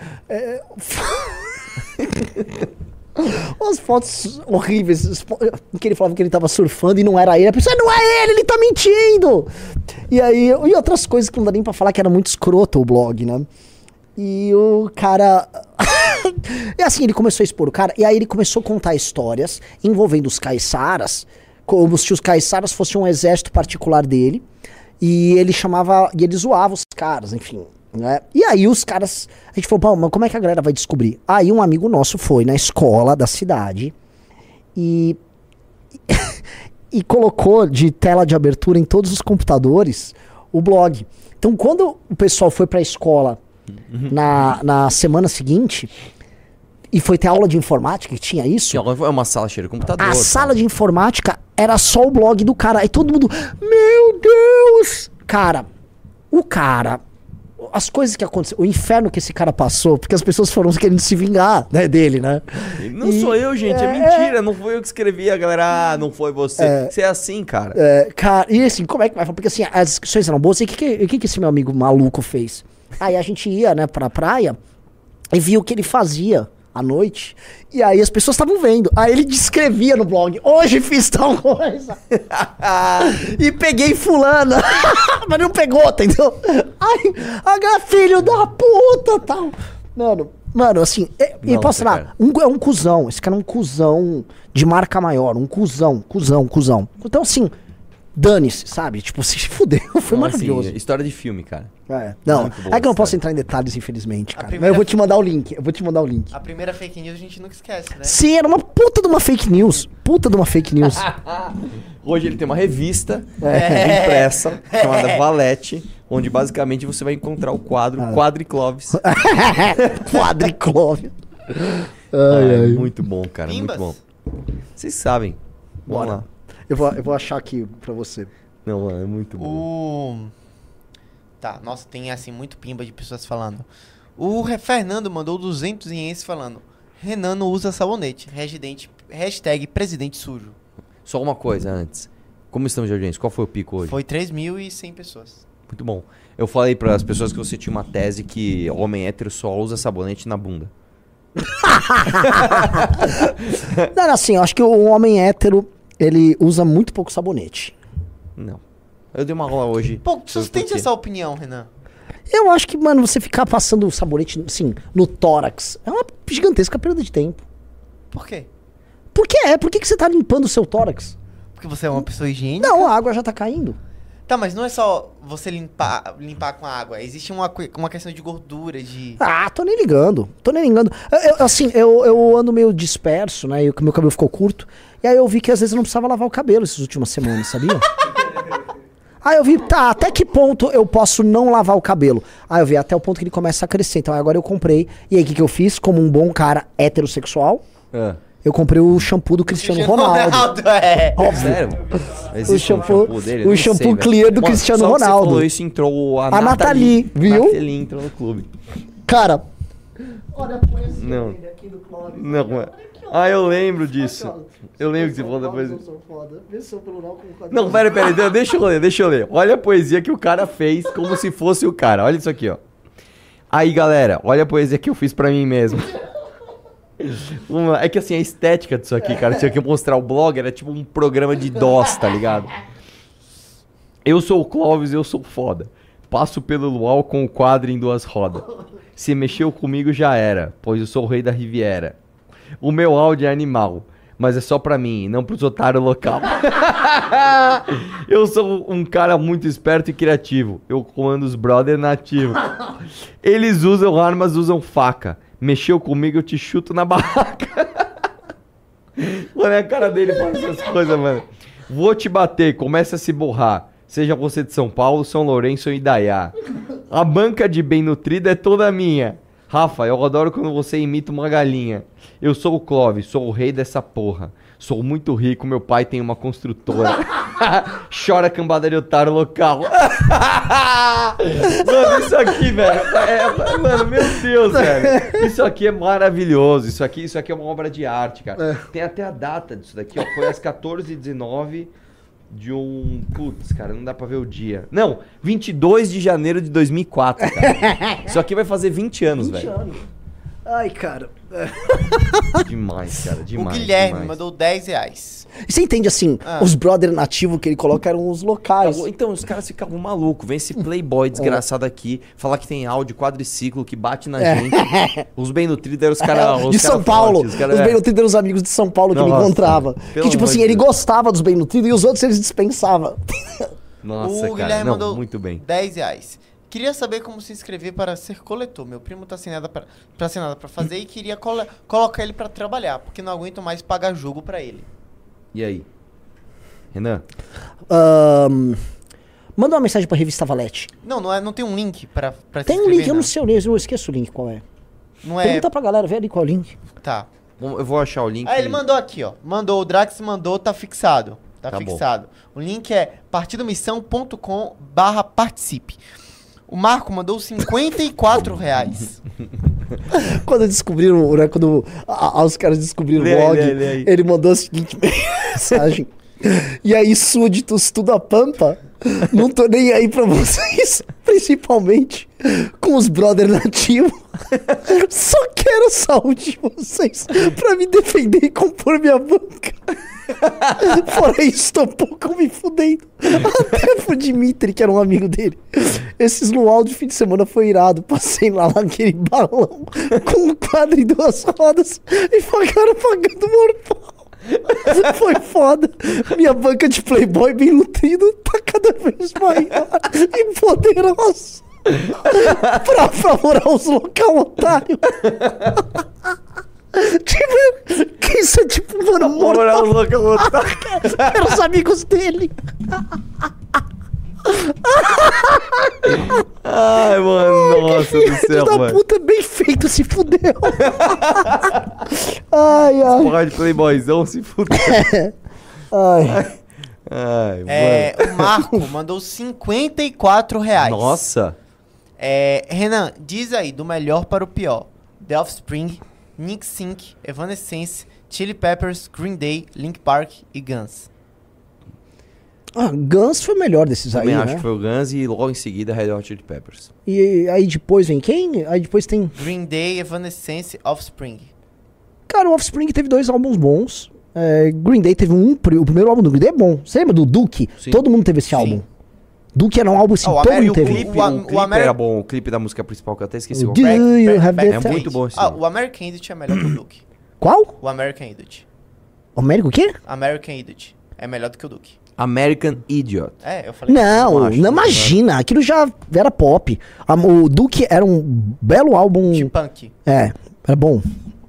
Umas fotos horríveis. Que ele falava que ele tava surfando e não era ele. A pessoa, não é ele tá mentindo! E aí, e outras coisas que não dá nem pra falar, que era muito escroto o blog, né? E o cara. E assim, ele começou a expor o cara. E aí ele começou a contar histórias envolvendo os caiçaras, como se os caiçaras fossem um exército particular dele. E ele chamava. E ele zoava os caras, enfim. Né? E aí os caras. A gente falou, pô, mas como é que a galera vai descobrir? Aí um amigo nosso foi na escola da cidade e colocou de tela de abertura em todos os computadores o blog. Então quando o pessoal foi pra escola na semana seguinte e foi ter aula de informática, que tinha isso. É uma sala cheia de computador. A sala de informática era só o blog do cara. Aí todo mundo, meu Deus! Cara, as coisas que aconteceram, o inferno que esse cara passou, porque as pessoas foram querendo se vingar, né, dele, né? Não sou eu, gente, é mentira, não foi eu que escrevi, a galera, não foi você. Você é assim, cara. Cara, e assim, como é que vai? Porque assim, as inscrições eram boas, e o que esse meu amigo maluco fez? Aí a gente ia, né, pra praia e via o que ele fazia à noite, e aí as pessoas estavam vendo. Aí ele descrevia no blog, hoje fiz tal coisa. E peguei fulana. Mas não pegou, entendeu? Ai, filho da puta, tal. Mano, assim, e posso falar, é um cuzão. Esse cara é um cuzão de marca maior, um cuzão. Então assim, dane-se, sabe? Tipo, se fudeu, foi maravilhoso. Assim, história de filme, cara. Não, é que eu não posso entrar em detalhes, infelizmente, cara. Mas eu vou te mandar o link, A primeira fake news a gente nunca esquece, né? Sim, era uma puta de uma fake news. Hoje ele tem uma revista impressa, chamada Valete, onde basicamente você vai encontrar o quadro Quadricloves. Quadricloves. Muito bom, cara, Pimbas? muito bom. Vocês sabem. Vamos lá. Eu vou achar aqui pra você. Não, é muito bom. Tá, nossa, tem assim muito pimba de pessoas falando. O Fernando mandou 200 ienes falando: Renan não usa sabonete. Hashtag presidente sujo. Só uma coisa antes. Como estamos de audiência? Qual foi o pico hoje? Foi 3.100 pessoas. Muito bom. Eu falei para as pessoas que você tinha uma tese que homem hétero só usa sabonete na bunda. Não, assim, eu acho que o homem hétero, ele usa muito pouco sabonete. Não. Eu dei uma aula hoje. Pô, sustente essa opinião, Renan. Eu acho que, mano, você ficar passando sabonete, assim, no tórax, é uma gigantesca perda de tempo. Por quê? Por que você tá limpando o seu tórax? Porque você é uma pessoa higiênica? Não, a água já tá caindo. Tá, mas não é só você limpar com a água. Existe uma questão de gordura, de... Tô nem ligando. Eu ando meio disperso, né? E meu cabelo ficou curto. E aí eu vi que às vezes eu não precisava lavar o cabelo essas últimas semanas, sabia? Aí eu vi, até que ponto eu posso não lavar o cabelo? Aí eu vi, até o ponto que ele começa a crescer. Então agora eu comprei. E aí o que eu fiz? Como um bom cara heterossexual, eu comprei o shampoo do Cristiano Ronaldo. Óbvio. Sério? O shampoo dele, o shampoo clear do Cristiano Ronaldo. Você falou isso, entrou a Nathalie, viu? Nathalie entrou no clube. Cara, olha a poesia dele aqui do Clóvis. Não, eu lembro disso. Eu lembro que você falou depois. Não, peraí, deixa eu ler. Olha a poesia que o cara fez como se fosse o cara. Olha isso aqui, ó. Aí, galera, olha a poesia que eu fiz pra mim mesmo. É que assim, a estética disso aqui, cara, tinha que mostrar o blog, era tipo um programa de DOS, tá ligado? Eu sou o Clóvis, eu sou foda. Passo pelo luau com o quadro em 2 rodas. Se mexeu comigo já era, pois eu sou o rei da Riviera. O meu áudio é animal, mas é só pra mim, não pros otários local. Eu sou um cara muito esperto e criativo. Eu comando os brother nativo. Eles usam armas, usam faca. Mexeu comigo, eu te chuto na barraca. Olha a cara dele falando essas coisas, mano. Vou te bater, começa a se borrar. Seja você de São Paulo, São Lourenço ou Indaiá. A banca de bem nutrida é toda minha. Rafa, eu adoro quando você imita uma galinha. Eu sou o Clóvis, sou o rei dessa porra. Sou muito rico, meu pai tem uma construtora. Chora cambada de otário local. Mano, isso aqui, velho. Mano, meu Deus, velho. Isso aqui é maravilhoso. Isso aqui é uma obra de arte, cara. Tem até a data disso daqui, ó. Foi às 14h19 de um... Putz, cara, não dá pra ver o dia. Não, 22 de janeiro de 2004, cara. Isso aqui vai fazer 20 anos, 20 velho. anos. Ai, cara. Demais, cara, demais. O Guilherme demais. mandou R$10. E você entende assim, os brother nativos que ele coloca eram os locais. Então, os caras ficavam malucos. Vem esse playboy desgraçado aqui, falar que tem áudio quadriciclo, que bate na gente. Os bem nutridos eram os caras... De São Paulo. Os bem nutridos eram os amigos de São Paulo que ele encontrava. Que tipo assim, ele gostava dos bem nutridos e os outros eles dispensavam. Nossa, O cara, Guilherme não, mandou muito bem. R$10. Queria saber como se inscrever para ser coletor. Meu primo tá sem nada pra fazer e queria colocar ele pra trabalhar, porque não aguento mais pagar jogo pra ele. E aí? Renan? Manda uma mensagem pra revista Valete. Não tem um link pra se Tem um inscrever, link, eu não sei, eu esqueço o link qual é. Não é... Pergunta pra galera, vê ali qual é o link. Tá. Bom, eu vou achar o link. Ah, ele mandou aqui, ó. O Drax mandou, tá fixado. Tá fixado. Bom. O link é partidomissão.com/participe. O Marco mandou R$54. Quando descobriram, né, quando os caras descobriram o blog, ele mandou a seguinte mensagem. E aí, súditos, tudo a pampa, não tô nem aí pra vocês, principalmente com os brother nativos. Só quero a saúde de vocês pra me defender e compor minha banca. Fora isso, tô pouco me fudendo. Até pro Dimitri, que era um amigo dele. Esses luau de fim de semana foi irado. Passei lá naquele balão com um quadro em 2 rodas e ficaram pagando mortal. Foi foda. Minha banca de playboy bem nutrido tá cada vez maior e poderosa pra favorar os local otário. Tipo, que isso é tipo, mano, mortal. Os local otário. Eram os amigos dele. Ai, mano, nossa do céu, da mano. puta, bem feito, se fudeu. Ai. Porra de playboyzão, se fudeu. Ai. Ai, O Marco mandou R$54. Nossa. Renan, diz aí, do melhor para o pior. The Offspring, Nick Sink, Evanescence, Chili Peppers, Green Day, Linkin Park e Guns. Guns foi o melhor desses aí, Também né? acho que foi o Guns e logo em seguida Red Hot Chili Peppers. E aí depois vem quem? Aí depois tem... Green Day, Evanescence, Offspring. Cara, o Offspring teve 2 álbuns bons. Green Day teve o primeiro álbum do Green Day é bom. Você lembra do Duke? Sim. Todo mundo teve esse álbum. Duke era um álbum assim, todo mundo teve. O clipe era bom, o clipe da música principal que eu até esqueci. Do you have the É muito bom esse filme. O American Idiot é melhor que o Duke. Qual? O American Idiot. O Américo o quê? American Idiot é melhor do que o Duke. American Idiot. Eu falei. Não imagina. Aquilo já era pop. O Duke era um belo álbum. De punk. Era bom.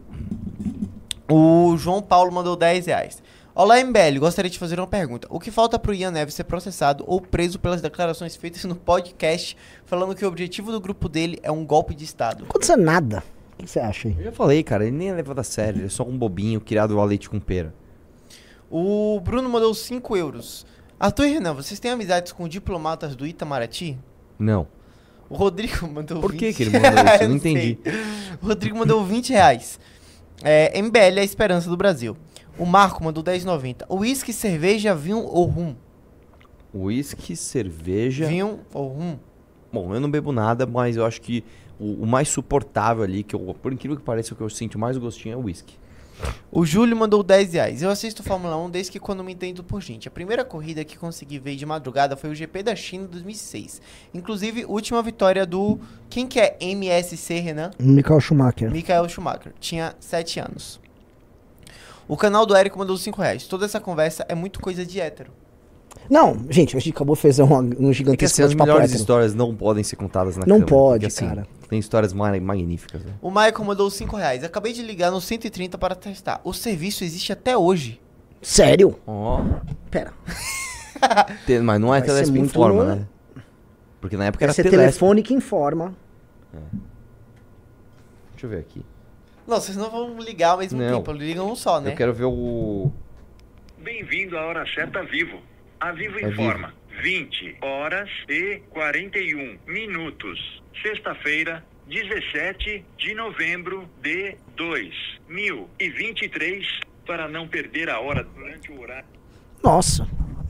O João Paulo mandou R$10. Olá, MBL. Gostaria de fazer uma pergunta. O que falta pro Ian Neves ser processado ou preso pelas declarações feitas no podcast falando que o objetivo do grupo dele é um golpe de Estado? Não aconteceu nada. O que você acha aí? Eu já falei, cara, ele nem é levado a sério. Ele é só um bobinho criado a leite com pera. O Bruno mandou €5. Arthur e Renan, vocês têm amizades com diplomatas do Itamaraty? Não. O Rodrigo mandou Por 20. que ele mandou isso? Eu não sei. entendi. O Rodrigo mandou R$20. MBL é a esperança do Brasil. O Marco mandou R$10,90. Whisky, cerveja, vinho ou rum? Whisky, cerveja... Vinho ou rum? Bom, eu não bebo nada, mas eu acho que o mais suportável ali, que eu, por incrível que pareça, o que eu sinto mais gostinho é o whisky. O Júlio mandou R$10. Eu assisto Fórmula 1 desde que quando me entendo por gente. A primeira corrida que consegui ver de madrugada foi o GP da China 2006. Inclusive, última vitória do... Quem que é MSC, Renan? Michael Schumacher. Michael Schumacher. Tinha 7 anos. O canal do Érico mandou R$5. Toda essa conversa é muito coisa de hétero. Não, gente, a gente acabou de fazer um gigantesco É que assim, as papo melhores hétero. histórias não podem ser contadas na Não câmera. pode, porque, assim, cara. Tem histórias magníficas, né? O Michael mandou R$5. Acabei de ligar no 130 para testar. O serviço existe até hoje. Sério? Ó. Pera. Mas não é Vai ser Telesp muito Informa, no- né? Porque na época Vai era ser Telesp. telefone que informa. Deixa eu ver aqui. Não, vocês não vão ligar ao mesmo Não. tempo. Ligam um só, né? Eu quero ver o... Bem-vindo à Hora Certa Vivo. A Vivo É informa. 20 horas e 41 minutos. Sexta-feira, 17 de novembro de 2023. Para não perder a hora durante o horário. Nossa.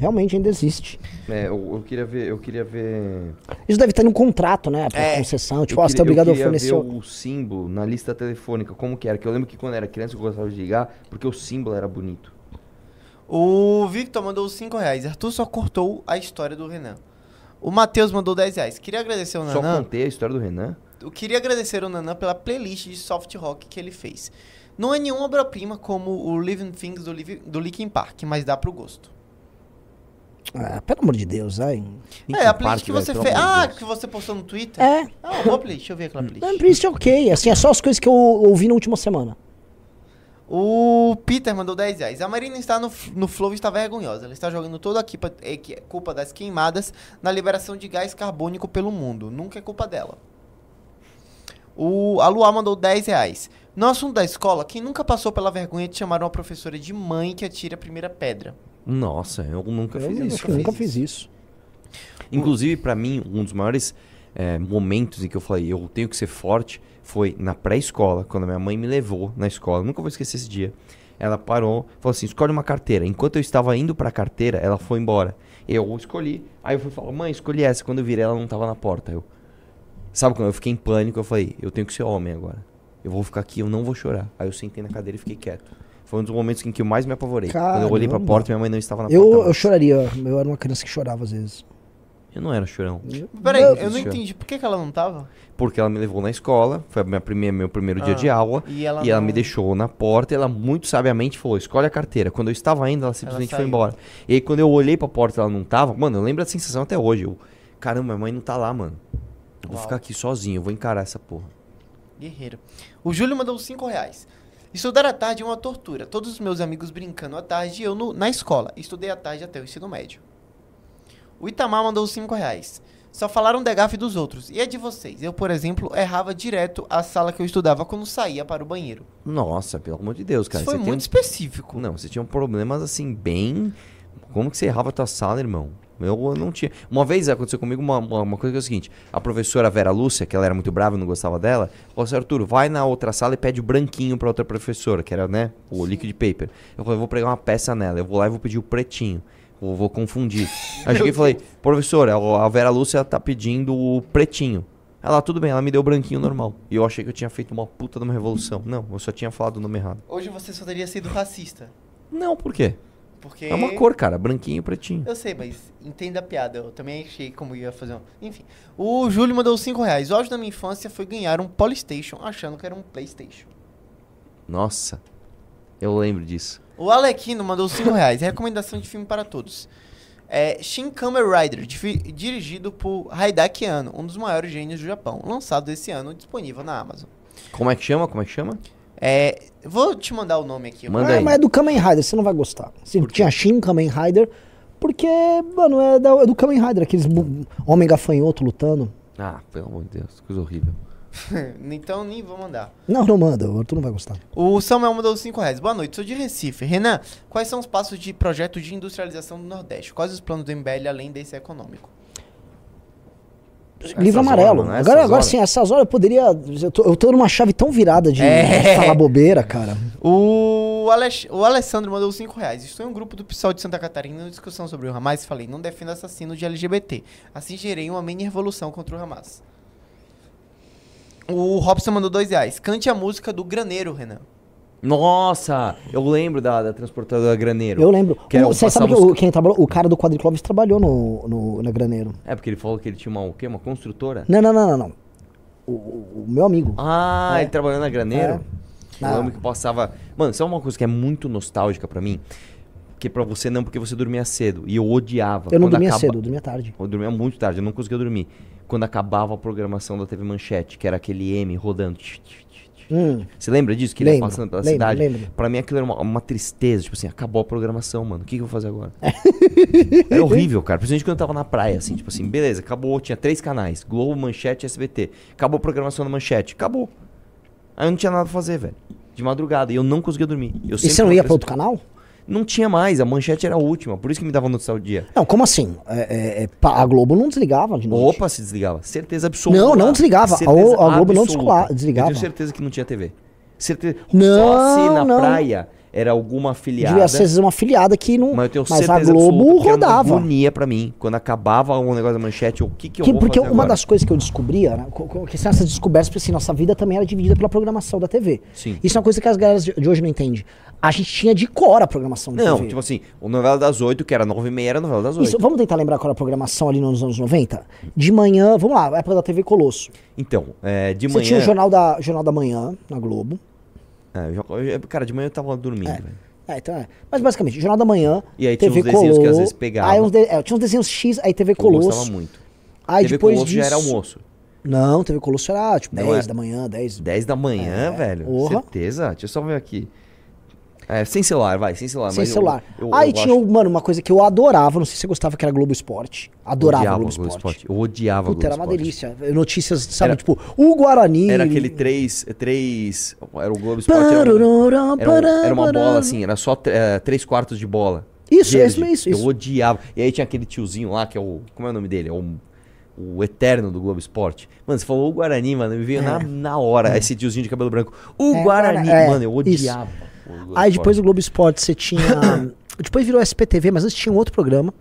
Realmente ainda existe. Eu queria ver... Isso deve estar no contrato, né? Pra concessão. Tipo, você é obrigado a fornecer... Eu queria ver o símbolo na lista telefônica, como que era. Que eu lembro que quando eu era criança eu gostava de ligar, porque o símbolo era bonito. O Victor mandou R$5. Arthur só cortou a história do Renan. O Matheus mandou R$10. Queria agradecer o Nanã. Só contei a história do Renan? Eu queria agradecer o Nanã pela playlist de soft rock que ele fez. Não é nenhuma obra-prima como o Living Things do Linkin Park, mas dá pro gosto. Pelo amor de Deus, ai. A playlist que você fez. Que você postou no Twitter? Boa playlist, deixa eu ver aquela playlist. A playlist é ok, assim, é só as coisas que eu ouvi na última semana. O Peter mandou R$10. A Marina está no Flow e está vergonhosa. Ela está jogando toda a culpa das queimadas na liberação de gás carbônico pelo mundo. Nunca é culpa dela. A Luá mandou R$10. No assunto da escola, quem nunca passou pela vergonha de chamar uma professora de mãe que atira a primeira pedra? Nossa, eu nunca fiz isso. Acho que eu nunca fiz isso. Inclusive, pra mim, um dos maiores momentos em que eu falei, eu tenho que ser forte, foi na pré-escola, quando a minha mãe me levou na escola. Eu nunca vou esquecer esse dia. Ela parou, falou assim, escolhe uma carteira. Enquanto eu estava indo pra carteira, ela foi embora. Eu escolhi. Aí eu fui falar, mãe, escolhi essa. Quando eu virei, ela não tava na porta. Sabe quando eu fiquei em pânico? Eu falei, eu tenho que ser homem agora. Eu vou ficar aqui, eu não vou chorar. Aí eu sentei na cadeira e fiquei quieto. Foi um dos momentos em que eu mais me apavorei. Caramba. Quando eu olhei pra porta, minha mãe não estava na porta. Eu choraria. Eu era uma criança que chorava às vezes. Eu não era chorão. Peraí, eu não entendi. Por que ela não tava? Porque ela me levou na escola, foi meu primeiro dia de aula, e ela me deixou na porta, e ela muito sabiamente falou, escolhe a carteira. Quando eu estava indo, ela simplesmente foi embora. E aí quando eu olhei pra porta e ela não tava, mano, eu lembro da sensação até hoje. Caramba, minha mãe não tá lá, mano. Eu vou ficar aqui sozinho, eu vou encarar essa porra. Guerreiro. O Júlio mandou R$5. Estudar à tarde é uma tortura. Todos os meus amigos brincando à tarde e eu na escola. Estudei à tarde até o ensino médio. O Itamar mandou R$5. Só falaram da gafe dos outros. E é de vocês. Eu, por exemplo, errava direto a sala que eu estudava quando saía para o banheiro. Nossa, pelo amor de Deus, cara. Isso foi muito específico. Não, você tinha problemas assim, bem... Como que você errava a tua sala, irmão? Eu não tinha. Uma vez aconteceu comigo uma coisa que é o seguinte: a professora Vera Lúcia, que ela era muito brava e não gostava dela, falou assim: Arthur, vai na outra sala e pede o branquinho pra outra professora, que era, né, o liquid paper. Eu falei, eu vou pregar uma peça nela, eu vou lá e vou pedir o pretinho. Eu vou confundir. Aí eu cheguei e falei, professora, a Vera Lúcia tá pedindo o pretinho. Ela, tudo bem, ela me deu o branquinho normal. E eu achei que eu tinha feito uma puta de uma revolução. Não, eu só tinha falado o nome errado. Hoje você só teria sido racista. Não, por quê? Porque... É uma cor, cara, branquinho e pretinho. Eu sei, mas entenda a piada. Eu também achei como ia fazer Enfim. O Júlio mandou R$5. O auge da minha infância foi ganhar um Polystation, achando que era um Playstation. Nossa, eu lembro disso. O Alequino mandou R$5. Recomendação de filme para todos. Shin Kamen Rider, dirigido por Hideaki Anno, um dos maiores gênios do Japão. Lançado esse ano, disponível na Amazon. Como é que chama? Vou te mandar o nome aqui. Manda aí. Mas é do Kamen Rider, você não vai gostar. Se tinha Shin Kamen Rider, porque, mano, é do Kamen Rider, aqueles homem gafanhoto lutando. Ah, pelo amor de Deus, coisa horrível. Então nem vou mandar. Não manda, o Arthur não vai gostar. O Samuel mandou R$5. Boa noite, sou de Recife. Renan, quais são os passos de projeto de industrialização do Nordeste? Quais os planos do MBL além desse econômico? Livro amarelo. Agora sim, essas horas eu poderia... Eu tô numa chave tão virada de falar bobeira, cara. O Alessandro mandou R$5. Estou em um grupo do PSOL de Santa Catarina em discussão sobre o Hamas e falei, não defendo assassino de LGBT. Assim gerei uma mini revolução contra o Hamas. O Robson mandou R$2. Cante a música do Graneiro, Renan. Nossa, eu lembro da transportadora Graneiro. Eu lembro. Você sabe que quem trabalhou, o cara do Quadriclovis trabalhou na Graneiro. É porque ele falou que ele tinha uma construtora? Não. O meu amigo. Ah, ele trabalhou na Graneiro? Eu lembro que passava... Mano, isso é uma coisa que é muito nostálgica pra mim. Que pra você não, porque você dormia cedo. E eu odiava. Eu não dormia cedo, eu dormia tarde. Eu dormia muito tarde, eu não conseguia dormir. Quando acabava a programação da TV Manchete, que era aquele M rodando... Você lembra disso? Que ele ia passando pela cidade? Lembro. Pra mim aquilo era uma tristeza. Tipo assim, acabou a programação, mano. O que eu vou fazer agora? Era horrível, cara. Principalmente quando eu tava na praia, assim. Tipo assim, beleza, acabou. Tinha 3 canais. Globo, Manchete e SBT. Acabou a programação da Manchete. Acabou. Aí eu não tinha nada pra fazer, velho. De madrugada. E eu não conseguia dormir. E você não ia pra outro canal? Não tinha mais, a Manchete era a última, por isso que me dava nostalgia. Não, como assim? A Globo não desligava de noite. Opa, se desligava. Certeza absoluta. Não desligava. A Globo não desligava. Eu tenho certeza que não tinha TV. Certeza. Não, só se na praia era alguma afiliada. Devia ser uma afiliada que não... Mas eu tenho Mas certeza a Globo absoluta que era rodava. uma agonia pra mim. Quando acabava o negócio da manchete, o que eu vou Porque fazer uma agora? das coisas que eu descobria, né, que são essas descobertas, porque assim, nossa vida também era dividida pela programação da TV. Sim. Isso é uma coisa que as galera de hoje não entendem. A gente tinha de cor a programação da Não, TV. tipo assim, o Novela das 8, que era 9h30, era Novela das 8. Isso, vamos tentar lembrar qual era a programação ali nos anos 90? De manhã, vamos lá, época da TV Colosso. Então, de Você manhã... tinha o Jornal da Manhã, na Globo. Cara, de manhã eu tava dormindo, velho. Então. Mas basicamente, Jornal da Manhã, E aí tinha TV uns desenhos que às Colosso, vezes pegava. aí tinha uns desenhos X, aí TV Eu Colosso. gostava muito. Aí TV depois Colosso disso... já era almoço. Não, TV Colosso era tipo Não 10 é? da manhã, 10... 10 da manhã, velho? porra. Certeza? Deixa eu só ver aqui. Sem celular, vai, sem celular. Sem mas celular. eu Aí gosto- tinha, mano, uma coisa que eu adorava, não sei se você gostava, que era Globo Esporte. Adorava odiava Globo o Globo Esporte. Esporte. Eu odiava o Puta, Globo era uma Esporte. delícia. Notícias, sabe, Era- tipo, o Guarani... Era aquele 3... Era o Globo Esporte. Era uma bola assim, era só 3/4 de bola. Isso, Verde. isso. Eu odiava. E aí tinha aquele tiozinho lá, que é o... Como é o nome dele? É o eterno do Globo Esporte. Mano, você falou o Guarani, mano, me veio na hora esse tiozinho de cabelo branco. O Guarani. Mano, eu odiava. o Globo Aí depois Esporte. do Globo Esporte você tinha... depois virou SPTV, mas antes tinha um outro programa.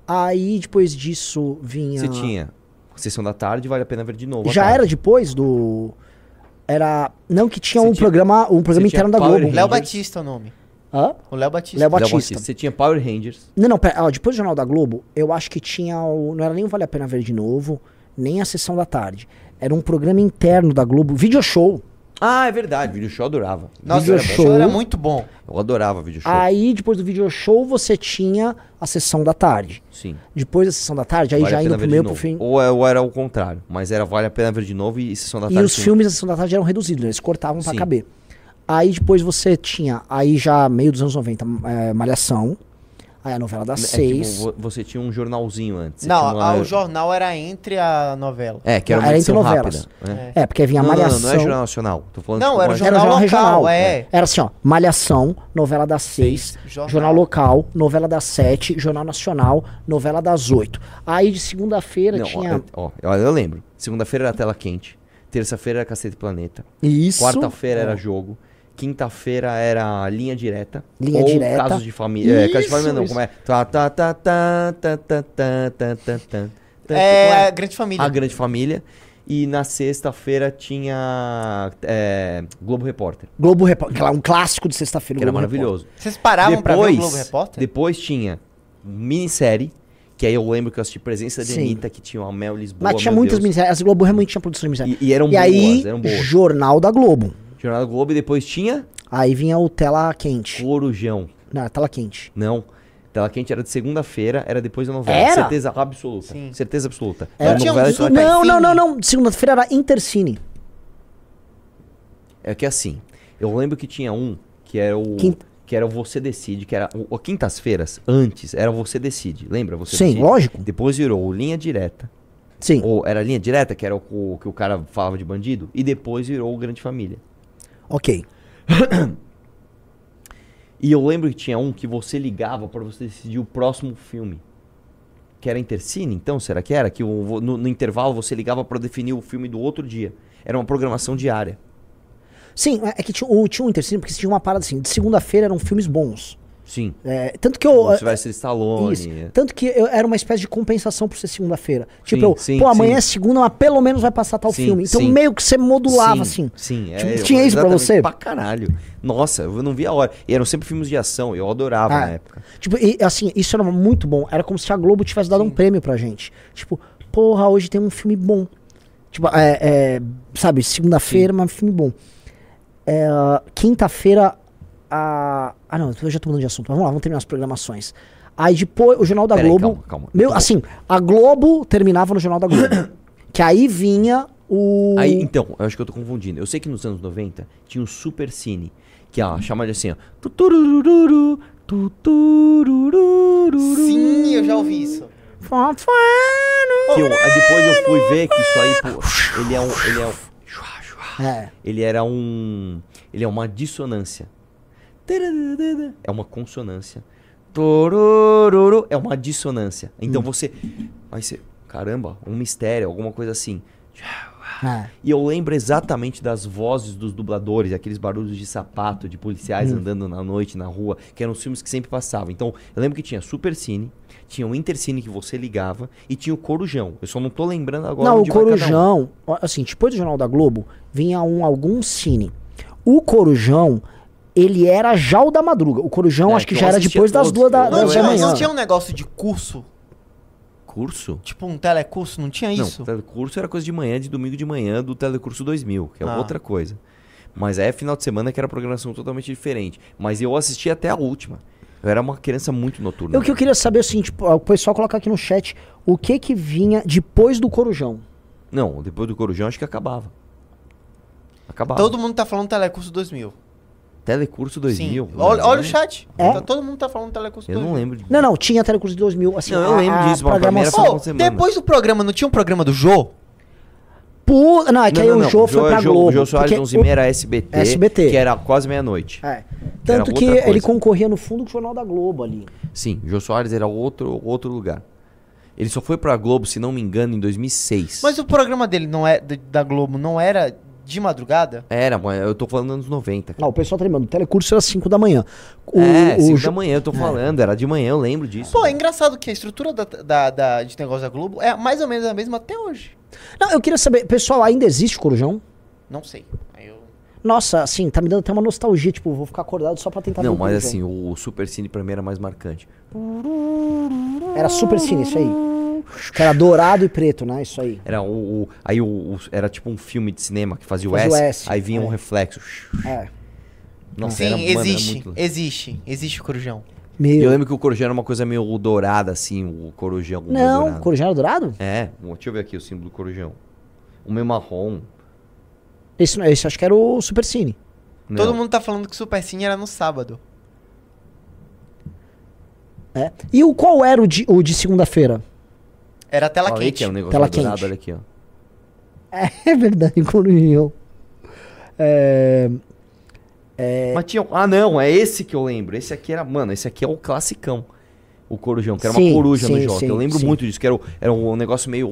Aí depois disso vinha... Você tinha Sessão da Tarde, Vale a Pena Ver de Novo. à Já tarde. era depois do... Era... Não, que tinha Você um tinha- programa você tinha interno da Power Globo. Rangers. Léo Batista é o nome. Hã? O Léo Batista. Léo Léo Batista. Você tinha Power Rangers. Não, pera, ó, depois do Jornal da Globo, eu acho que tinha o... Não era nem o Vale a Pena Ver de Novo, nem a Sessão da Tarde. Era um programa interno da Globo, Video Show. Ah, é verdade. Video Show eu adorava. Nossa, Video o show show. era muito bom. Eu adorava Video Show. Aí, depois do Video Show, você tinha a Sessão da Tarde. Sim. Depois da Sessão da Tarde, aí Vale a já Pena indo Ver pro de meio pro Novo. fim. Ou era o contrário. Mas era Vale a Pena Ver de Novo e Sessão da E Tarde. os sim. filmes da Sessão da Tarde eram reduzidos, eles cortavam pra Sim. caber. Aí depois você tinha, aí já meio dos anos 90, Malhação. Aí a novela das 6. Tipo, você tinha um jornalzinho antes. Você Não, tinha uma- o jornal era entre a novela. que era uma Era entre edição novelas. rápida. né? Porque vinha Não, Malhação. não é Jornal Nacional. Tô falando Não, tipo, era o uma- jornal local, regional. é. Era assim, ó, Malhação, novela das 6, Jornal. jornal local, novela das 7, jornal nacional, novela das 8. Aí de segunda-feira Não, tinha eu lembro. Segunda-feira era Tela Quente. Terça-feira era Cacete Planeta. isso. Quarta-feira era Jogo. Quinta-feira era Linha Direta. Linha ou Direta. Casos de Família. Casos de Isso, Família não, isso. como é? Tá, tá, tá, tá, tá, tá, tá, tá, tá, tá. É, Como a Grande Família. A Grande Família. E na sexta-feira tinha Globo Repórter, Globo Repórter, um clássico de sexta-feira. que era Globo Repórter. maravilhoso. Vocês paravam pra ver o Globo Repórter? Depois tinha minissérie, que aí eu lembro que eu assisti Presença de Sim. Anitta, que tinha uma Mel Lisboa. Mas tinha meu muitas Deus. minisséries. As Globo realmente tinha produção de minissérie. E eram E aí, eram boas. Jornal da Globo. Jornal da Globo e depois tinha Aí vinha o Tela Quente. Corujão. Não, Tela Quente. Não. Tela Quente era de segunda-feira, era depois da novela. Era? Certeza absoluta. Sim. Certeza absoluta. Era. Tinha novela um de Super Não, Cine. não, não, não. Segunda-feira era Intercine. É que assim, eu lembro que tinha um que era o Quinta- que era o Você Decide, que era o quintas-feiras antes era o Você Decide. Lembra? Você Sim, Decide? lógico. Depois virou o Linha Direta. Sim. Ou era Linha Direta, que era o que o cara falava de bandido, e depois virou o Grande Família. Ok. E eu lembro que tinha um que você ligava pra você decidir o próximo filme. Que era Intercine, então, será que era? Que no intervalo você ligava pra definir o filme do outro dia. Era uma programação diária. Sim, é que tinha um Intercine, porque tinha uma parada assim, de segunda-feira eram filmes bons. Sim. Tanto que eu... O Sylvester Stallone. Isso. Tanto que era uma espécie de compensação por ser segunda-feira. Sim, Tipo, sim, pô, amanhã sim. é segunda, mas pelo menos vai passar tal Sim, filme. Então sim. meio que você modulava, assim. Sim, Tipo, tinha isso pra exatamente, você? Pra caralho. Nossa, eu não via a hora. E eram sempre filmes de ação, eu adorava na época. Tipo, e, assim, isso era muito bom. Era como se a Globo tivesse dado um prêmio pra gente. Tipo, porra, hoje tem um filme bom. Tipo, sabe, segunda-feira, mas filme bom. Quinta-feira, não, eu já tô mudando de assunto. Mas vamos lá, vamos terminar as programações. Aí depois, o Jornal da Peraí, Globo... calma. Assim, a Globo terminava no Jornal da Globo. Que aí vinha o... Aí, então, eu acho que eu tô confundindo. Eu sei que nos anos 90 tinha um Super Cine, que chamava de assim, ó. Tuturururu, tuturururu. Sim, eu já ouvi isso. Que depois eu fui ver que isso aí, pô, ele é uma dissonância. É uma consonância. Torororo é uma dissonância. Então você vai ser, caramba, um mistério, alguma coisa assim. E eu lembro exatamente das vozes dos dubladores, aqueles barulhos de sapato, de policiais andando na noite, na rua, que eram os filmes que sempre passavam. Então, eu lembro que tinha Supercine, tinha o Intercine que você ligava e tinha o Corujão. Eu só não tô lembrando agora Não, o onde vai cada um. Corujão, assim, depois do Jornal da Globo, vinha algum cine. O Corujão, ele era já o da madruga. O Corujão acho que eu já era assistia depois das todos. 2 da manhã. Não tinha um negócio de curso? Curso? Tipo um telecurso? Não tinha isso? Não, telecurso era coisa de manhã, de domingo de manhã, do Telecurso 2000, que é outra coisa. Mas aí é final de semana que era programação totalmente diferente. Mas eu assisti até a última. Eu era uma criança muito noturna. O que eu queria saber é o seguinte, o pessoal colocar aqui no chat, o que vinha depois do Corujão? Não, depois do Corujão acho que acabava. Acabava. Todo mundo tá falando telecurso 2000. Telecurso 2000? Sim. Olha o chat. É? Todo mundo tá falando telecurso Eu 2000. não lembro. Não, tinha Telecurso de 2000, assim, Não, eu lembro disso, mas pra mim era programação. final de semana. Depois do programa, não tinha um programa do Jô? Não, é que aí o Jô foi pra Globo. O Jô Soares porque 11h30 era SBT, que era quase meia-noite. É. Era Tanto que outra ele coisa. concorria no fundo do Jornal da Globo ali. Sim, o Jô Soares era outro lugar. Ele só foi pra Globo, se não me engano, em 2006. Mas o programa dele não é da Globo não era de madrugada? Era, mas eu tô falando anos 90. O pessoal tá lembrando, o telecurso era 5 da manhã. 5 da manhã, eu tô falando, era de manhã, eu lembro disso. Pô, é engraçado que a estrutura de negócio da Globo é mais ou menos a mesma até hoje. Não, eu queria saber, pessoal, ainda existe o Corujão? Não sei. Nossa, assim, tá me dando até uma nostalgia, tipo, vou ficar acordado só pra tentar ver Não, o mas Corujão. assim, o Supercine pra mim era mais marcante. Era Supercine, isso aí. Que era dourado e preto, né? Isso aí. Era era tipo um filme de cinema que fazia o Fazia o S, S, aí vinha um reflexo. É. Nossa, Sim, era, mano, era existe. muito- Existe o Corujão. Eu Meu. lembro que o Corujão era uma coisa meio dourada, assim, o Corujão. meio Não, dourado. Corujão era dourado? É, deixa eu ver aqui o símbolo do Corujão. O meio marrom. Esse acho que era o Supercine. Não. Todo mundo tá falando que o Super Cine era no sábado. É. E qual era o de segunda-feira? Era a tela Olha aí quente. que é um negócio Tela dourado, quente. olha aqui, ó. É verdade, Corujão. Mas tinha... Ah, não, é esse que eu lembro. Esse aqui era... Mano, esse aqui é o classicão. O Corujão, que era Sim, uma coruja no sim, Jota. sim, Eu lembro sim. muito disso, que era um negócio meio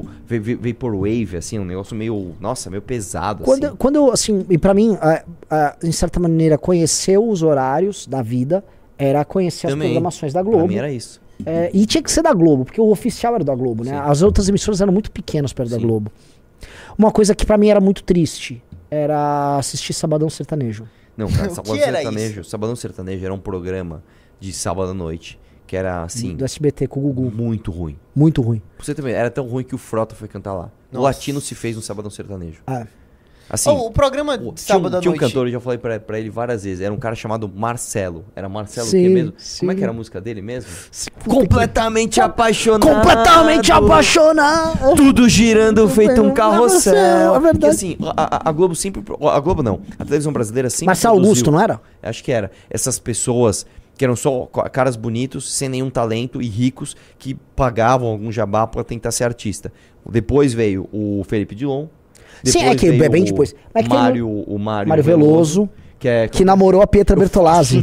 vaporwave, assim, um negócio meio... Nossa, meio pesado, assim. Quando eu, assim, e pra mim, em certa maneira, conhecer os horários da vida era conhecer Também. as programações da Pra Globo. mim era isso. E tinha que ser da Globo, porque o oficial era da Globo, né? Sim. As outras emissoras eram muito pequenas perto da Sim. Globo. Uma coisa que pra mim era muito triste era assistir Sabadão Sertanejo. Não, cara, O Sabadão que era Sertanejo... Sabadão Sertanejo era um programa de sábado à noite, que era, assim, Do SBT com o Gugu. muito ruim. Muito ruim. Pra você também, era tão ruim que o Frota foi cantar lá. O Nossa. Latino se fez no Sabadão Sertanejo. Assim... O programa de sábado à tinha um noite. cantor, eu já falei pra ele várias vezes. Era um cara chamado Marcelo. Era Marcelo o Sim, quê mesmo? sim. Como é que era a música dele mesmo? Completamente apaixonado. Completamente apaixonado! Tudo girando feito um carrossel. É verdade. Porque assim, a Globo sempre... A Globo não. A televisão brasileira sempre Marcelo Augusto, não era? Acho que era. Essas pessoas que eram só caras bonitos, sem nenhum talento e ricos, que pagavam algum jabá pra tentar ser artista. Depois veio o Felipe Dilon. Sim, Depois é que veio é bem depois. Mas que tem o Mário Veloso, que que namorou a Pietra Bertolazzi.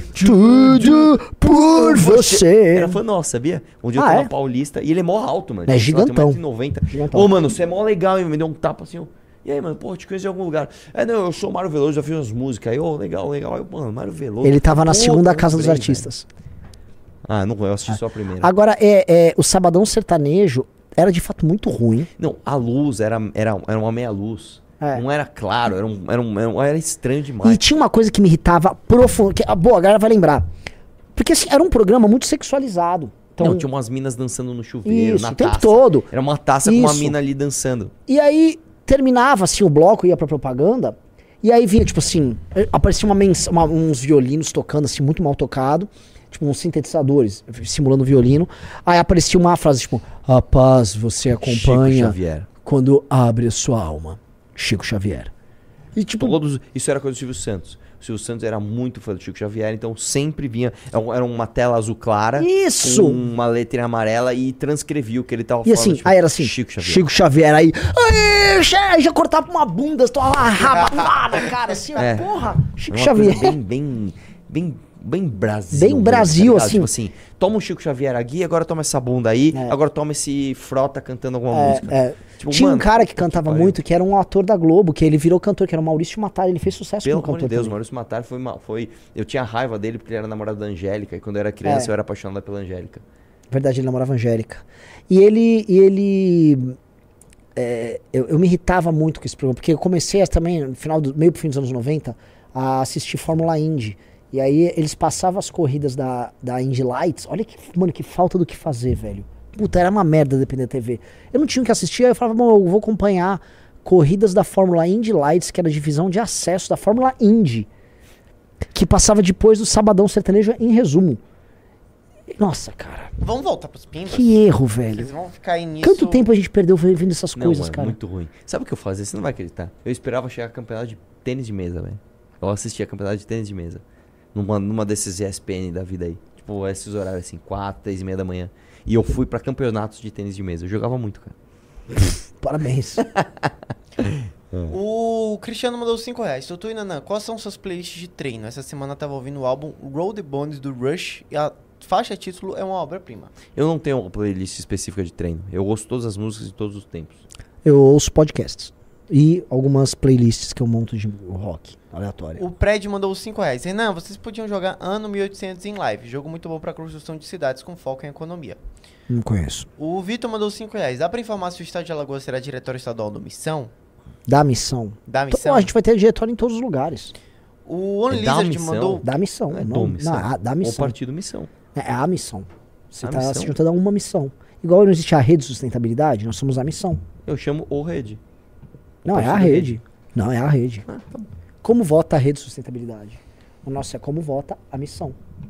Tudo por você. Era fã nosso, sabia? Um dia eu Ah, tava é? na Paulista e ele é mó alto, mano. É Sei lá, tem gigantão. 1,90 m. Gigantão. Ô, mano, você é mó legal, hein? Me deu um tapa assim, ó. E aí, mano, pô, eu te conheci em algum lugar. Não, eu sou o Mário Veloso, já fiz umas músicas. Aí, legal. Aí, eu, mano, Mário Veloso. Ele tava na Pô, segunda eu Casa dos lembrei, Artistas. velho. Ah, não, eu assisti só a primeira. Agora, o Sabadão Sertanejo era de fato muito ruim. Não, a luz era uma meia-luz. É. Não era claro, era estranho demais. E tinha uma coisa que me irritava profundamente. Boa, a galera vai lembrar. Porque assim, era um programa muito sexualizado. Então, Não, tinha umas minas dançando no chuveiro, isso, na o tempo taça. todo. Era uma taça com uma Isso. mina ali dançando. E aí terminava assim o bloco, ia pra propaganda. E aí vinha, tipo assim, aparecia uns violinos tocando, assim, muito mal tocado. Tipo, uns sintetizadores, simulando violino. Aí aparecia uma frase, tipo, a paz você Chico acompanha Xavier. quando abre a sua alma. Chico Xavier. E tipo, Isso era coisa do Silvio Santos. O Silvio Santos era muito fã do Chico Xavier, então sempre vinha. Era uma tela azul clara. Isso! Com uma letra amarela e transcrevia o que ele tava e falando. assim, tipo, aí era assim, Chico Xavier. Chico Xavier, aí já cortava uma bunda, uma rabada, cara, assim, ó, É. porra, Chico Era uma Xavier. coisa bem bem Brasil. Bem Brasil, tá ligado? assim. Tipo assim, toma um Chico Xavier aqui, agora toma essa bunda aí, agora toma esse Frota cantando alguma música. Tipo, tinha mano, um cara que cantava muito, que era um ator da Globo, que ele virou cantor, que era o Maurício Matar, ele fez sucesso pelo como amor cantor. de Deus, o também. Maurício Matar foi... Eu tinha raiva dele porque ele era namorado da Angélica, e quando eu era criança eu era apaixonado pela Angélica. Verdade, ele namorava a Angélica. E ele eu me irritava muito com esse programa, porque eu comecei também, no final meio pro fim dos anos 90, a assistir Fórmula Indy. E aí eles passavam as corridas da Indy Lights. Olha que falta do que fazer, velho. Puta, era uma merda depender da TV. Eu não tinha o que assistir, aí eu falava, bom, eu vou acompanhar corridas da Fórmula Indy Lights, que era a divisão de acesso da Fórmula Indy, que passava depois do Sabadão Sertanejo em resumo. Nossa, cara. Vamos voltar pros Pimbas? Que erro, velho. Eles vão ficar aí nisso... Quanto tempo a gente perdeu vendo essas coisas, mano, cara? muito ruim. Sabe o que eu fazia? Você não vai acreditar. Eu esperava chegar a campeonato de tênis de mesa, velho. Eu assistia a campeonato de tênis de mesa. Numa desses ESPN da vida aí. Tipo, esses horários assim, 4, 3 e meia da manhã. E eu fui pra campeonatos de tênis de mesa. Eu jogava muito, cara. Parabéns. O Cristiano mandou R$5. Tutu e Nanã, quais são suas playlists de treino? Essa semana eu tava ouvindo o álbum Roll the Bones do Rush e a faixa título é uma obra-prima. Eu não tenho uma playlist específica de treino. Eu ouço todas as músicas de todos os tempos. Eu ouço podcasts. E algumas playlists que eu monto de rock aleatório. O Prédio mandou R$5. Renan, vocês podiam jogar Ano 1800 em live. Jogo muito bom pra construção de cidades com foco em economia. Não conheço. O Vitor mandou R$5. Dá pra informar se o estado de Alagoas será diretório estadual do Missão? Da missão. Da Então, Missão? a gente vai ter diretório em todos os lugares. O On É da Lizard Missão? mandou... Da missão. Não é não, do Missão. não, da Ou missão. partido Missão. É a missão. Você A tá missão? se juntando a uma missão. Igual não existe a rede de sustentabilidade, nós somos a missão. Eu chamo o Rede. Não, é a partido rede. Não, é a rede. Ah, tá bom. Como vota a rede de sustentabilidade? O nosso é como vota a missão.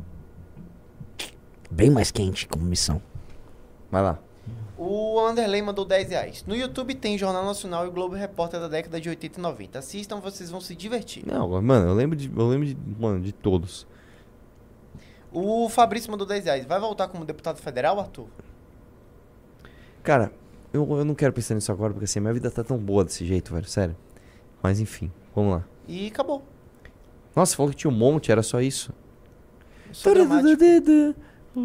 Bem mais quente como missão. Vai lá. O Anderley mandou R$10. No YouTube tem Jornal Nacional e Globo Repórter da década de 80 e 90. Assistam, vocês vão se divertir. Não, mano, eu lembro de todos. O Fabrício mandou R$10. Vai voltar como deputado federal, Arthur? Cara, eu não quero pensar nisso agora, porque assim, minha vida tá tão boa desse jeito, velho, sério. Mas enfim, vamos lá. E acabou. Nossa, você falou que tinha um monte, era só isso. Sou dramático.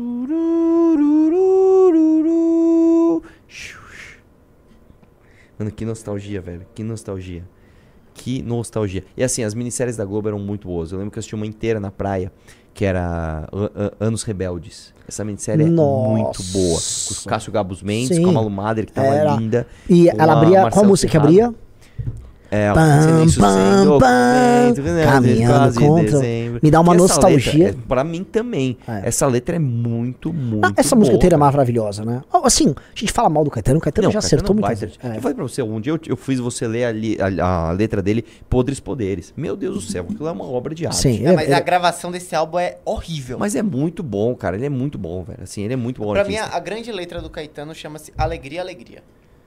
Mano, que nostalgia, velho. Que nostalgia. Que nostalgia. E assim, as minisséries da Globo eram muito boas. Eu lembro que eu assisti uma inteira na praia, que era Anos Rebeldes. Essa minissérie é muito boa. Com o Cássio Gabus Mendes, Sim. com a Malu Mader, que tava Era. linda. E com ela a abria. Qual Marcela música que Serrano. abria? É, Pam, isso pam, sendo pam, caminhando quase contra. dezembro. Me dá uma E essa nostalgia. letra, pra mim também. É. Essa letra é muito Essa música boa, inteira é cara. maravilhosa, né? Assim, a gente fala mal do Caetano, o Caetano já acertou Caetano muitas Baita. vezes. Eu falei pra você, um dia eu fiz você ler a letra dele, Podres Poderes. Meu Deus do céu, aquilo é uma obra de arte. Sim, É, mas a gravação desse álbum é horrível. Mas é muito bom, cara. Ele é muito bom, velho. Assim, ele é muito bom Pra mim, artista. a grande letra do Caetano chama-se Alegria, Alegria.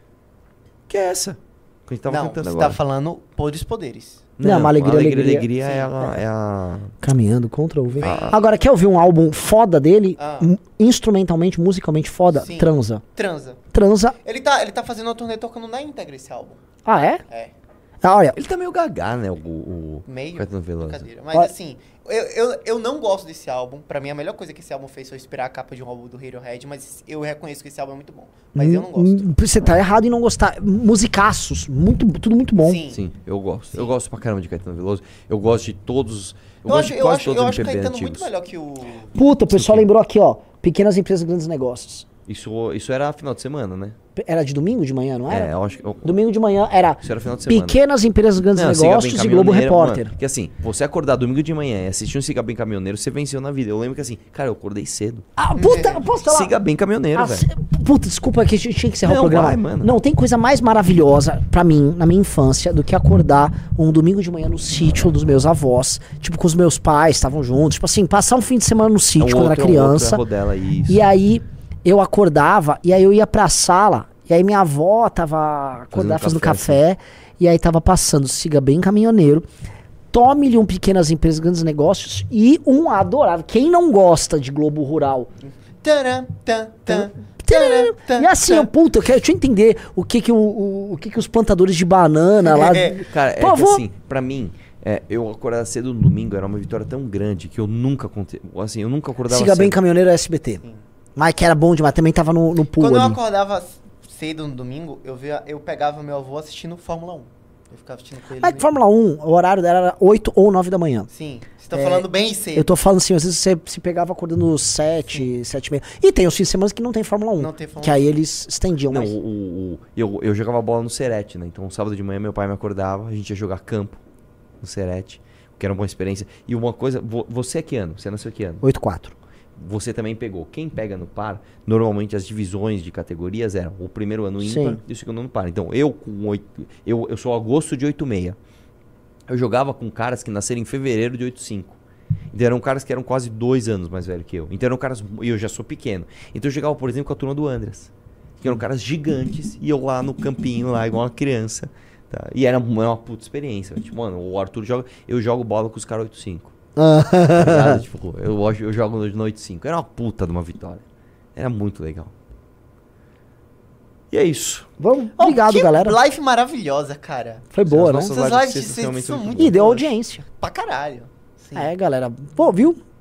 Que é essa? Que a gente tava Não, cantando você agora. tá falando Podres Poderes. Não, uma Alegria, Alegria. Alegria é a... Caminhando contra o vento. Agora, quer ouvir um álbum foda dele? Ah. Instrumentalmente, musicalmente foda? Sim. Transa. Transa. Transa. Ele tá fazendo uma turnê tocando na íntegra esse álbum. Ah, é? É. Ah, olha, Ele tá meio gagá, né? O Meio. Caetano Veloso. Brincadeira. Mas Olha- assim, eu não gosto desse álbum. Pra mim, a melhor coisa que esse álbum fez foi inspirar a capa de um álbum do Radiohead. Mas eu reconheço que esse álbum é muito bom. Mas eu não gosto. Você tá errado em não gostar. Musicaços, tudo muito bom. Sim. Sim, eu gosto. Sim. Eu gosto pra caramba de Caetano Veloso. Eu gosto de todos... Eu gosto acho, de eu quase acho, todos eu os acho o MPB Caetano antigos. muito melhor que o... Puta, o pessoal Sim. lembrou aqui, ó. Pequenas empresas, grandes negócios. Isso era final de semana, né? Era de domingo de manhã, não era? É, eu acho que... Domingo de manhã era Isso era final de semana. Pequenas Empresas, Grandes Não, Siga Bem Negócios e Globo Caminhoneiro, Repórter. mano, porque assim, você acordar domingo de manhã e assistir um Siga Bem Caminhoneiro, você venceu na vida. Eu lembro que assim, cara, eu acordei cedo. Ah, puta, posso falar? Siga Bem Caminhoneiro, Ah, velho. Puta, desculpa que a gente tinha que encerrar Não, o programa. vai, mano. Não, tem coisa mais maravilhosa pra mim, na minha infância, do que acordar um domingo de manhã no sítio dos meus avós, tipo, com os meus pais, estavam juntos, tipo assim, passar um fim de semana no sítio quando era criança. Rodela, isso. E aí eu acordava, e aí eu ia pra sala, e aí minha avó tava acordada fazendo café, e aí tava passando Siga Bem Caminhoneiro, Tome-lhe um Pequenas Empresas, Grandes Negócios e um adorável. Quem não gosta de Globo Rural? Taran, tan, tan, E assim, eu, puta, deixa eu entender o que que os plantadores de banana lá... Cara, é Por que favor. assim, pra mim, Eu acordar cedo no domingo era uma vitória tão grande que eu nunca assim, eu nunca acordava Siga Bem cedo. Caminhoneiro SBT. Sim. Mas que era bom demais, também tava no pool Quando ali. eu acordava cedo no domingo, eu pegava meu avô assistindo Fórmula 1. Eu ficava assistindo com ele. Mas Fórmula 1, o horário dela era 8 ou 9 da manhã. Sim, você tá falando bem cedo. Eu tô falando assim, às vezes você se pegava acordando 7, 7 e meia. E tem os fins de semana que não tem Fórmula 1. Não tem Fórmula 1. Que aí eles estendiam mais. Eu jogava bola no Serete, né? Então sábado de manhã meu pai me acordava, a gente ia jogar campo no Serete, que era uma boa experiência. E uma coisa, você é que ano? Você nasceu que ano? 8-4. Você também pegou. Quem pega no par, normalmente as divisões de categorias eram o primeiro ano ímpar e o segundo ano par. Então, eu sou agosto de 86. Eu jogava com caras que nasceram em fevereiro de 85. Então, eram caras que eram quase 2 anos mais velhos que eu. Então, eram caras... E eu já sou pequeno. Então, eu jogava, por exemplo, com a turma do Andras. Que eram caras gigantes. E eu lá no campinho, lá, igual uma criança. Tá? E era uma puta experiência. Tipo, mano, o Arthur joga... Eu jogo bola com os caras 85. Tá tipo, eu jogo no 8-5. Era uma puta de uma vitória. Era muito legal. E é isso. Vamos, obrigado, galera. Live maravilhosa, cara. Foi boa, né? Essas lives de sexta são muito E deu boas. audiência. Pra caralho. Sim. É, galera. Pô, viu?